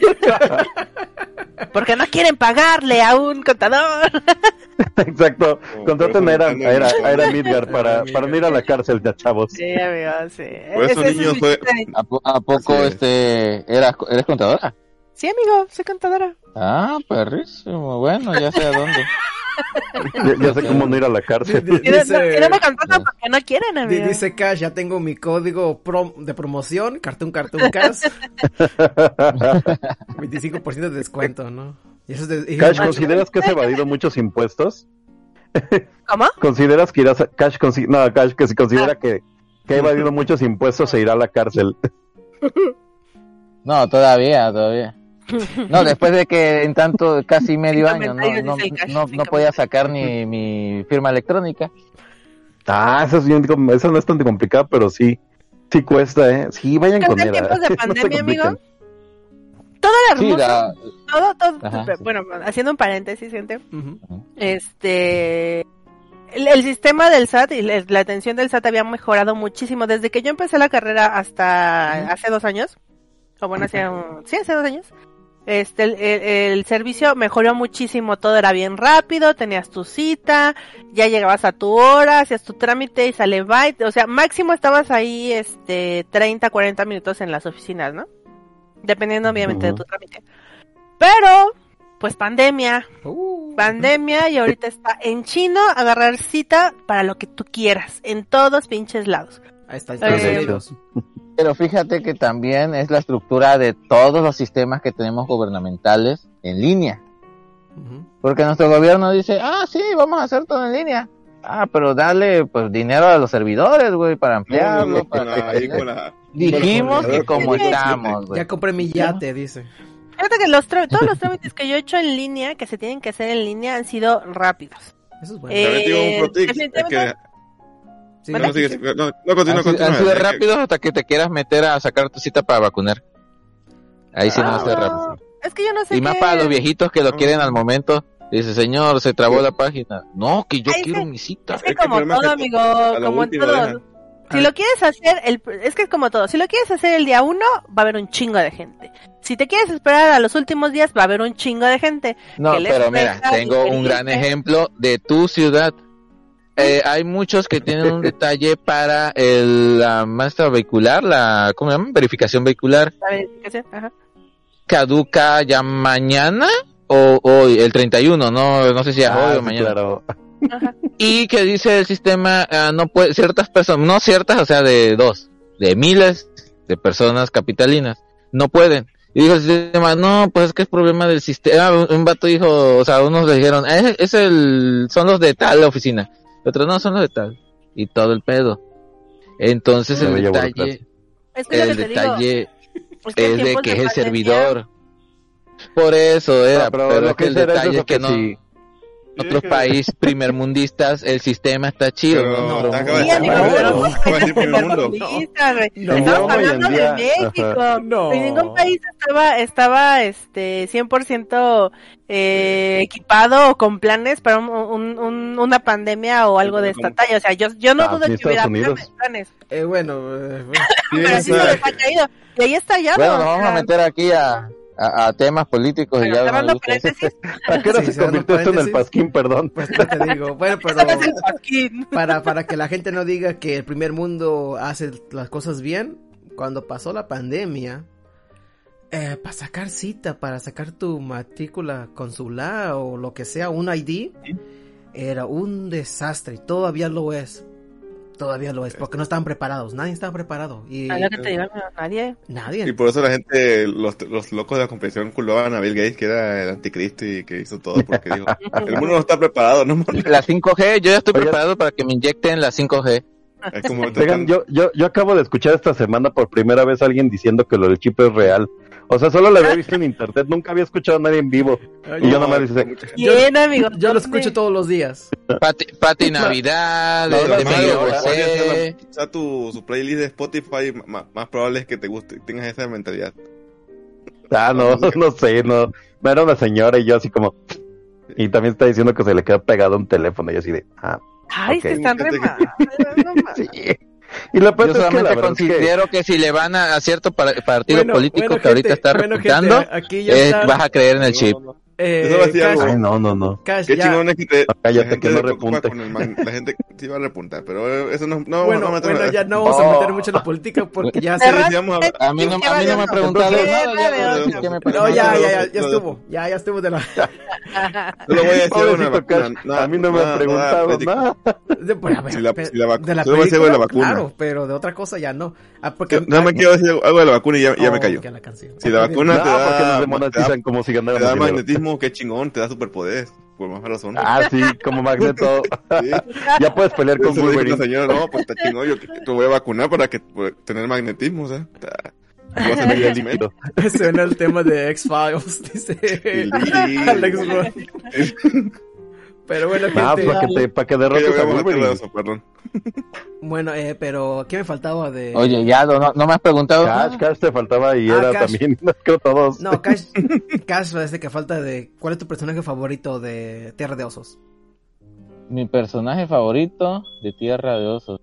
Porque no quieren pagarle a un contador. Exacto. Por Contraten a eso Era, me a Era- están a Era diciendo. Midgar para, para no ir a la cárcel, ya, chavos. Sí, amigo, sí. Por eso, Ese- ese niños, es mi fue- chiste. ¿A, po- a poco Así es. este eras, eres contadora? Sí, amigo, soy contadora. Ah, perrísimo. Bueno, ya sé a dónde. Ya, ya sé cómo no ir a la cárcel. Di- di- Y no, Dice- no- y no me contratan porque no quieren, Di- amigo. Dice Cash, ya tengo mi código prom- de promoción, Cartoon Cartoon Cash. veinticinco por ciento de descuento, ¿no? Y eso es de- y- Cash, ¿consideras que has evadido muchos impuestos? ¿Cómo? ¿Consideras que irás a... Cash, consi- no, Cash, que si considera que, que ha evadido muchos impuestos e irá a la cárcel. No, todavía, todavía. No, después de que en tanto, casi medio Sin año, no, comentarios, no, dice el Cash, no, sin no podía sacar ni mi firma electrónica. Ah, eso, es bien, com- eso no es tan complicado, pero sí, sí cuesta, ¿eh? Sí, vayan Creo con que en Era. tiempos de No se pandemia, amigo, compliquen. todo era Sí, hermoso. la, Todo, todo, Ajá, pe- sí. bueno, haciendo un paréntesis, gente, Ujú. este, el, el sistema del S A T y la, la atención del S A T había mejorado muchísimo desde que yo empecé la carrera hasta hace dos años, o bueno, hace un, sí, hace dos años. Este, el, el- el servicio mejoró muchísimo, todo era bien rápido, tenías tu cita, ya llegabas a tu hora, hacías tu trámite y sale byte, o sea, máximo estabas ahí, este, treinta, cuarenta minutos en las oficinas, ¿no? Dependiendo obviamente Ujú. de tu trámite. Pero, pues pandemia, Uh, pandemia y ahorita está en chino agarrar cita para lo que tú quieras, en todos pinches lados. Ahí está, Eh, Estados Unidos. pero fíjate que también es la estructura de todos los sistemas que tenemos gubernamentales en línea. Ujú. Porque nuestro gobierno dice, ah, sí, vamos a hacer todo en línea. Ah, pero dale, pues, dinero a los servidores, güey, para ampliarlo. No, con la- para... ahí con la- Dijimos con la- que como Sí, sí, sí. estamos, güey. Ya compré mi yate, dice. Fíjate que los tra- todos los trámites que yo he hecho en línea, que se tienen que hacer en línea, han sido rápidos. Eso es bueno. Eh, También digo un pro tip, es que... definitivamente- Sí, No, ¿no? no, sigue, sigue, no, no, continúa, Han, sido- continúa. han sido Es que- rápidos hasta que te quieras meter a sacar tu cita para vacunar. Ahí sí no va a Ah, ser no, rápido. es que yo no sé Y más qué- para los viejitos que lo Ah. quieren al momento. Dice, señor, se trabó la página. No, que yo Ay, quiero sí. mi cita. Es que Es que el como problema es todo, que amigo, a lo como en último todo. dejan. Si lo quieres hacer, el, es que es como todo. Si lo quieres hacer el día uno, va a haber un chingo de gente. Si te quieres esperar a los últimos días, va a haber un chingo de gente. No, que les pero mira, cuesta tengo un gran diferirse. ejemplo de tu ciudad. Eh, hay muchos que tienen un detalle para el, la muestra vehicular, la, ¿cómo se llama? Verificación vehicular. La verificación, ajá. Caduca ya mañana o hoy, el treinta y uno, no, no sé si es Ah, hoy sí, o mañana. claro. Ajá. Y que dice el sistema, ah, no puede, ciertas personas, no ciertas, o sea, de dos, de miles de personas capitalinas, no pueden. Y dijo el sistema, no, pues es que es problema del sistema. Un, un vato dijo, o sea, unos le dijeron, "Ah, es, es el, son los de tal oficina. El otro, no, son los de tal. Y todo el pedo. Entonces La el bella detalle, burocracia. Es que lo el que te digo, detalle es que en es de tiempos que es el pandemia- servidor. Por eso era, No, pero pero, lo es que que el dice era detalle eso es que que no, sí. otros países primermundistas, el sistema está chido, Pero ¿no? te acabo de Sí, decir, amigo, no, pero no, no acabo de decir primer mundo. primermundista, güey. No. Estamos No, hoy en hablando día, de México. ajá. No. En ningún país estaba, estaba este, cien por ciento eh, equipado o con planes para un, un- un- una pandemia o algo de esta talla. O sea, yo, yo no Ah, dudo sí, que hubiera Estados Unidos. planes, Eh, bueno, eh, bueno. Sí, pero o así se sea, les ha caído. Y ahí está ya. Bueno, nos vamos a meter aquí a, a, a temas políticos y ya no cerrando nos gusta eso. paréntesis, ¿A qué hora Sí, se cerrando convirtió esto en el paréntesis. pasquín, perdón? Pues no te digo, bueno, pero eso no es el Joaquín. para, para que la gente no diga que el primer mundo hace las cosas bien, cuando pasó la pandemia, eh, para sacar cita, para sacar tu matrícula consular o lo que sea, un I D, era un desastre y todavía lo es. Todavía lo es, porque no estaban preparados, nadie estaba preparado. Y Es lo que te digo, amigo, nadie. nadie. Y por eso la gente, los, los locos de la comprensión culpaban a Bill Gates, que era el anticristo y que hizo todo, porque dijo, el mundo no está preparado, ¿no? La cinco G, yo ya estoy Oye. preparado para que me inyecten la cinco G. Es como Oigan, yo, yo, yo acabo de escuchar esta semana por primera vez a alguien diciendo que lo del chip es real. O sea, solo lo había visto en internet, nunca había escuchado a nadie en vivo. Y yo nomás dice, Bien, amigo. Yo lo escucho todos los días. Pati, Pati Navidad, No, de, no, de no, Miguel no, Bosé. O sea, tu, su playlist de Spotify, más, más probable es que te guste, tengas esa mentalidad. ah, no, no sé, no. Era una señora y yo así como... Y también está diciendo que se le queda pegado un teléfono y así de... Ah, Ay, Ok. se están re mal. No mames. sí. Y la Yo parte es que la solamente verdad es que... considero que... si le van a, a cierto par- partido Bueno, político bueno, que ahorita gente, está bueno, reclutando, gente, aquí ya eh, está. vas a creer en el chip. No, no. Eh, Eso va a decir Cash, algo. Ay, no, no, no. Cash, Qué ya. chingón es que te, Cállate, la gente que no se preocupa repunte. con el mag- la gente sí va a repuntar, pero eso no, no Bueno, no me bueno, atrevo- ya no vamos a Oh. meter mucho en la política porque ya se... Sí, sí, vamos a- A mí no, a mí no me ha preguntado Entonces- nada. ya, Entonces- ya, ¿qué me No, preguntó? ya, ya, ya, ya No, no. estuvo. Ya, ya estuvo de la... Yo lo voy a decir de una Pobrecito vacuna. Cash, nada- a mí no me nada- han preguntado nada ético. nada. De, bueno, a ver, Si la- pe- si la vacu- de la solo voy a decir de la película, vacuna. claro, pero de otra cosa ya no. Ah, porque... Yo nada más quiero decir algo de la vacuna y ya, ya me Oh, callo. que la canción. Si la Ok, vacuna No, te porque nos da, te demonetizan da, como si te da ganáramos dinero. magnetismo, qué chingón, te da superpoderes, por más razón. Ah, sí, como Magneto. Sí. Ya puedes pelear con Eso dijo la Wolverine. señora, no, pues está chingón, yo que- te voy a vacunar para que pues, tener magnetismo, o sea, está- voy a ser Medio X-Men. líquido. Suena el tema de X-Files, dice Sí. Alex Ron. Pero bueno, Ah, gente. para que, te, para que Que yo derrotes voy a a matar Wolverine. eso, perdón. Bueno, eh, pero ¿qué me faltaba de...? Oye, ya, no, no me has preguntado Cash, nada. Cash te faltaba y Ah, era Cash. también, no creo todos. No, Cash, Cash parece que falta de... ¿Cuál es tu personaje favorito de Tierra de Osos? Mi personaje favorito de Tierra de Osos.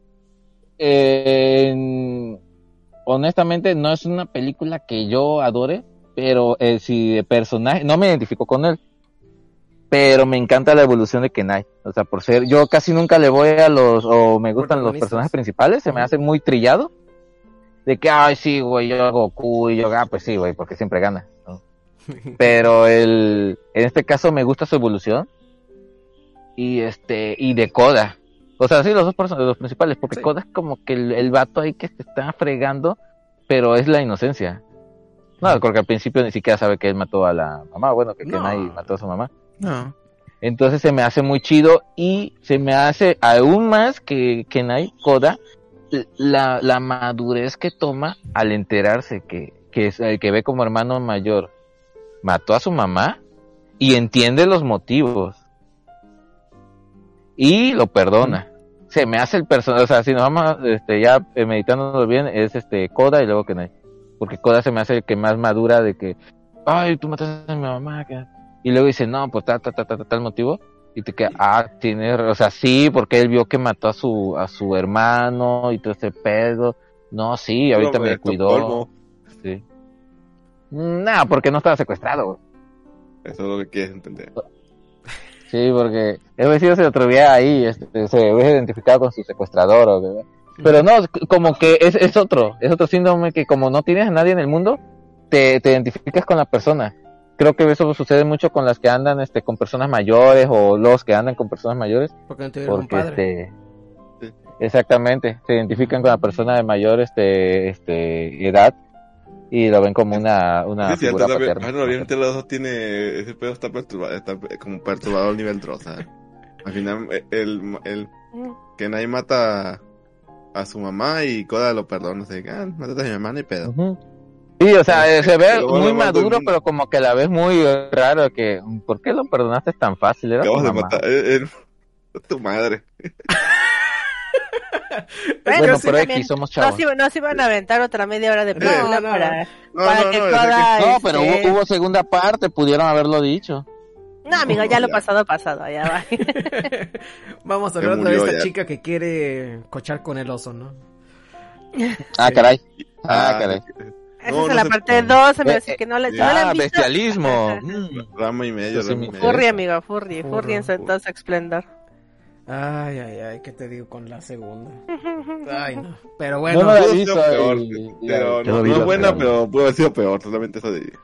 Eh, honestamente, no es una película que yo adore, pero eh, si de personaje, no me identifico con él, pero me encanta la evolución de Kenai. O sea, por ser, yo casi nunca le voy a los, o me gustan los Protagonistas. personajes principales, se me hace muy trillado. De que, ay, sí, güey, yo hago Goku y yo, ah, pues sí, güey, porque siempre gana, ¿no? Pero el, en este caso me gusta su evolución. Y este, y de Koda. O sea, sí, los dos personajes, los principales, porque Sí. Koda es como que el, el vato ahí que se está fregando, pero es la inocencia. No, porque al principio ni siquiera sabe que él mató a la mamá, bueno, que No. Kenai mató a su mamá. No. Entonces se me hace muy chido y se me hace aún más que Kenai, Koda, la, la madurez que toma al enterarse que, que es el que ve como hermano mayor mató a su mamá y entiende los motivos y lo perdona. Se me hace el personaje, o sea, si nos vamos este, ya eh, meditándolo bien, es este Koda y luego Kenai. Porque Koda se me hace el que más madura de que, ay, tú mataste a mi mamá, que... y luego dice, no, pues tal, tal, tal, tal, tal motivo, y te queda, ah, tiene, o sea, sí, porque él vio que mató a su, a su hermano y todo ese pedo, no, sí, ahorita No, me esto cuidó, colmo. sí. No, porque no estaba secuestrado, güey. Eso es lo que quieres entender. Sí, porque el vecino se lo atrevía ahí, este, se hubiese identificado con su secuestrador, o ¿verdad? Pero no, como que es, es otro, es otro síndrome que como no tienes a nadie en el mundo, te, te identificas con la persona. Creo que eso sucede mucho con las que andan este con personas mayores o los que andan con personas mayores, Porque no tuvieron un porque padre. este Sí. exactamente, se identifican con la persona de mayor este este edad y lo ven como una una Sí, sí, figura antes paterna. bueno, obviamente los dos tiene, ese pedo está perturbado, está como perturbado al nivel dross, ¿sabes? Al final, el, el, que nadie mata a su mamá y Koda lo perdona, o sea, ah, mataste a mi mamá, ni pedo. Ujú. Sí, o sea, eh, se ve Pero bueno, muy más del maduro, mundo. pero como que la ves muy eh, raro, que ¿por qué lo perdonaste tan fácil? Era tu Acabas de mamá. matar, eh, eh, tu madre. Bueno, sí, pero también aquí somos No chavos. se, iban- no se iban a aventar otra media hora de película no, para, No, para no, que no, Koda, No, pero este, hubo, hubo segunda parte, pudieron haberlo dicho. No, amigo, ya lo Ya. pasado, pasado, ya va. Vamos a Se hablar de murió esta ya. chica que quiere cochar con el oso, ¿no? Ah, Sí. caray. Ah, caray. Esa No, es no la sé- parte dos, amigo, Eh, así que no la, si no la Ah, han visto. bestialismo. Mm. Rama y medio, Eso sí rama y me- medio. Furry, amigo, Furry, Furro. Furry en su en todo su esplendor. Ay, ay, ay, ¿qué te digo con la segunda? Ay, no. Pero bueno, No, no la he Pudo visto. ser peor, y- y- pero Yo no, no vi no es la buena, segunda. pero pudo haber sido peor, totalmente eso de...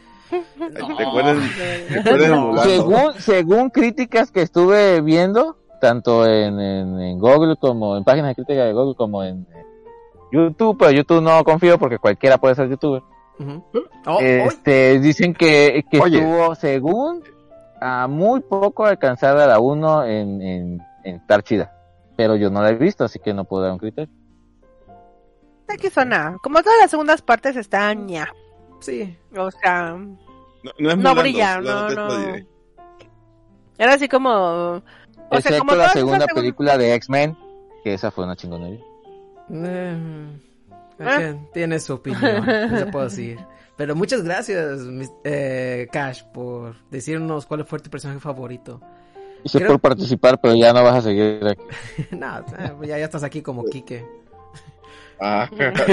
Recuerden, No. recuerden No. Mulan, ¿no? Según, según críticas que estuve viendo, tanto en, en, en Google como en páginas de crítica de Google como en, en YouTube, pero YouTube no confío porque cualquiera puede ser youtuber. Uh-huh. Oh, este, oh. Dicen que, que Oye. estuvo, según, a muy poco alcanzar a la uno en, en, en estar chida. Pero yo no la he visto, así que no puedo dar un criterio. Aquí suena. Como todas las segundas partes están ya. Sí. O sea, No, no, es no Mulan brilla, dos, no, te lo no. diré. Era así como. O sea, Excepto como la todas segunda esas segun- película de X-Men, que esa fue una chingonería. Eh, cada quien tiene su opinión, no se puedo decir. Pero muchas gracias, mis- eh, Cash, por decirnos cuál fue tu personaje favorito. Hice Creo- por participar, pero ya no vas a seguir aquí. No, eh, ya, ya estás aquí como Quique. Ah,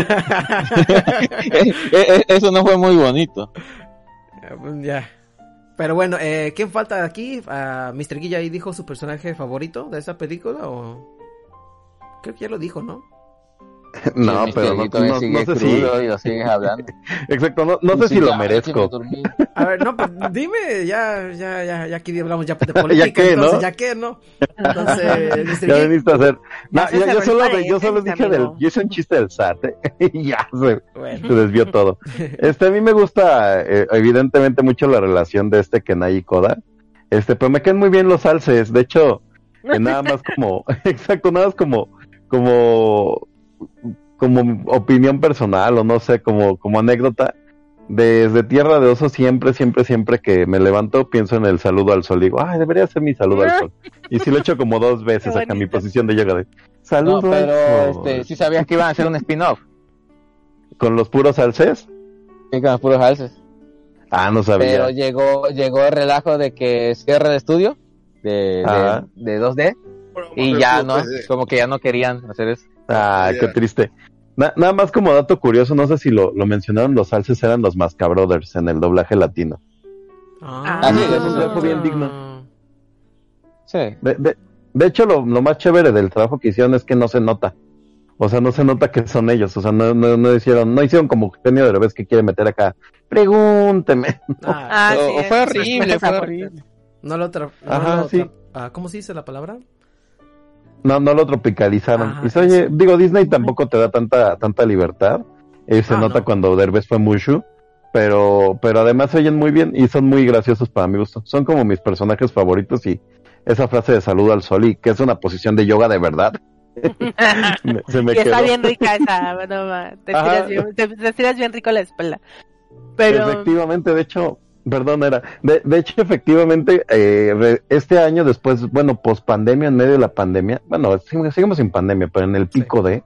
Eh, eh, Eso no fue muy bonito. Eh, pues, ya. Pero bueno, eh, ¿quién falta aquí? Uh, mister Guilla ahí dijo su personaje favorito de esa película o... Creo que ya lo dijo, ¿no? No, Sí, pero no, mister Guito no, sigue no sé si... crudo y lo sigues hablando. Exacto, no, no sé Sí, si lo ya, merezco. sí me dormí. A ver, no, pues dime, ya, ya, ya, ya aquí hablamos ya de política, ¿Ya qué, entonces, no? ya qué, ¿no? Entonces, mister Ya Guilla, veniste a hacer. No, haces ya, yo error solo, para yo solo ese, dije del. amigo. Yo hice un chiste del S A T, ¿eh? Y ya se, bueno, se desvió todo. Este, a mí me gusta, eh, evidentemente, mucho la relación de este Kenai y Koda. Este, pero me quedan muy bien los alces. De hecho, que nada más como. Exacto, nada más como. Como. Como opinión personal, o no sé, como, como anécdota. Desde Tierra de Osos siempre, siempre, siempre que me levanto pienso en el saludo al sol. Digo, ay, debería ser mi saludo al sol. Y sí lo he hecho como dos veces Qué acá en mi bonito. posición de yoga de No, saludo pero al sol. este, sí sabías que iban a hacer un spin-off. ¿Con los puros alces? Sí, con los puros alces. Ah, no sabía. Pero llegó, llegó el relajo de que cierre de estudio de, Ah. de, de dos D y ya no, como que ya no querían hacer eso. Ah, Ya. qué triste. Na- nada más como dato curioso, no sé si lo, lo mencionaron, los alces eran los Masca Brothers en el doblaje latino. Ah, sí, es un trabajo bien digno. Sí. De, de, de hecho, lo, lo más chévere del trabajo que hicieron es que no se nota. O sea, no se nota que son ellos. O sea, no, no, no hicieron, no hicieron como Eugenio Derbez que quiere meter acá. Pregúnteme. Ah, Ah, O- sí, o fue es- horrible, es- fue es- horrible. no lo tra... no Ajá, lo sí. tra- ah, ¿cómo se dice la palabra? No, no lo tropicalizaron. Ajá, y se oye, eso. digo, Disney tampoco te da tanta, tanta libertad. Eh, se Ah, nota no. cuando Derbez fue Mushu. Pero, pero además se oyen muy bien y son muy graciosos para mi gusto. Son como mis personajes favoritos y esa frase de saludo al sol y que es una posición de yoga de verdad. Me- se me y está quedó. bien rica esa, no, ma, te, Ajá. estiras bien, te, te estiras bien rico la espalda. Pero Efectivamente, de hecho, perdón, era, de, de hecho, efectivamente, eh, re- este año después, bueno, post pandemia, en medio de la pandemia, bueno, sig- seguimos sin pandemia, pero en el pico de,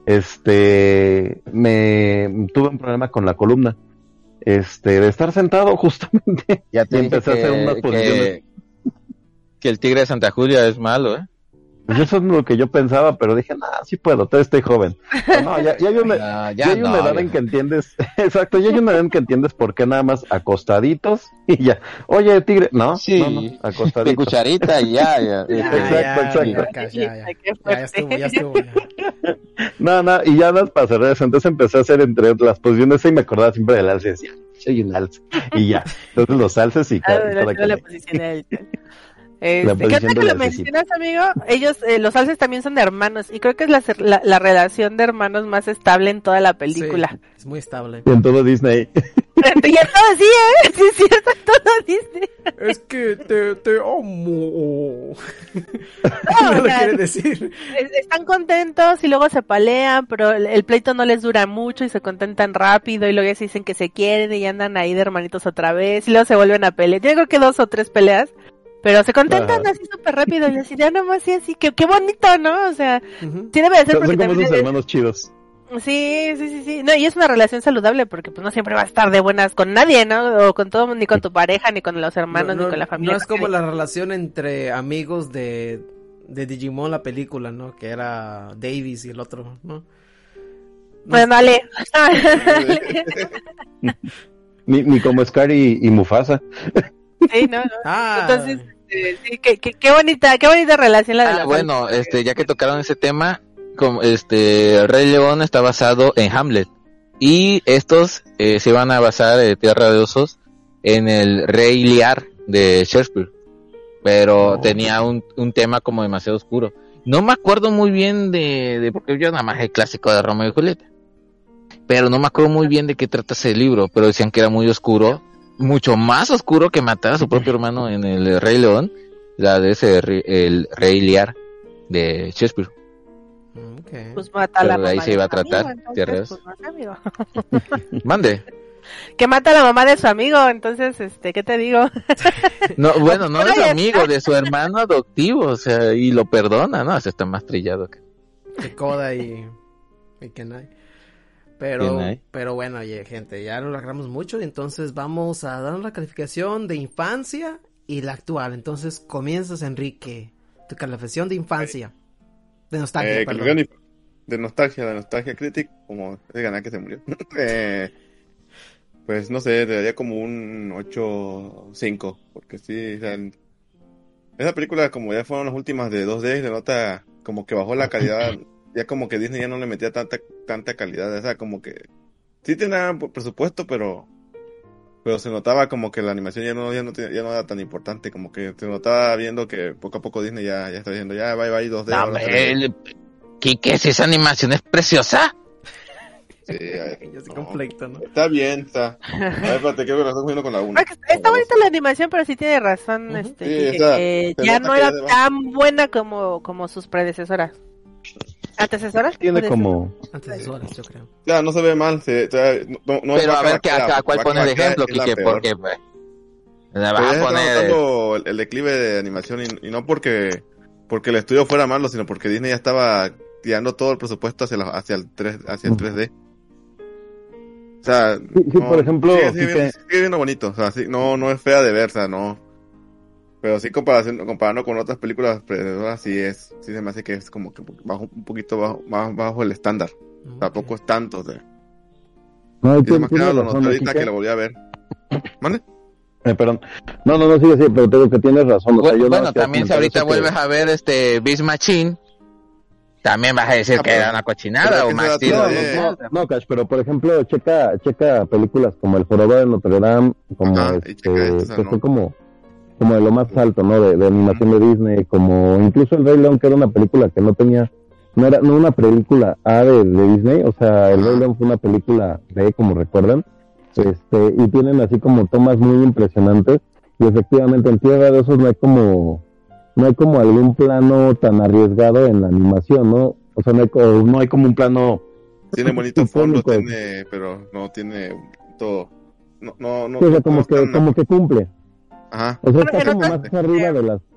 este, me tuve un problema con la columna, este, de estar sentado justamente, Ya te y dije empecé a hacer unas que, posiciones. que, que el tigre de Santa Julia es malo, ¿eh? Pues eso es lo que yo pensaba, pero dije, nah, sí puedo, todavía estoy joven. Pero no, ya, ya hay una, Ah, ya hay una edad en que entiendes, exacto, ya hay una edad en que entiendes por qué nada más acostaditos y ya. Oye, tigre, no, Sí, no, no, de acostaditos. cucharita y ya, ya. Ya, Exacto, ya, exacto. ya, Cash, ya, ya. Qué Ya, ya fuerte. estuvo, ya estuvo. ya. No, no, y ya las pasé eso, entonces empecé a hacer entre las posiciones y me acordaba siempre del alce, decía, soy un alce, y ya. Entonces los alces y Ah, cada, bueno, cada yo la quien. posición de él. Este, La ¿qué posición tal que del lo alcecito. mencionas, amigo? Ellos, eh, los alces también son de hermanos y creo que es la, la, la relación de hermanos más estable en toda la película. Sí, es muy estable. Y en todo Disney. Y en todo sí, ¿eh? Sí, es cierto, en todo Disney. Es que te, te amo. No, No lo o sea, quiere decir. es- están contentos y luego se palean, pero el, el pleito no les dura mucho y se contentan rápido y luego ya se dicen que se quieren y andan ahí de hermanitos otra vez y luego se vuelven a pelear. Yo creo que dos o tres peleas, pero se contentan Ajá. así súper rápido y así, ya nomás así, así, que qué bonito, ¿no? O sea, Ujú. sí debe de ser Son porque como también esos es- hermanos chidos. Sí, sí, sí, sí. No, y es una relación saludable porque pues no siempre va a estar de buenas con nadie, ¿no? O con todo, ni con tu pareja, ni con los hermanos, No, no, ni con la familia. no es como con la relación entre amigos de, de Digimon, la película, ¿no? Que era Davis y el otro, ¿no? Bueno, dale. Ni, ni como Scar y, y Mufasa. Sí, no, no. Ah, Entonces, eh, sí, qué, qué, qué bonita, qué bonita relación la de Ah, la bueno, este, ya que tocaron ese tema, como este, el Rey León está basado en Hamlet y estos eh, se van a basar, eh, Tierra de Osos, en el Rey Lear de Shakespeare. pero No. tenía un, un tema como demasiado oscuro. No me acuerdo muy bien de, de porque yo nada más el clásico de Romeo y Julieta, pero no me acuerdo muy bien de qué trata ese libro, pero decían que era muy oscuro, mucho más oscuro que matar a su propio hermano en el Rey León, la de ese re- el Rey Lear de Shakespeare. Okay. Pues mata a la Pero ahí mamá se de iba a su amigo, tratar, entonces, tierras. pues, no sé, amigo. Mande. Que mata a la mamá de su amigo, entonces, este, ¿qué te digo? No, bueno, no de Ahí su está. amigo, de su hermano adoptivo, o sea, y lo perdona, ¿no? Se está más trillado que... Que Koda y, y Kenai. Pero, Kenai. pero bueno, oye, gente, ya lo logramos mucho, entonces vamos a dar la calificación de infancia y la actual. Entonces comienzas, Enrique, tu calificación de infancia, de nostalgia, Eh, perdón. calificación de nostalgia, de nostalgia critic, como el ganar que se murió. eh, pues no sé, le daría como un ocho cinco, porque sí, o sea, en- esa película como ya fueron las últimas de dos D, le nota como que bajó la calidad, ya como que Disney ya no le metía tanta tanta calidad, o sea, como que sí tenía presupuesto, pero pero se notaba como que la animación ya no ya no, tenía- ya no era tan importante, como que se notaba viendo que poco a poco Disney ya, ya está diciendo, ya bye bye dos D, No, ahora hombre, tres D. el- Quique, si esa animación es preciosa. Sí, a ver, Yo sí no. conflicto, ¿no? Está bien, está. A ver, espérate, creo que la estamos viendo con la uno. Ah, que Está bonita la animación, pero sí tiene razón, Ujú. este, Sí, Quique, esa- que se ya nota no que era ya se va. tan buena como, como sus predecesoras. ¿Antecesoras? Tiene Predecesoras. como... Antes de horas, yo creo. Ya, no se ve mal. Se, o sea, no, no, no es Pero a vaca ver, ¿qué, vaquera, acá, ¿cuál vaca pones de vaquera ejemplo, es la Quique? peor. Porque, pues, la Pero vas ya a se está poner... notando el, el declive de animación y, y no porque porque el estudio fuera malo, sino porque Disney ya estaba tirando todo el presupuesto hacia, la, hacia el tres, hacia el tres D. O sea, Sí, sí, por ejemplo, sigue, sigue, Quique- viendo, sigue viendo bonito, o sea, sí, no, no es fea de ver, o sea, no. Pero sí comparación, comparando con otras películas predecesoras, sí es, sí se me hace que es como que bajo, un poquito bajo, más bajo el estándar. Tampoco es tanto, o sea. No, Y tú, más que nada lo noté razón, ahorita Quique. que lo volví a ver. ¿Mande? Eh, perdón. No, no, no, sigue, sí, pero tengo que tienes razón. O sea, Bueno, yo nada bueno, más quiero también si comentar ahorita eso que- vuelves a ver este Beast Machine, también vas a decir Ah, que pero- era una cochinada pero o que más se la tiro tira de- bien. No, no, Cash, pero por ejemplo, checa, checa películas como El Jorobado de Notre Dame, como Ajá, y este, checa esto, o sea, que no. fue como, como de lo más alto, ¿no? De, de animación de Disney, como incluso El Rey León, que era una película que no tenía, no era, no una película A de, de Disney, o sea, El Rey León fue una película B, como recuerdan, este, y tienen así como tomas muy impresionantes, y efectivamente en Tierra de Osos no hay como, no hay como algún plano tan arriesgado en la animación, ¿no? O sea, no hay, co- no hay como un plano... Tiene bonito fondo, icónico. tiene, pero no tiene todo. No, no, no. Sí, o sea, no como es que, tan- como que cumple. Ajá. O sea, Bueno, está en como otras- más arriba de las...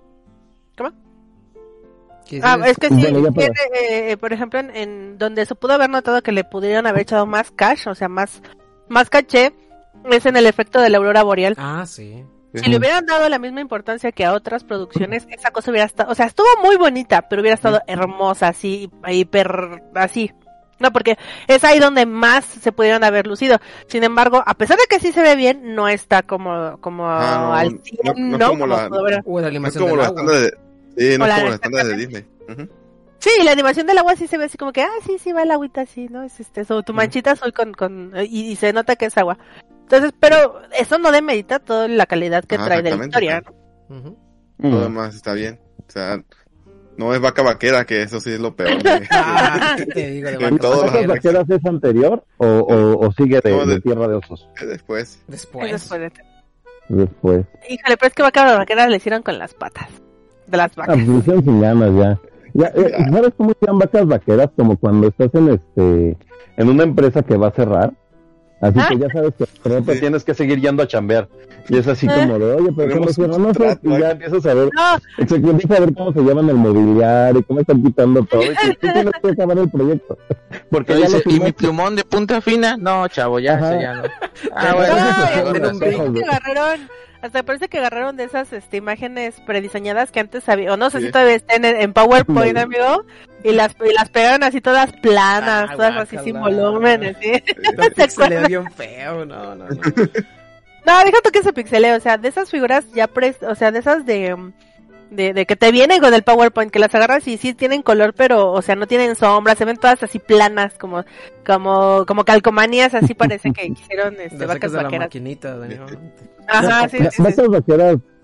¿Qué Ah, dices? es que sí, Bueno, ya para- tiene, eh, por ejemplo, en, en donde se pudo haber notado que le pudieron haber echado más cash, o sea, más, más caché, es en el efecto de la aurora boreal. Ah, sí. Si le hubieran dado la misma importancia que a otras producciones, esa cosa hubiera estado, o sea, estuvo muy bonita, pero hubiera estado hermosa, así, hiper, así. No, porque es ahí donde más se pudieron haber lucido. Sin embargo, a pesar de que sí se ve bien, no está como, como Ah, no, al no, cien, no ¿no? es como Como la- pudo haber- O la No es animación como del los agua. estándares de, sí, no O es la como de- los estándares de Disney. Ujú. Sí, la animación del agua sí se ve así como que, ah, sí, sí va el agüita así, ¿no? Es este, so, tu manchita azul con, con, y, y se nota que es agua. Entonces, pero eso no demerita toda la calidad que Ajá, trae de la exactamente, historia, sí. ¿no? Ujú. Todo Mm. lo demás está bien. O sea, no es vaca vaquera, que eso sí es lo peor. de- Ah, ¿qué te digo de En vacas todos los ¿Vacas vaqueras? vaqueras es anterior o, o, o sigue de, No, de- de Tierra de Osos? que después. Después. Eso puede ser. Después. Híjole, pero es que vaca vaqueras le hicieron con las patas de las Ah, vacas. pues lo hicieron sin ganas ya. Ya, eh, ¿sabes cómo se llaman vacas vaqueras? Como cuando estás en este en una empresa que va a cerrar. Así Ah. que ya sabes que de pronto Sí. tienes que seguir yendo a chambear. Y es así Ah. como de, oye, pero ¿cómo Tenemos cierran? un No sé, trato, y ya ¿eh? empiezas a ver, No, exacto, empiezas a ver cómo se llaman el mobiliario, cómo están quitando todo. Y tú tienes que acabar el proyecto. Porque Pero ya lo dice, ¿y mi firmaste. plumón de punta fina? No, chavo, ya, Ajá. ese ya no. Ah, Pero bueno, no, sí, y sí, hasta sí, en un sí. brinco. parece que agarraron, hasta parece que agarraron de esas este, imágenes prediseñadas que antes había, o no sé Sí. si todavía estén en, en PowerPoint, Sí. amigo, y las, y las pegaron así todas planas, Ah, todas así guácala. sin volumen, así. Está ¿Te pixelado acuerdas? bien feo, no, no, no. No, deja tú que se pixelee, o sea, de esas figuras ya, pres o sea, de esas de, um, de, de que te vienen con el PowerPoint, que las agarras y sí tienen color, pero, o sea, no tienen sombra, se ven todas así planas, como, como, como calcomanías, así parece que quisieron, este, Las vacas sacas de la vaqueras. maquinita. de- Ajá, sí, Va- sí, sí. Vacas vaqueras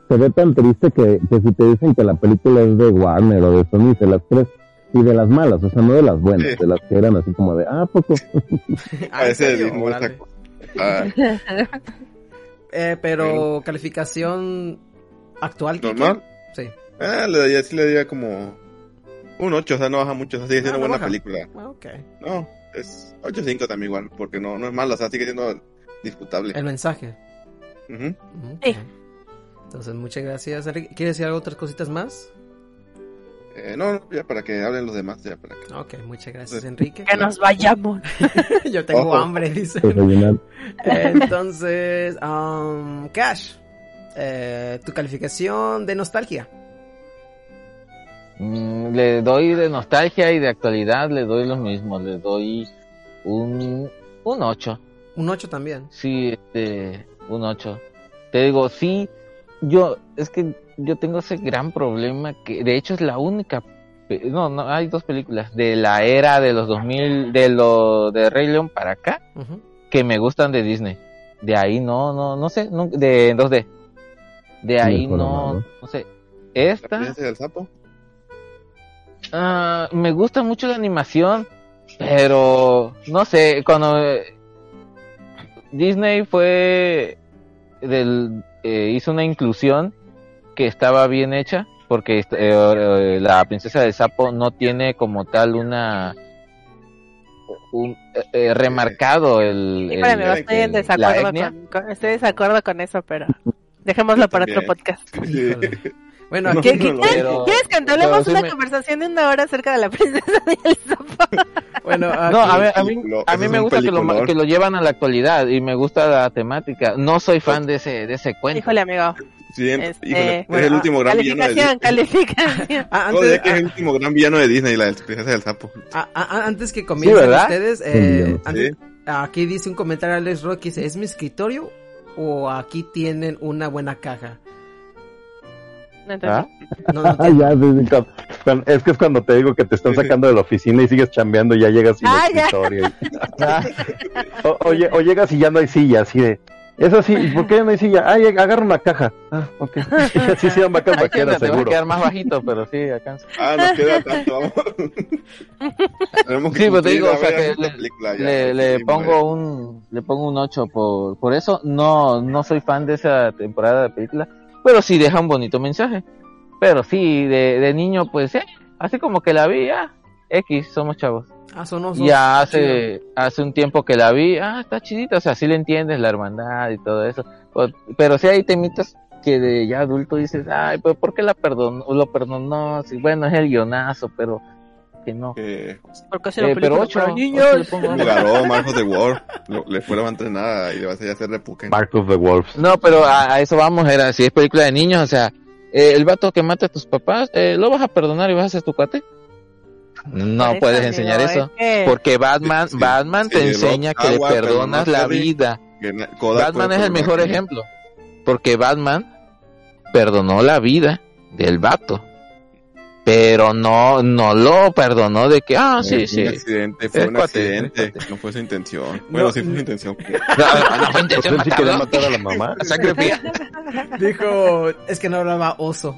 se ve tan triste que, que si te dicen que la película es de Warner o de Sony, se las crees. Y de las malas, o sea, no de las buenas, Sí. de las que eran así como de, ah, poco. Ah, ¿en Ese serio? mismo, Órale. esa cosa. Ah, Eh, pero calificación actual, Kike? ¿normal? Sí. Ah, le daría, sí le daría como un ocho, o sea, no baja mucho, o sea, sigue siendo Ah, no buena baja. película. Ah, ok. No, es ocho cinco también igual, porque no, no es malo, o sea, sigue siendo disputable. El mensaje. Ujú. Ok. Sí. Entonces, muchas gracias, Enrique. ¿Quieres decir algo, otras cositas más? Eh, no, no, ya para que hablen los demás, ya para que... Ok, muchas gracias, Enrique. Que nos vayamos. Yo tengo Ojo. hambre, dice. Desayunar. Entonces, um, Cash, eh, tu calificación de nostalgia. Mm, le doy de nostalgia y de actualidad, le doy lo mismo, le doy un, un ocho. Un ocho también. Sí, este, un ocho. Te digo, sí, yo, es que yo tengo ese gran problema que, de hecho, es la única, pe- no, no, hay dos películas de la era de los dos mil, de lo de Rey León para acá, Ujú. que me gustan de Disney. De ahí no, no, no sé, no, de dos D. De ahí Mejor no, amado. no sé. ¿La Esta, princesa del sapo? ah, me gusta mucho la animación, pero no sé, cuando eh, Disney fue del eh, hizo una inclusión que estaba bien hecha, porque eh, eh, la princesa del sapo no tiene como tal una un eh, eh, remarcado el, el- Híjole, amigo, estoy en la desacuerdo etnia. con, con- estoy en desacuerdo con eso, pero dejémoslo para otro También. podcast. Híjole. Bueno, No, ¿qué, no, qué- no, qué- pero- ¿Quieres que entablemos pero sí una me- conversación de una hora acerca de la princesa del sapo? Bueno, aquí- No, a, ver, a mí, Película, a ese mí es me un gusta que lo, peliculón. que lo llevan a la actualidad y me gusta la temática. No soy fan de ese de ese cuento. Híjole, amigo. Sí, en- Este, híjole, bueno, es el último gran villano de Disney. Calificación, calificación. Ah, No, antes, de que es el último gran villano de Disney, la princesa del sapo. ah, ah, ah, antes que comiencen ¿verdad? ustedes, eh, Sí, antes- sí. aquí dice un comentario Alex Rocky, dice, ¿es mi escritorio o aquí tienen una buena caja? No entendí. ¿Ah? No, no Ah, entiendo. ya, sí, sí, cuando- cuando- es que es cuando te digo que te están sacando de la oficina y sigues chambeando y ya llegas sin Ah, ya. escritorio. y- o, o lle- o llegas y ya no hay silla, así de, eso sí, ¿por qué no hay silla? Ah, ya, agarra una caja. Ah, ok. Sí, sí, dan vacas Hay que vaqueras, te va a seguro. quedar más bajito, pero sí alcanza. Ah, nos queda tanto, vamos. Tenemos que Sí, pues te cumplir, digo, a o sea ver, que esta le, película ya, le, le sí, pongo bueno. un le pongo un ocho por por eso. No no soy fan de esa temporada de película, pero sí deja un bonito mensaje. Pero sí, de, de niño, pues, eh, así como que la vi, ah, X, somos chavos. Ah, son osos. Ya Chido. hace hace un tiempo que la vi, ah, está chidita, o sea, sí le entiendes la hermandad y todo eso. Pero, pero sí hay temitas que de ya adulto dices, ay, pero ¿por qué la perdonó? Lo perdonó, sí, bueno, es el guionazo, pero que no. Que Porque es una Eh, pero película ocho, para ocho niños. le pongo. jugaró Mark of the War, lo- le fue a levantar nada y le va a hacer hacer repuquen. Mark of the Wolves. No, pero a, a eso vamos, era, si es película de niños, o sea, eh, el vato que mata a tus papás, eh, ¿lo vas a perdonar y vas a ser tu cuate? No Por eso, puedes amigo, enseñar es eso, que- porque Batman, Sí, Batman sí, te Rock, enseña que le agua, perdonas perdonó la Terry, vida. que na- Kodak Batman puede es el perdonar mejor también. ejemplo, porque Batman perdonó la vida del vato, pero no, no lo perdonó de que, ah, sí, Fue sí. un accidente, fue Es un cuate, accidente, es cuate. no fue su intención. Bueno, sí fue su intención. No, no fue Pues intención él sí quería matarlo. matar a la mamá. Sangre fría. Dijo, es que no hablaba oso.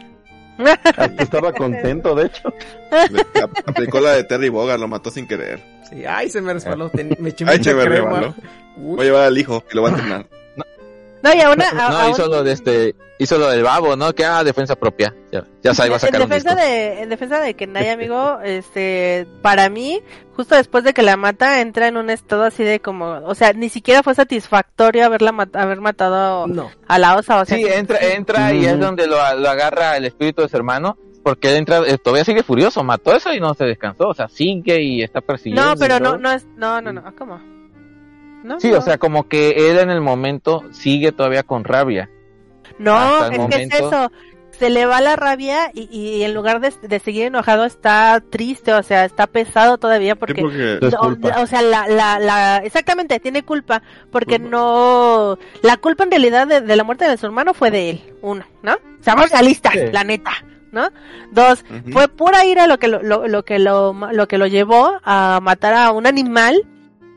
Hasta estaba contento, de hecho. Le ap- aplicó la de Terry Bogard, lo mató sin querer. Sí, ay, se me resbaló. ten- me eché Ay, mucha se me crema. rebaló. Uy. Voy a llevar al hijo y lo va a entrenar. No, y a una, a- No, a hizo un- lo de este, hizo lo del babo, ¿no? Que ah, defensa propia. Ya, ya sabes, va a sacar en un defensa disco. de en defensa de que Naya, amigo, este para mí justo después de que la mata entra en un estado así de como, o sea, ni siquiera fue satisfactorio haberla mat- haber matado No. a la osa, o sea, Sí, entra, entra y es donde lo, lo agarra el espíritu de su hermano, porque él entra, eh, todavía sigue furioso, mató eso y no se descansó, o sea, sigue y está persiguiendo. no, pero y todo. no no es no, no, no, ¿cómo? No, Sí, no. o sea, como que él en el momento sigue todavía con rabia. No, hasta es el que es momento- eso. Se le va la rabia y, y en lugar de, de seguir enojado está triste, o sea, está pesado todavía Sí, porque porque Es no, culpa. o sea, la, la, la, exactamente, tiene culpa, porque no, la culpa en realidad de, de la muerte de su hermano fue de él, uno, ¿no? Seamos realistas, Sí. la neta, ¿no? Dos, Ujú. fue pura ira lo que lo, lo, lo que lo, lo que lo llevó a matar a un animal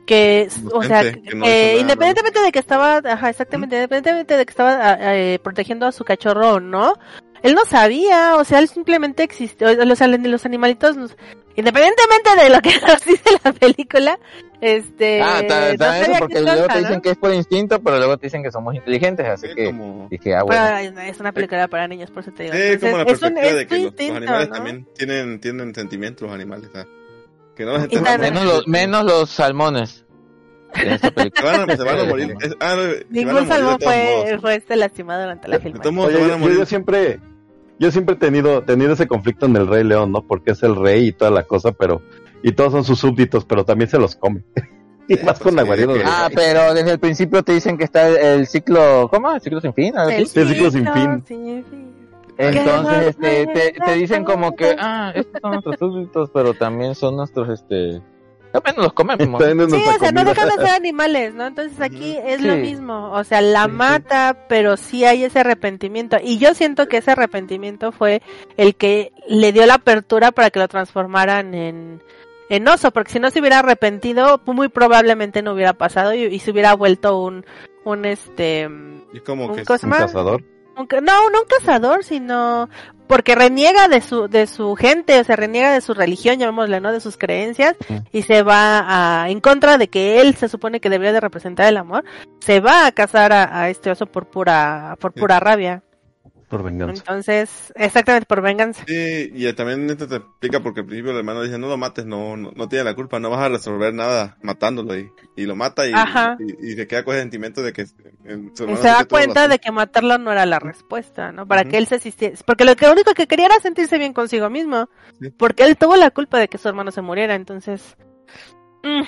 que, o sea, Inocente, que, que no hizo nada independientemente de que estaba, ajá, exactamente, independientemente de que estaba eh, protegiendo a su cachorro o no, él no sabía, o sea, él simplemente existió, o sea, los animalitos, nos- independientemente de lo que nos dice la película, este, Ah, está, está no eso sabía porque qué luego cosa, te dicen ¿no? que es por instinto, pero luego te dicen que somos inteligentes, así Sí, que como- dije, ah, bueno. Bueno, es una película para niños, por eso te digo. Sí, como la Entonces, es un- perspectiva es de que tu los, los instinto, animales ¿no? también tienen, tienen sentimientos, los animales, ¿sabes? Que no los Y entienden. también- Menos los, menos los salmones. En esta Se película. van a, se van a morir. Es- ah, no, se van a Ningún morir de salmón todos fue, modos. fue este lastimado durante la De todos filmación. modos Oye, se van a yo, morir. yo siempre, yo siempre he tenido, tenido ese conflicto en el Rey León, ¿no? Porque es el rey y toda la cosa, pero, y todos son sus súbditos, pero también se los come. Y Sí, más pues con la sí, guarida que- de Ah, pero desde el principio te dicen que está el, el ciclo, ¿cómo? El ciclo sin fin, algo así. Sí, el ciclo sin fin. sin fin. Entonces, ¿Qué este, te, te dicen como que, ah, estos son nuestros súbditos, pero también son nuestros, este, también nos los comemos. También es Sí, nuestra o sea, no comida. dejan de ser animales, ¿no? Entonces aquí es lo Sí. mismo, o sea, la Sí, sí. mata, pero sí hay ese arrepentimiento. Y yo siento que ese arrepentimiento fue el que le dio la apertura para que lo transformaran en, en oso, porque si no se hubiera arrepentido, muy probablemente no hubiera pasado y, y se hubiera vuelto un, un este, Y es como un que cosa Un más. cazador. Un ca- No, no un cazador, sino porque reniega de su de su gente, o sea, reniega de su religión, llamémosle, ¿no? De sus creencias Ujú. y se va a en contra de que él se supone que debería de representar el amor, se va a cazar a, a este oso por pura por Sí. pura rabia. Por venganza. Entonces, exactamente por venganza. sí, y también esto te explica porque al principio el hermano dice, no lo mates, no, no, no tiene la culpa, no vas a resolver nada matándolo y, y lo mata y, Ajá. y, y se queda con el sentimiento de que eh, su Y hermano se da hace todo cuenta lo de que matarlo no era la respuesta, ¿no? Para Ujú. que él se sintiera, porque lo que único que quería era sentirse bien consigo mismo, Sí. porque él tuvo la culpa de que su hermano se muriera, entonces, mm,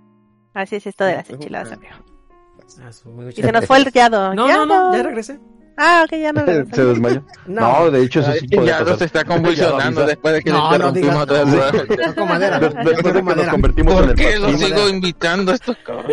así es esto de las Ujú. enchiladas, amigo. Ah, eso, muy Y se nos fue el guiado. No, no, no, ya regresé. Ah, ok, ya no Se regresó. desmayó. No. No, de hecho eso Ay, sí puede ya pasar. no se está convulsionando Ya, después de que No, le no interrumpimos digas, todo el no. programa. Toco madera. Des- Después de Toco que nos madera. convertimos en ¿Por el qué los pastín. sigo invitando a estos cabrones?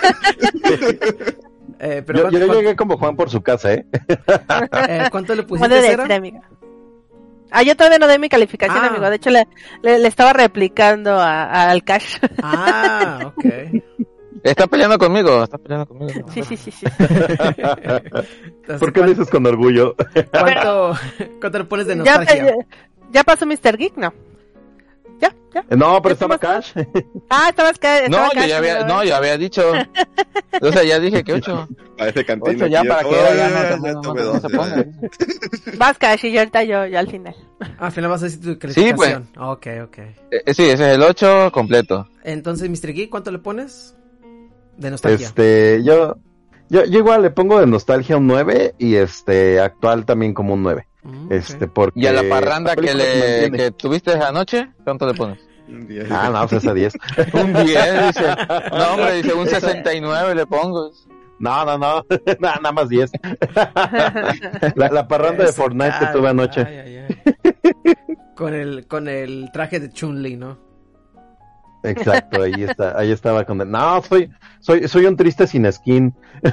Eh, pero Yo, ¿cuánto, yo cuánto- llegué como Juan por su casa, ¿eh? eh, ¿cuánto le Puede pusiste, decir, Cera? amiga. Ah, yo todavía no doy mi calificación, Ah. amigo. De hecho, le, le, le estaba replicando a, a- al Cash. Ah, ok. Está peleando conmigo, está peleando conmigo. Sí, sí, sí, sí. Entonces, ¿Por qué lo dices con orgullo? ¿Cuánto, ¿Cuánto le pones de Ya, nostalgia? ya, ya pasó mister Geek, ¿no? Ya, ya. No, pero ¿Ya estaba tomaste? Cash. Ah, estabas ca- No, estaba yo Cash, ya había, amigo. no, yo había dicho. O sea, ya dije que ocho. Parece cantina. Ocho ya aquí, para yo- que oh, ya ya, no, ya, no, ya no, tomé no dos, se ya, ponga. Vas, Cash, y yo ahorita yo, yo al final. Al final vas a decir tu calificación. Ok, ok. Eh, sí, ese es el ocho completo. Entonces, mister Geek, ¿cuánto le pones? De nostalgia. Este, yo, yo, yo igual le pongo de nostalgia un nueve y este, actual también como un nueve. Mm, ok. Este, porque... ¿Y a la parranda que película le mantiene. que tuviste anoche? ¿Cuánto le pones? Un día. Ah, no, pues es a diez. Un diez, dice. No, hombre, dice un sesenta y nueve le pongo. No, no, no, nada, nada más diez. La, la parranda de Ese Fortnite que cara, tuve anoche. ay, ay, ay. Con el, con el traje de Chun-Li, ¿no? Exacto, ahí está, ahí estaba con el... No, soy, soy, soy un triste sin skin.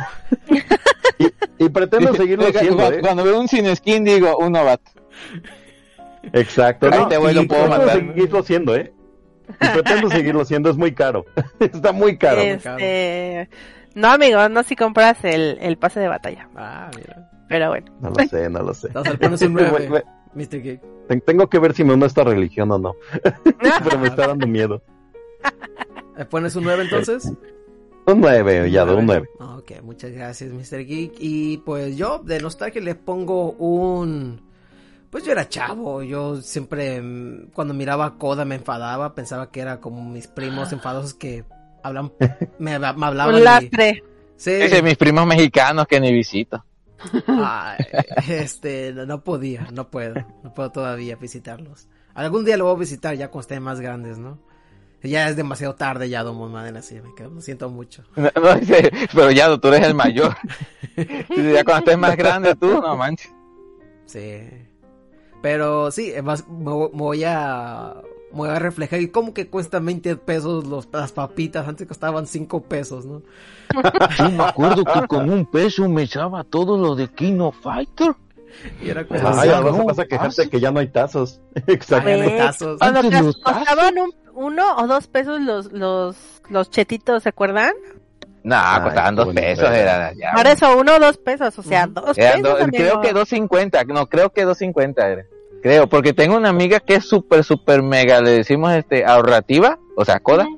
y, y pretendo seguirlo Oiga, siendo, cuando, ¿eh? cuando veo un sin skin digo, un novato. Exacto. Ahí No, te voy, lo y puedo pretendo matar. seguirlo siendo, ¿eh? Y pretendo seguirlo siendo, es muy caro. Está muy caro. Este... No, amigo, no si compras el, el pase de batalla. Ah, mira. Pero bueno. No lo sé, no lo sé. Entonces le pones un Güey, nueve, güey, mister Geek. ten- Tengo que ver si me uno a esta religión o no. Pero me está dando miedo. ¿Le pones un nueve entonces? Un nueve, ya, de un nueve. Ok, muchas gracias, mister Geek. Y pues yo, de nostalgia, le pongo un... Pues yo era chavo, yo siempre, mm, cuando miraba a Koda me enfadaba, pensaba que era como mis primos enfadosos que hablan, me, me hablaban Un y- lastre. Sí, Ese, mis primos mexicanos que ni visito. ay, este, no, no podía, no puedo, no puedo todavía visitarlos. Algún día lo voy a visitar ya cuando estén más grandes, ¿no? Ya es demasiado tarde ya, Domo Madden, así me quedo, lo siento mucho. No, no, dice, pero ya tú eres el mayor. Dice, ya cuando estés más grande tú, no manches. Sí. Pero sí, más- me vo- me voy a me voy a reflejar. ¿Y cómo que cuestan veinte pesos los, las papitas? Antes costaban cinco pesos, ¿no? Yo me acuerdo que con un peso me echaba todo lo de Kino Fighter. Y era como... Ay, ya ahora no, vas a quejarte pasa. que ya no hay tazos. Exacto. Ay, Güey, tazos. Cuando Antes cos- los tazos. costaban un, uno o dos pesos los, los, los chetitos, ¿se acuerdan? No, Ay, costaban qué dos bonito pesos, era. era ya. Por eso, uno o dos pesos, o sea, dos Eran pesos, do- amigo. creo que dos cincuenta, no, creo que dos cincuenta era. Creo, porque tengo una amiga que es súper, súper mega, le decimos este, ahorrativa, o sea, coda,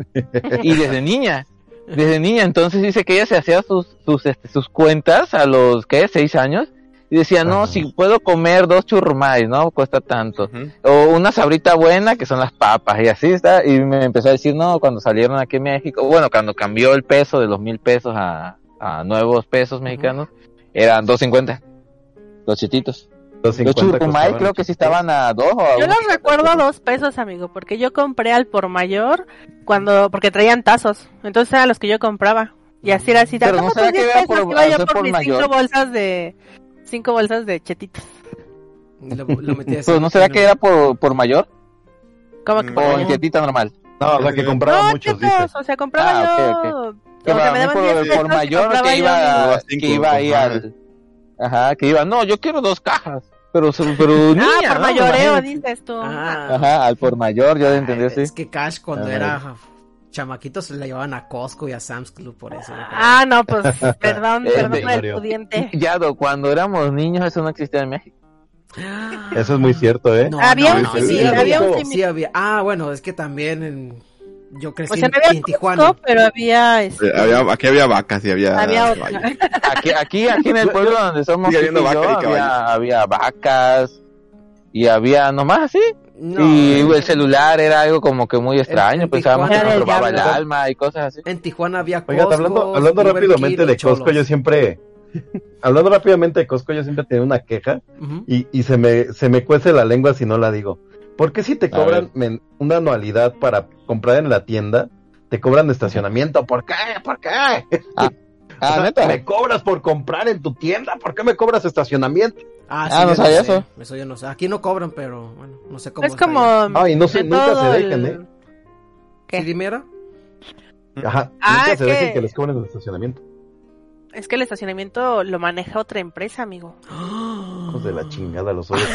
y desde niña, desde niña, entonces dice que ella se hacía sus, sus, este, sus cuentas a los, ¿qué? Seis años, y decía, no, Ajá. si puedo comer dos churrumais, ¿no? Cuesta tanto. Ujú. O una sabrita buena, que son las papas, y así está, y me empezó a decir, no, cuando salieron aquí en México, bueno, cuando cambió el peso de los mil pesos a, a nuevos pesos mexicanos, eran dos cincuenta, los chetitos. Los Los cincuenta churrumais costaban creo que sí chiquitos. estaban a dos o a Yo uno. los recuerdo a dos pesos, amigo, porque yo compré al por mayor cuando, porque traían tazos, entonces eran los que yo compraba, y así era así, Pero "Toma no tus será que diez era pesos", por- iba yo hacer por por mis mayor. cinco bolsas de, cinco bolsas de chetitos. Lo, lo metí así. Pero no será que era por, por mayor Como que Mm. por o en mayor. chetita normal. No, o sea, que compraba No, muchos, chetos, dice. o sea, compraba Ah, yo, ok, o Que que para me mí daban por, diez por pesos, mayor compraba que yo iba, mis- que cinco, iba ahí ajá. al, ajá, que iba, no, yo quiero dos cajas, pero, pero mi- niña, Ah, por ¿no? mayoreo, Imagínate. dices tú. Ah, Ajá, al por mayor, yo entendí así. es que Cash cuando Ajá. era chamaquito se le llevaban a Costco y a Sam's Club por eso. yo creo. Ah, no, pues, perdón, Eh, perdón de- por el pudiente. Ya, do, cuando éramos niños eso no existía en México. Eso es muy cierto, ¿eh? No, Había no, un no, símil, sí había había, un símil. sí había. Ah, bueno, es que también en- yo crecí O sea, en, no había en Tijuana. Costco, pero había, este, Eh, había- aquí había vacas y había... había otra. caballos. Aquí, aquí, aquí en el pueblo donde somos Sigue habiendo Kike y yo, vacas y había, caballos. había vacas y había nomás así. No, y en, el celular era algo como que muy extraño, en pensábamos que Tijuana nos era el robaba el diablo. alma y cosas así. en Tijuana había Costco. Oigan, hablando, hablando Burger rápidamente King de y Costco, Cholos. yo siempre, hablando rápidamente de Costco, yo siempre tenía una queja Ujú. y, y se me, se me cuece la lengua si no la digo. ¿Por qué si te A cobran men- una anualidad para comprar en la tienda, te cobran estacionamiento? ¿Por qué? ¿Por qué? Ah, O sea, neta. me cobras por comprar en tu tienda, ¿por qué me cobras estacionamiento? Ah, Ah, sí, no yo sabía sé. eso. Eso yo no sé. Aquí no cobran, pero bueno, no sé cómo Es está como, allá. Ay, no sé, de nunca todo se el- dejan, ¿eh? ¿Qué? ¿Sí, dime, era? Ajá, Ah, nunca es se dejen que- que les cobren el estacionamiento. Es que el estacionamiento lo maneja otra empresa, amigo. Hijos de la chingada, los ojos.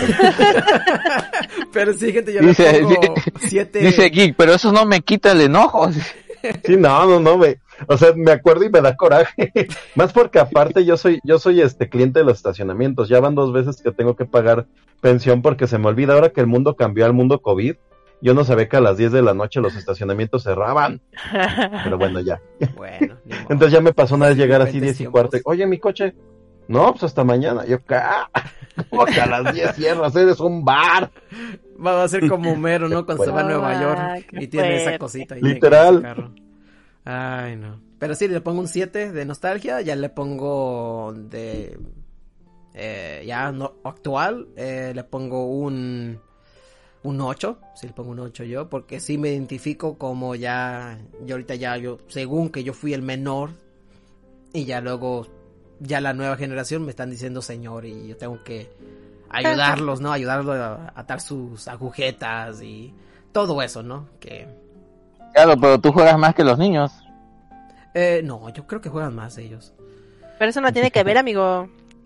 Pero sí, gente, yo Dice- le pongo siete. Dice Geek, pero eso no me quita el enojo. Sí, no, no, no, me, o sea, me acuerdo y me da coraje. Más porque aparte yo soy, yo soy este cliente de los estacionamientos. Ya van dos veces que tengo que pagar pensión porque se me olvida ahora que el mundo cambió al mundo COVID. Yo no sabía que a las diez de la noche los estacionamientos cerraban. Pero bueno, ya. Bueno, ni modo. Entonces ya me pasó una vez llegar así Diferentes diez y tiempos. cuarto. Oye, mi coche. No, pues hasta mañana. Yo, ¿ca? ¿Cómo que a las diez cierras? Eres un bar. Va a ser como Homero, ¿no? Cuando se va a Nueva Ah, York qué y tiene esa fuerte. cosita ahí. Literal. en ese carro. Ay, no. Pero sí, le pongo un siete de nostalgia. Ya le pongo de... eh, ya no, actual. eh, le pongo un... Un ocho. Sí, le pongo un ocho yo. Porque sí me identifico como ya... Yo ahorita ya, yo... Según que yo fui el menor. Y ya luego... Ya la nueva generación me están diciendo señor. Y yo tengo que... ayudarlos, ¿no? Ayudarlos a atar sus agujetas y todo eso, ¿no? Que Claro, pero tú juegas más que los niños. eh, no, yo creo que juegan más ellos. Pero eso no tiene que ver, amigo.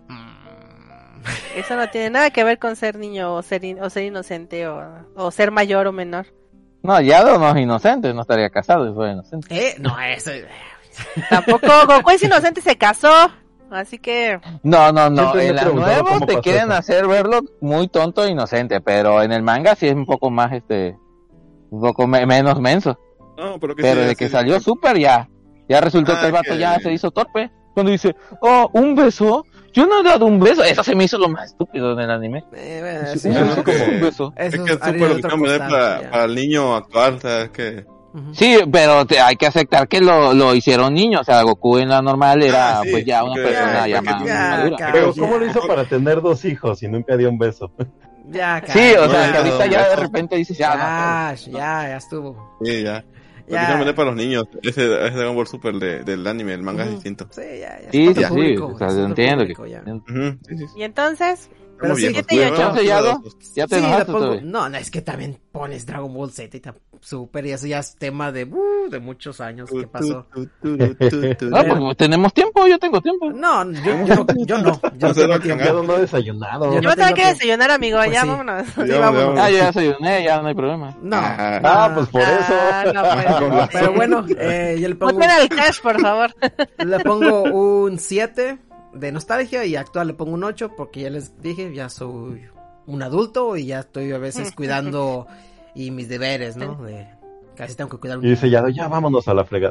Eso no tiene nada que ver con ser niño o ser, in- o ser inocente o, o ser mayor o menor. No, Yado no es inocente, no estaría casado si fuera inocente. Eh, no, eso Tampoco Goku es inocente y se casó. Así que No, no, no, Siempre me he en las preguntado nuevas cómo te pasó quieren eso. hacer verlo muy tonto e inocente, pero en el manga sí es un poco más, este, un poco me- menos menso. No, pero que Pero sí, de que sí, salió sí. súper ya, ya resultó Ah, que el vato que- ya se hizo torpe. Cuando dice, oh, un beso, yo no he dado un beso, eso se me hizo lo más estúpido en el anime. eh, bueno, Sí, sí, un bueno, beso, que- como un beso. Es eso que es haría súper lo que otro estamos costal, para, ya. para el niño actual, ¿sabes? Que... Ujú. Sí, pero te- hay que aceptar que lo, lo hicieron niños, o sea, Goku en la normal era Ah, sí, pues ya una porque- persona ya porque- más ya, madura. cabrón. Pero ya. ¿cómo lo hizo para tener dos hijos y nunca dio un beso? Ya, Sí, o cabrón. sea, que no, ahorita no, ya de no. repente dices, ya, no, ya, ya, ya estuvo. Sí, ya. Lo Ya. que se vende para los niños. Ese, ese Dragon Ball Super de, del anime, el manga es Ujú. distinto. Sí, ya, ya. sí, es sí, otro sí, público, o sea, es yo otro entiendo que... público, ya. Ujú, sí, sí, sí. y entonces Pero sí, siete y ocho. ¿Estás sellado? ¿Ya te Sí, le enojaste pongo- todavía? no, no, es que también pones Dragon Ball Z y está súper, y eso ya es tema de, uh, de muchos años que pasó. Tu, tu, tu, tu, tu, No, pues tenemos tiempo, yo tengo tiempo. No, yo, yo, yo no, yo no tengo tiempo. Yo no he desayunado. Yo Yo no me tengo tengo que que- desayunar, amigo, Pues ya sí. vámonos. Sí, Ya, vámonos. Ah, yo ya desayuné, ya no hay problema. No, Ah, Ah, pues por eso. Ah, no, pues. Con razón. pero bueno, eh, yo le pongo, Ponme al cash, por favor. le pongo un siete de nostalgia y actual le pongo un ocho porque ya les dije, ya soy un adulto y ya estoy a veces cuidando y mis deberes, ¿no? De, casi tengo que cuidar un Y dice ya, ya vámonos a la fregada.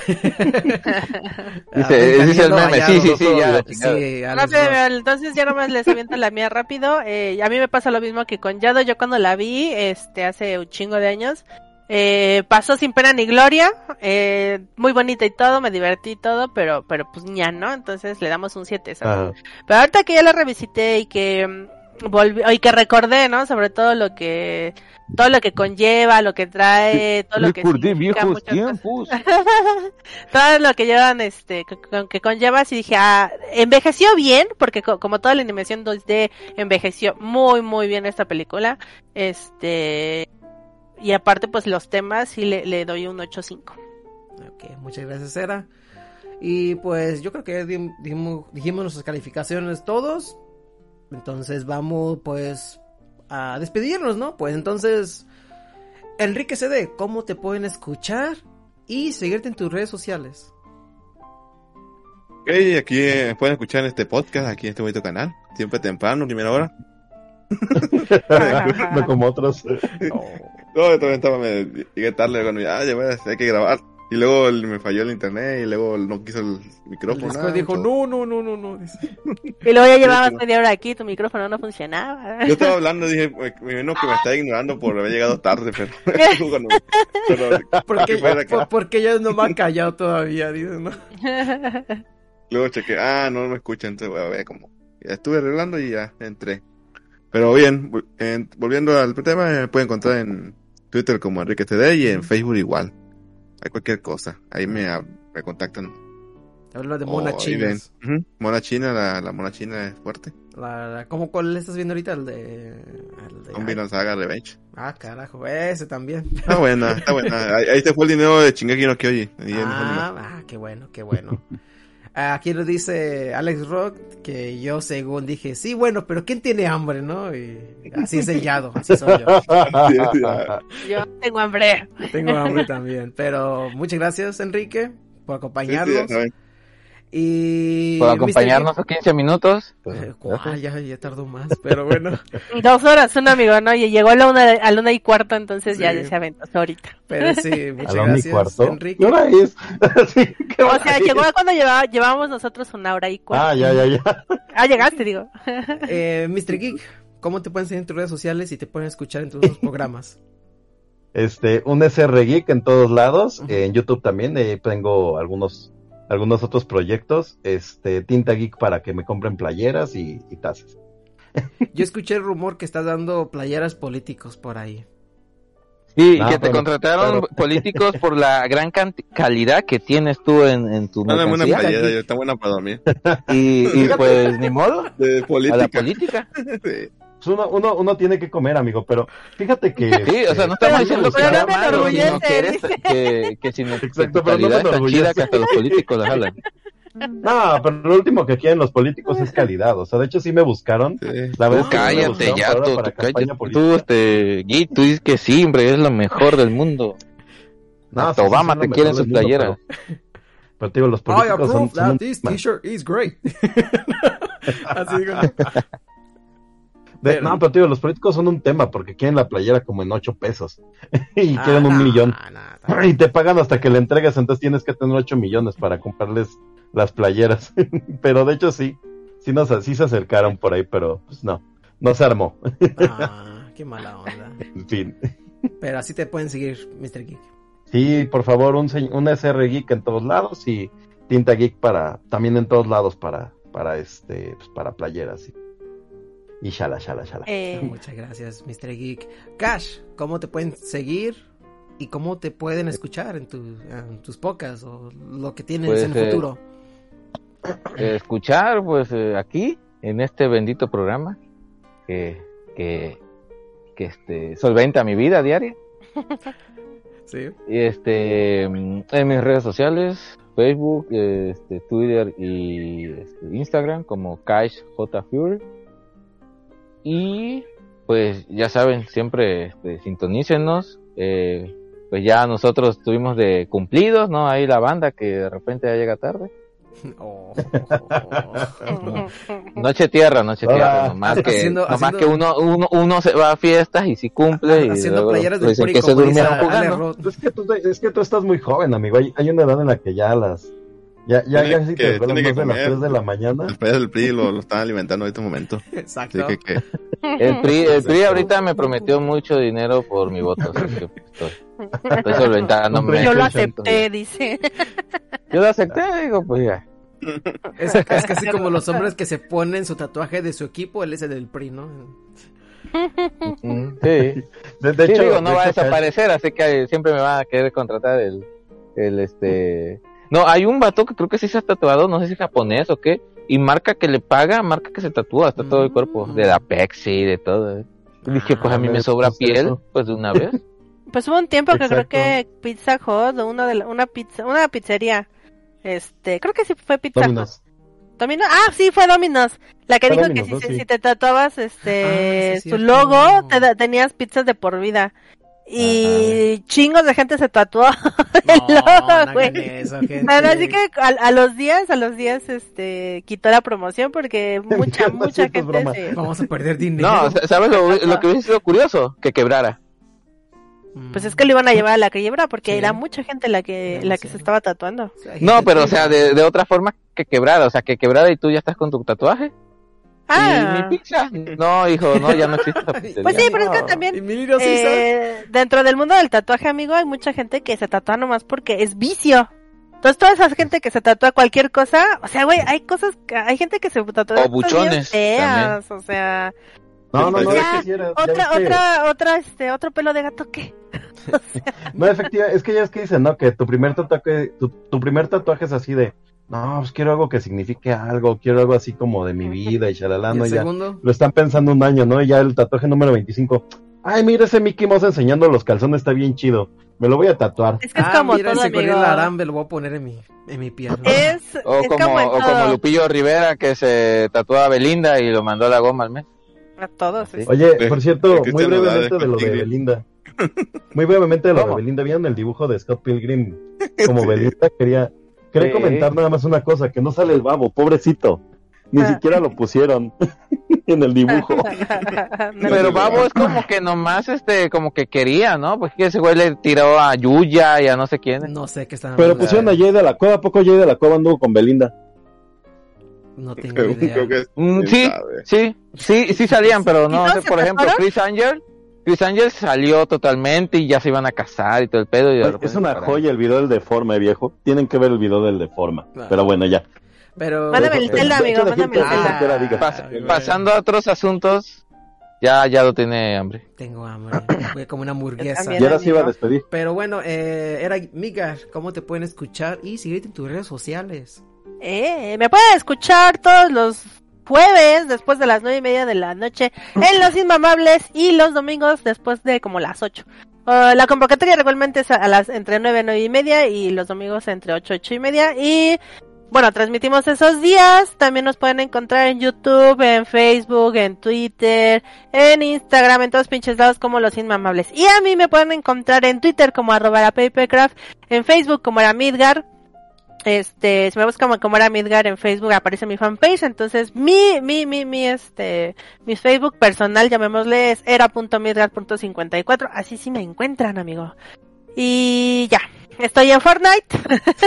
Dice, dice el meme, sí, sí, sí, ya. Sí, a No los sé, dos. entonces ya nomás les aviento la mía rápido. Eh, a mí me pasa lo mismo que con Yado. Yo cuando la vi, este, hace un chingo de años, eh, pasó sin pena ni gloria. Eh, muy bonita y todo, me divertí y todo, pero, pero pues ya no. Entonces le damos un siete, ¿sabes? Ajá. Pero ahorita que ya la revisité y que mm, volví, y que recordé, ¿no? Sobre todo lo que, todo lo que conlleva, lo que trae, todo lo que Recordé significa viejos muchas cosas. tiempos. Todo lo que llevan, este, que, que- que conlleva, sí dije, ah, envejeció bien, porque co- como toda la animación dos D, envejeció muy, muy bien esta película, este, y aparte, pues, los temas, sí le, le doy un ocho cinco. Ok, muchas gracias, Sera. Y pues yo creo que di- dijimos, dijimos nuestras calificaciones todos. Entonces vamos pues a despedirnos, ¿no? Pues entonces, Enrique C D, ¿cómo te pueden escuchar y seguirte en tus redes sociales? Ok, aquí eh, pueden escuchar este podcast, aquí en este bonito canal, siempre temprano, primera hora. No como otros. No, yo también estaba, me llegué tarde, cuando ya, ya, bueno, hay que grabar. Y luego el- me falló el internet y luego no quiso el micrófono. Después nada, dijo, mucho. no, no, no, no, no. Dice. Y luego ya llevabas sí. media hora aquí, tu micrófono no funcionaba. Yo estaba hablando, dije, me me vino que me está ignorando por haber llegado tarde, pero... cuando- pero- Porque, fuera acá. por- porque ellos no me han callado todavía, dice, ¿no? Luego chequé, ah, no me escuchan, entonces voy a ver cómo. Ya estuve arreglando y ya entré. Pero bien, vol- en- volviendo al tema, me pueden encontrar en Twitter como Enrique T D y en Facebook igual. Hay cualquier cosa, ahí me, me contactan. Hablo de monas Oh, ahí ven. chinas. Ujú, Mona china, la, la mona china es fuerte. La, la- ¿Cómo cuál le estás viendo ahorita? El de... El de Zombie no Saga Revenge. ah, carajo, ese también. Está buena, está buena. Ahí, ahí te fue el dinero de Shingeki no Kyojin. Ahí es mejor Ah, ah, qué bueno, qué bueno. Aquí nos dice Alex Rock que yo según dije, sí, bueno, pero ¿quién tiene hambre, no? Y así es sellado, así soy yo. no. Sí, sí, ah. Yo tengo hambre. Tengo hambre también, pero muchas gracias, Enrique, por Sí, sí, acompañarnos. ya saben. Y... Por mister acompañarnos a quince minutos. Eh, ¿cuál? ya, ya tardó más, pero bueno, Dos horas, un amigo, ¿no? Y llegó a la una, a la una y cuarto, entonces ya, Sí. ya se aventó ahorita. pero sí, A muchas la una y gracias, cuarto. Enrique. ¿Qué hora es? Sí, ¿qué O hora sea, es? llegó cuando llevaba, llevábamos nosotros una hora y cuarto. Ah, ya, ya, ya. Ah, llegaste, digo. Eh, mister Geek, ¿cómo te pueden seguir en tus redes sociales y te pueden escuchar en tus otros programas? Este, un S R Geek en todos lados, Ujú. en YouTube también, eh, tengo algunos algunos otros proyectos, este, Tinta Geek para que me compren playeras y, y tazas. Yo escuché el rumor que estás dando playeras políticos por ahí. Y No, que te pero- contrataron pero- políticos por la gran canti- calidad que tienes tú en, en tu Mándame una mercancía. playera, yo, está buena para dormir. Y, y pues ni modo, De a la política. política. Sí. Pues uno, uno, uno tiene que comer, amigo, pero fíjate que... Sí, o sea, no estamos Pero- diciendo que pero sea no me malo, enorgullece, sino que, eres, dice. que, que, sin, que Exacto, tu pero no me calidad es tan enorgullece. chida que hasta los políticos la jalan. No, pero lo último que quieren los políticos es calidad, o sea, de hecho sí me buscaron. Sí. La verdad es que sí me Cállate buscaron ya, para ahora tú, para tú, campaña cállate. política. Tú, este, Gui, tú dices que sí, hombre, es lo mejor del mundo. No, Hasta sí, sí, Obama son lo te mejor quiere en del su mundo, playera. Pero, pero te digo, los I políticos approve son, son that un this tema. t-shirt is great. Así como... De- Pero- No, pero te digo, los políticos son un tema porque quieren la playera como en ocho pesos y Ah, quieren un no, millón no, tampoco. y te pagan hasta que le entregas, entonces tienes que tener ocho millones para comprarles las playeras. Pero de hecho sí, sí, nos, sí se acercaron por ahí, pero pues no, no se armó. Ah, qué mala onda. En fin. Pero así te pueden seguir, mister Geek. Sí, por favor, un, se- un S R Geek en todos lados y Tinta Geek para también en todos lados para para este pues, para playeras y, y shala shala shala. Eh, Muchas gracias, mister Geek. Cash, ¿cómo te pueden seguir y cómo te pueden escuchar en, tu, en tus podcasts o lo que tienes Pues, en el eh, futuro? Eh, escuchar, pues, eh, aquí, en este bendito programa, que, que, que este, solventa mi vida diaria. Sí. Y este, en mis redes sociales, Facebook, este, Twitter y este, Instagram como Cash J Fury. Y pues ya saben, siempre este, sintonícenos. Eh, pues ya nosotros estuvimos de cumplidos, ¿no? Ahí la banda que de repente ya llega tarde. Oh. Noche tierra, noche Ah, tierra, nomás que, haciendo- nomás haciendo- que uno, uno, uno se va a fiestas y sí cumple y Haciendo luego playeras del dicen Puri que se como dice durmieron Ale jugando. Roth. Es que, tú, es que tú estás muy joven, amigo. Hay, hay una edad en la que ya las... Ya, ya Tiene casi que- te desvelas tiene que más de las comer. tres de la mañana. El P del P R I lo, lo están alimentando en este momento. Exacto. Así que, que El P R I, el P R I ahorita me prometió mucho dinero por mi voto, así que pues, estoy, estoy solventándome. Yo lo Siento- acepté, dice. Yo lo acepté, digo, pues ya. Es, es casi como los hombres que se ponen su tatuaje de su equipo, él es el del P R I, ¿no? Mm, Sí. De, de Sí, hecho, digo, no de va a hecho, desaparecer, así que siempre me van a querer contratar el, el este... No, hay un vato que creo que sí se ha tatuado, no sé si es japonés o qué, y marca que le paga, marca que se tatúa hasta todo el cuerpo, de la Pepsi, de todo. ¿eh? Y dije, pues a mí Ah, me ¿ves? sobra Pues piel, eso. pues de una vez. Pues hubo un tiempo que creo Exacto. que Pizza Hut, o una de la- una pizza, una pizzería, este, creo que sí fue Pizza Hut. Domino's. Domino's, ah, sí, fue Domino's. La que Fue dijo Domino's, que ¿no? si, Sí. si te tatuabas Ah, este sí, su es logo, cierto. te da- tenías pizzas de por vida. Y chingos de gente se tatuó el No, logo, no güey. hagan eso, gente. Bueno, así que a, a los días, a los días, este, quitó la promoción porque mucha, No, mucha sí, esto es gente broma. se... Vamos a perder dinero. No, ¿sabes lo, lo que hubiese sido curioso? Que quebrara. Mm. Pues es que lo iban a llevar a la calle Bra porque Sí. era mucha gente la que, la que se Demasiado. estaba tatuando. O sea, hay No, gente pero o que- sea, de, de otra forma que quebrara, o sea, que quebrara y tú ya estás con tu tatuaje. ¿Y Ah, mi pizza? No, hijo, no, ya no existe la pizzería. pues sí, pero es que No. también ¿Y mi Little Caesar? eh, dentro del mundo del tatuaje, amigo, hay mucha gente que se tatúa nomás porque es vicio. Entonces, toda esa gente que se tatúa cualquier cosa, o sea, güey, hay cosas, que- hay gente que se tatúa O cosas bien buchones feas, o sea, No, no, no, Ya, es que sí era- ya otra, ves que- otra, otra, este, otro pelo de gato, ¿qué? No, efectivamente, es que ya es que dicen, ¿no? Que tu primer tatuaje, tu, tu primer tatuaje es así de, no, pues quiero algo que signifique algo, quiero algo así como de mi vida y shalala, ¿Y ¿no? el Ya segundo? lo están pensando un año, ¿no? Y ya el tatuaje número veinticinco, ay, mira ese Mickey Mouse enseñando los calzones, está bien chido, me lo voy a tatuar. Es que es Ah, como mira, todo, ese gorila amigo. arambe lo voy a poner en mi, en mi piel. ¿no? Es, O es como, como en o como todo, Lupillo Rivera que se tatuó a Belinda y lo mandó a la goma al mes. a todos. Sí. es- Oye, Eh, por cierto, eh, muy Cristian brevemente Nodal, de lo de Tigre. Belinda. Muy brevemente de lo de ¿Cómo? Belinda, ¿vieron el dibujo de Scott Pilgrim como Belinda? Quería, quería Sí. comentar nada más una cosa, que no sale el babo, pobrecito. Ni Ah. siquiera lo pusieron en el dibujo. No, Pero no, Babo no. es como que nomás, este, como que quería, ¿no? Porque ese güey le tiró a Yuya y a no sé quién. No sé qué están Pero hablando. pusieron a Jay de la Cueva, ¿a poco Jay de la Cueva anduvo con Belinda? No tengo creo, idea. creo que Mm, quién sí, sabe. sí, sí, sí salían, pero ¿Y no no sé, se por ejemplo, casaron? Chris Angel, Chris Angel salió totalmente y ya se iban a casar y todo el pedo. Y de Oye, repente es una separaron. joya el video del Deforme, viejo. Tienen que ver el video del Deforma. Claro. Pero bueno, ya. Pero... Mándame el Pero- Zelda, amigo, pero- mándame el Ah, Zelda. entera, diga. Pas- Ah, güey. pasando a otros asuntos, ya, ya lo tiene hambre. Tengo hambre. Voy como una hamburguesa. también. Y ahora sí iba a despedir. Pero bueno, eh, era Migar, ¿cómo te pueden escuchar y seguirte en tus redes sociales? Eh, me pueden escuchar todos los jueves después de las nueve y media de la noche en Los Inmamables y los domingos después de como las ocho. Uh, la convocatoria regularmente es a las entre nueve, nueve y media y los domingos entre ocho, ocho y media y bueno, transmitimos esos días. También nos pueden encontrar en YouTube, en Facebook, en Twitter, en Instagram, en todos pinches lados como Los Inmamables. Y a mí me pueden encontrar en Twitter como arroba la papercraft, en Facebook como era Midgar. Este, si me buscan como, como era Midgar en Facebook aparece mi fanpage, entonces mi, mi, mi, mi, este, mi Facebook personal, llamémosle, es era punto midgar punto cincuenta y cuatro, así sí me encuentran, amigo. Y ya, estoy en Fortnite,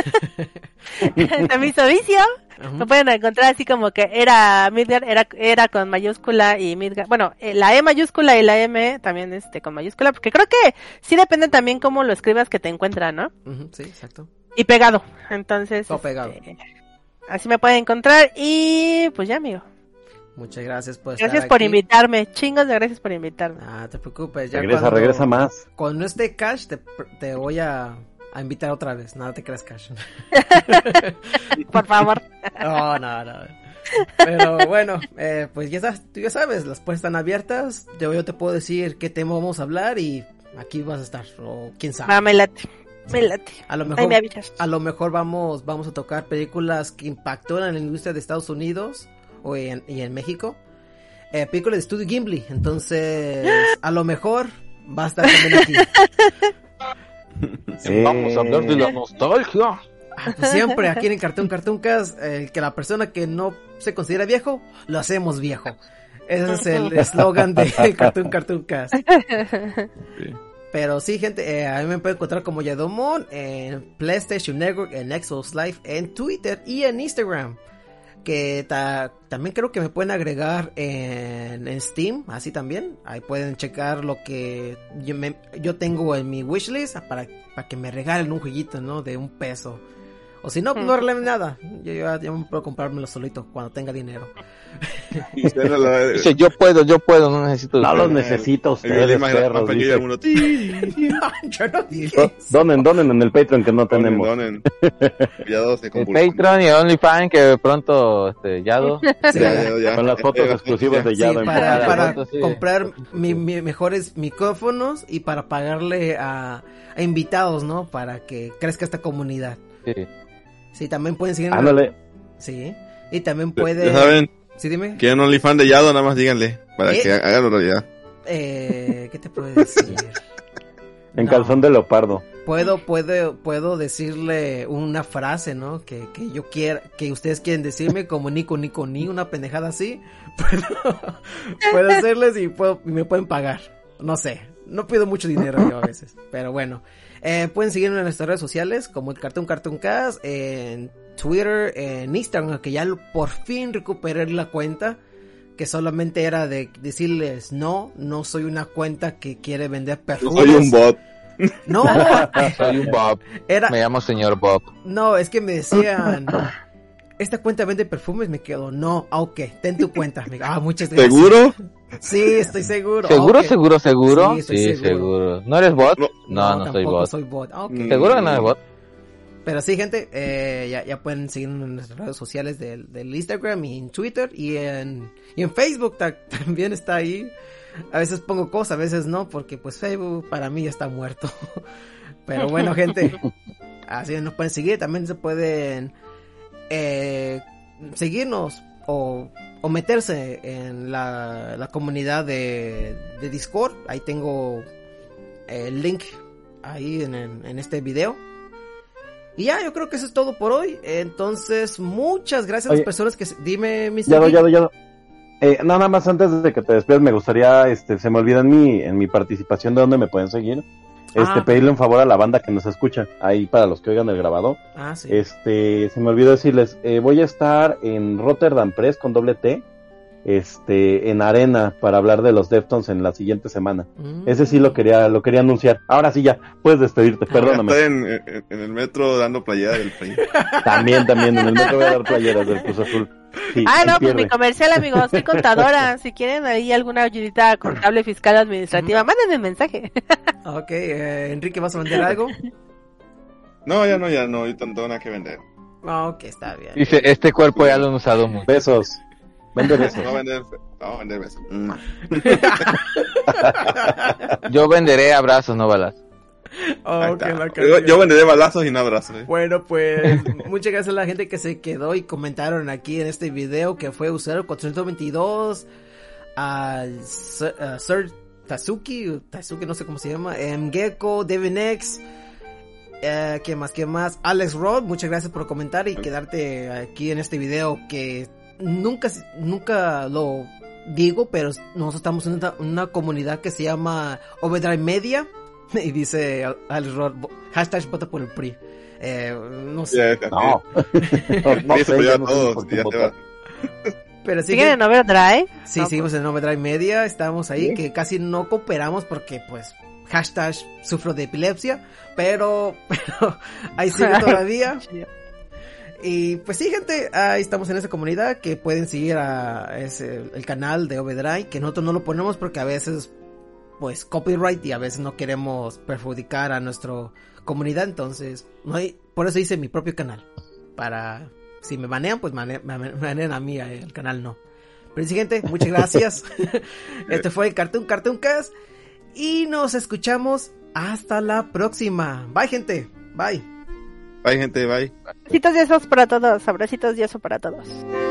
en mi vicio, me pueden encontrar así como que era Midgar, era, era con mayúscula y Midgar, bueno, eh, la E mayúscula y la M también este con mayúscula, porque creo que sí depende también cómo lo escribas que te encuentra, ¿no? Ujú, sí, exacto. Y pegado. Entonces, Todo este, pegado. así me pueden encontrar y pues ya, amigo. Muchas gracias por Gracias estar por aquí. invitarme. Chingos de gracias por invitarme. Ah, te preocupes. Ya Regresa, cuando- regresa más. Cuando esté Cash, te, te voy a a invitar otra vez. Nada te creas, Cash. Por favor. No, no, no. Pero bueno, eh, pues ya sabes, tú ya sabes, las puertas están abiertas. Yo, yo te puedo decir qué tema vamos a hablar y aquí vas a estar. O quién sabe. Ah, me late. Me late. A lo Ahí mejor, me avisas. a lo mejor vamos, vamos a tocar películas que impactaron en la industria de Estados Unidos o en, y en México. Eh, películas de Estudio Ghibli. Entonces, a lo mejor va a estar también aquí. Sí. Vamos a hablar de la nostalgia. Ah, pues siempre aquí en el Cartoon Cartoon Cast, eh, que la persona que no se considera viejo, lo hacemos viejo. Ese es el eslogan de Cartoon Cartoon Cast. Sí. Pero sí, gente, eh, a mí me pueden encontrar como Yadomon en PlayStation Network, en Xbox Live, en Twitter y en Instagram. Que ta- también creo que me pueden agregar en, en Steam, así también. Ahí pueden checar lo que yo, me, yo tengo en mi wishlist para, para que me regalen un jueguito, ¿no? De un peso. O si no, no regalen nada. Yo, yo, yo me puedo comprármelo solito cuando tenga dinero. Y usted no lo- Dice, yo puedo, yo puedo, no necesito. No los el- necesito el ustedes, violín más- más perros. pequeño dice. de uno. Ti, Yo no dije Do- eso. Donen, donen en el Patreon que no donen, tenemos. donen. Yado se El convulsiona. Patreon y OnlyFans que pronto, este, Yado. Sí. Ya, ya, ya. Con las fotos Ya, exclusivas de Sí, Yado. en para, portada. para Fotos, sí. comprar mi, mi- mejores micrófonos y para pagarle a, a invitados, ¿no? Para que crezca esta comunidad. Sí. Sí, también pueden seguir. Ándale. Sí, y también Ya pueden. saben, Sí, dime. quieren OnlyFans de Yado, nada más díganle. Para ¿Eh? que háganlo realidad. Eh, ¿Qué te puedo decir? En No. calzón de leopardo. Puedo, puedo, puedo decirle una frase, ¿no? Que, que yo quiera, que ustedes quieren decirme como Nico, Nico, ni una pendejada así. Puedo, puedo hacerles y, puedo, y me pueden pagar. No sé, no pido mucho dinero yo a veces, pero bueno. Eh, pueden seguirme en nuestras redes sociales como el Cartoon Cartoon Cast, en Twitter, en Instagram, que ya lo- por fin recuperé la cuenta. Que solamente era de decirles, no, no soy una cuenta que quiere vender Yo perfumes. soy un bot. No, Soy un Bob. era, Me llamo señor Bob. no, es que me decían, esta cuenta vende perfumes, me quedo, no, ah, ok, ten tu cuenta, me- ah, muchas gracias. ¿Seguro? Sí, estoy seguro. ¿Seguro, ok. seguro, seguro? Sí, estoy Sí, seguro. seguro. ¿No eres bot? No. No, no, soy tampoco bot. soy bot. Ah, ok. Mm. ¿Seguro que no eres bot? Pero sí, gente, eh, ya, ya pueden seguirnos en nuestras redes sociales del, del Instagram y en Twitter y en, y en Facebook ta- también está ahí. A veces pongo cosas, a veces no, porque pues Facebook para mí ya está muerto. Pero bueno, gente, así nos pueden seguir. También se pueden eh, seguirnos o, o meterse en la, la comunidad de, de Discord. Ahí tengo el link ahí en, en, en este video. Y ya, yo creo que eso es todo por hoy. Entonces, muchas gracias a Oye. las personas que... se- Dime, mister Yado, Geek. Yado, Yado. Eh, nada más antes de que te despidas, me gustaría, este, se me olvida en mi, en mi participación de dónde me pueden seguir. Este, Ah. pedirle un favor a la banda que nos escucha, ahí para los que oigan el grabado. Ah, sí. Este, se me olvidó decirles, eh, voy a estar en Rotterdam Press con doble T, este, en Arena para hablar de los Deftones en la siguiente semana. Mm. Ese sí lo quería, lo quería anunciar. Ahora sí ya, puedes despedirte, perdóname. Está en, en, en el metro dando playera del país. También, también, en el metro voy a dar playeras del Cruz Azul. Sí, Ah, el no, pues pierde. mi comercial, amigos, soy contadora. Si quieren ahí alguna ayudita contable, fiscal, administrativa, mándenme un mensaje. Ok, eh, Enrique, ¿vas a vender algo? No, ya no, ya no, ahorita no tengo nada que vender. Ah, ok, está bien. Dice, este cuerpo ya lo han usado mucho. Besos. Vende besos. No voy a vender, no voy a vender besos. Mm. Yo venderé abrazos, no balas. Oh, Ahí ok, está. la yo, canción. yo venderé balazos y no abrazos. ¿eh? Bueno, pues muchas gracias a la gente que se quedó y comentaron aquí en este video, que fue usuario cuatrocientos veintidós, al Sir, uh, Sir Tazuki, Tazuki no sé cómo se llama, em, Gecko, Devin X, eh, ¿qué más, qué más? Alex Rod, muchas gracias por comentar y quedarte aquí en este video que nunca, nunca lo digo, pero nosotros estamos en una, una comunidad que se llama Overdrive Media. Y dice Alex Rod, hashtag vota por el P R I. Eh, no sé. Ya, ya, No. No, no Sí, sé, pues ya yo no sé todos, por qué ya te votar. va. Pero sí, ¿Siguen que- en Overdrive? sí, No, seguimos en Overdrive Media. Estamos ahí, que casi no cooperamos porque, pues, hashtag sufro de epilepsia. Pero, pero ahí sigue todavía. Y pues sí, gente, ahí estamos en esa comunidad que pueden seguir a ese, el canal de Overdrive, que nosotros no lo ponemos porque a veces pues copyright y a veces no queremos perjudicar a nuestra comunidad, entonces no hay, por eso hice mi propio canal, para si me banean, pues me banean a mí, el canal no. Pero sí, gente, muchas gracias. Este fue Cartoon Cartoon Cast y nos escuchamos hasta la próxima. Bye, gente. Bye. Bye, gente. Bye. Abracitos y besos para todos. Abracitos y eso para todos.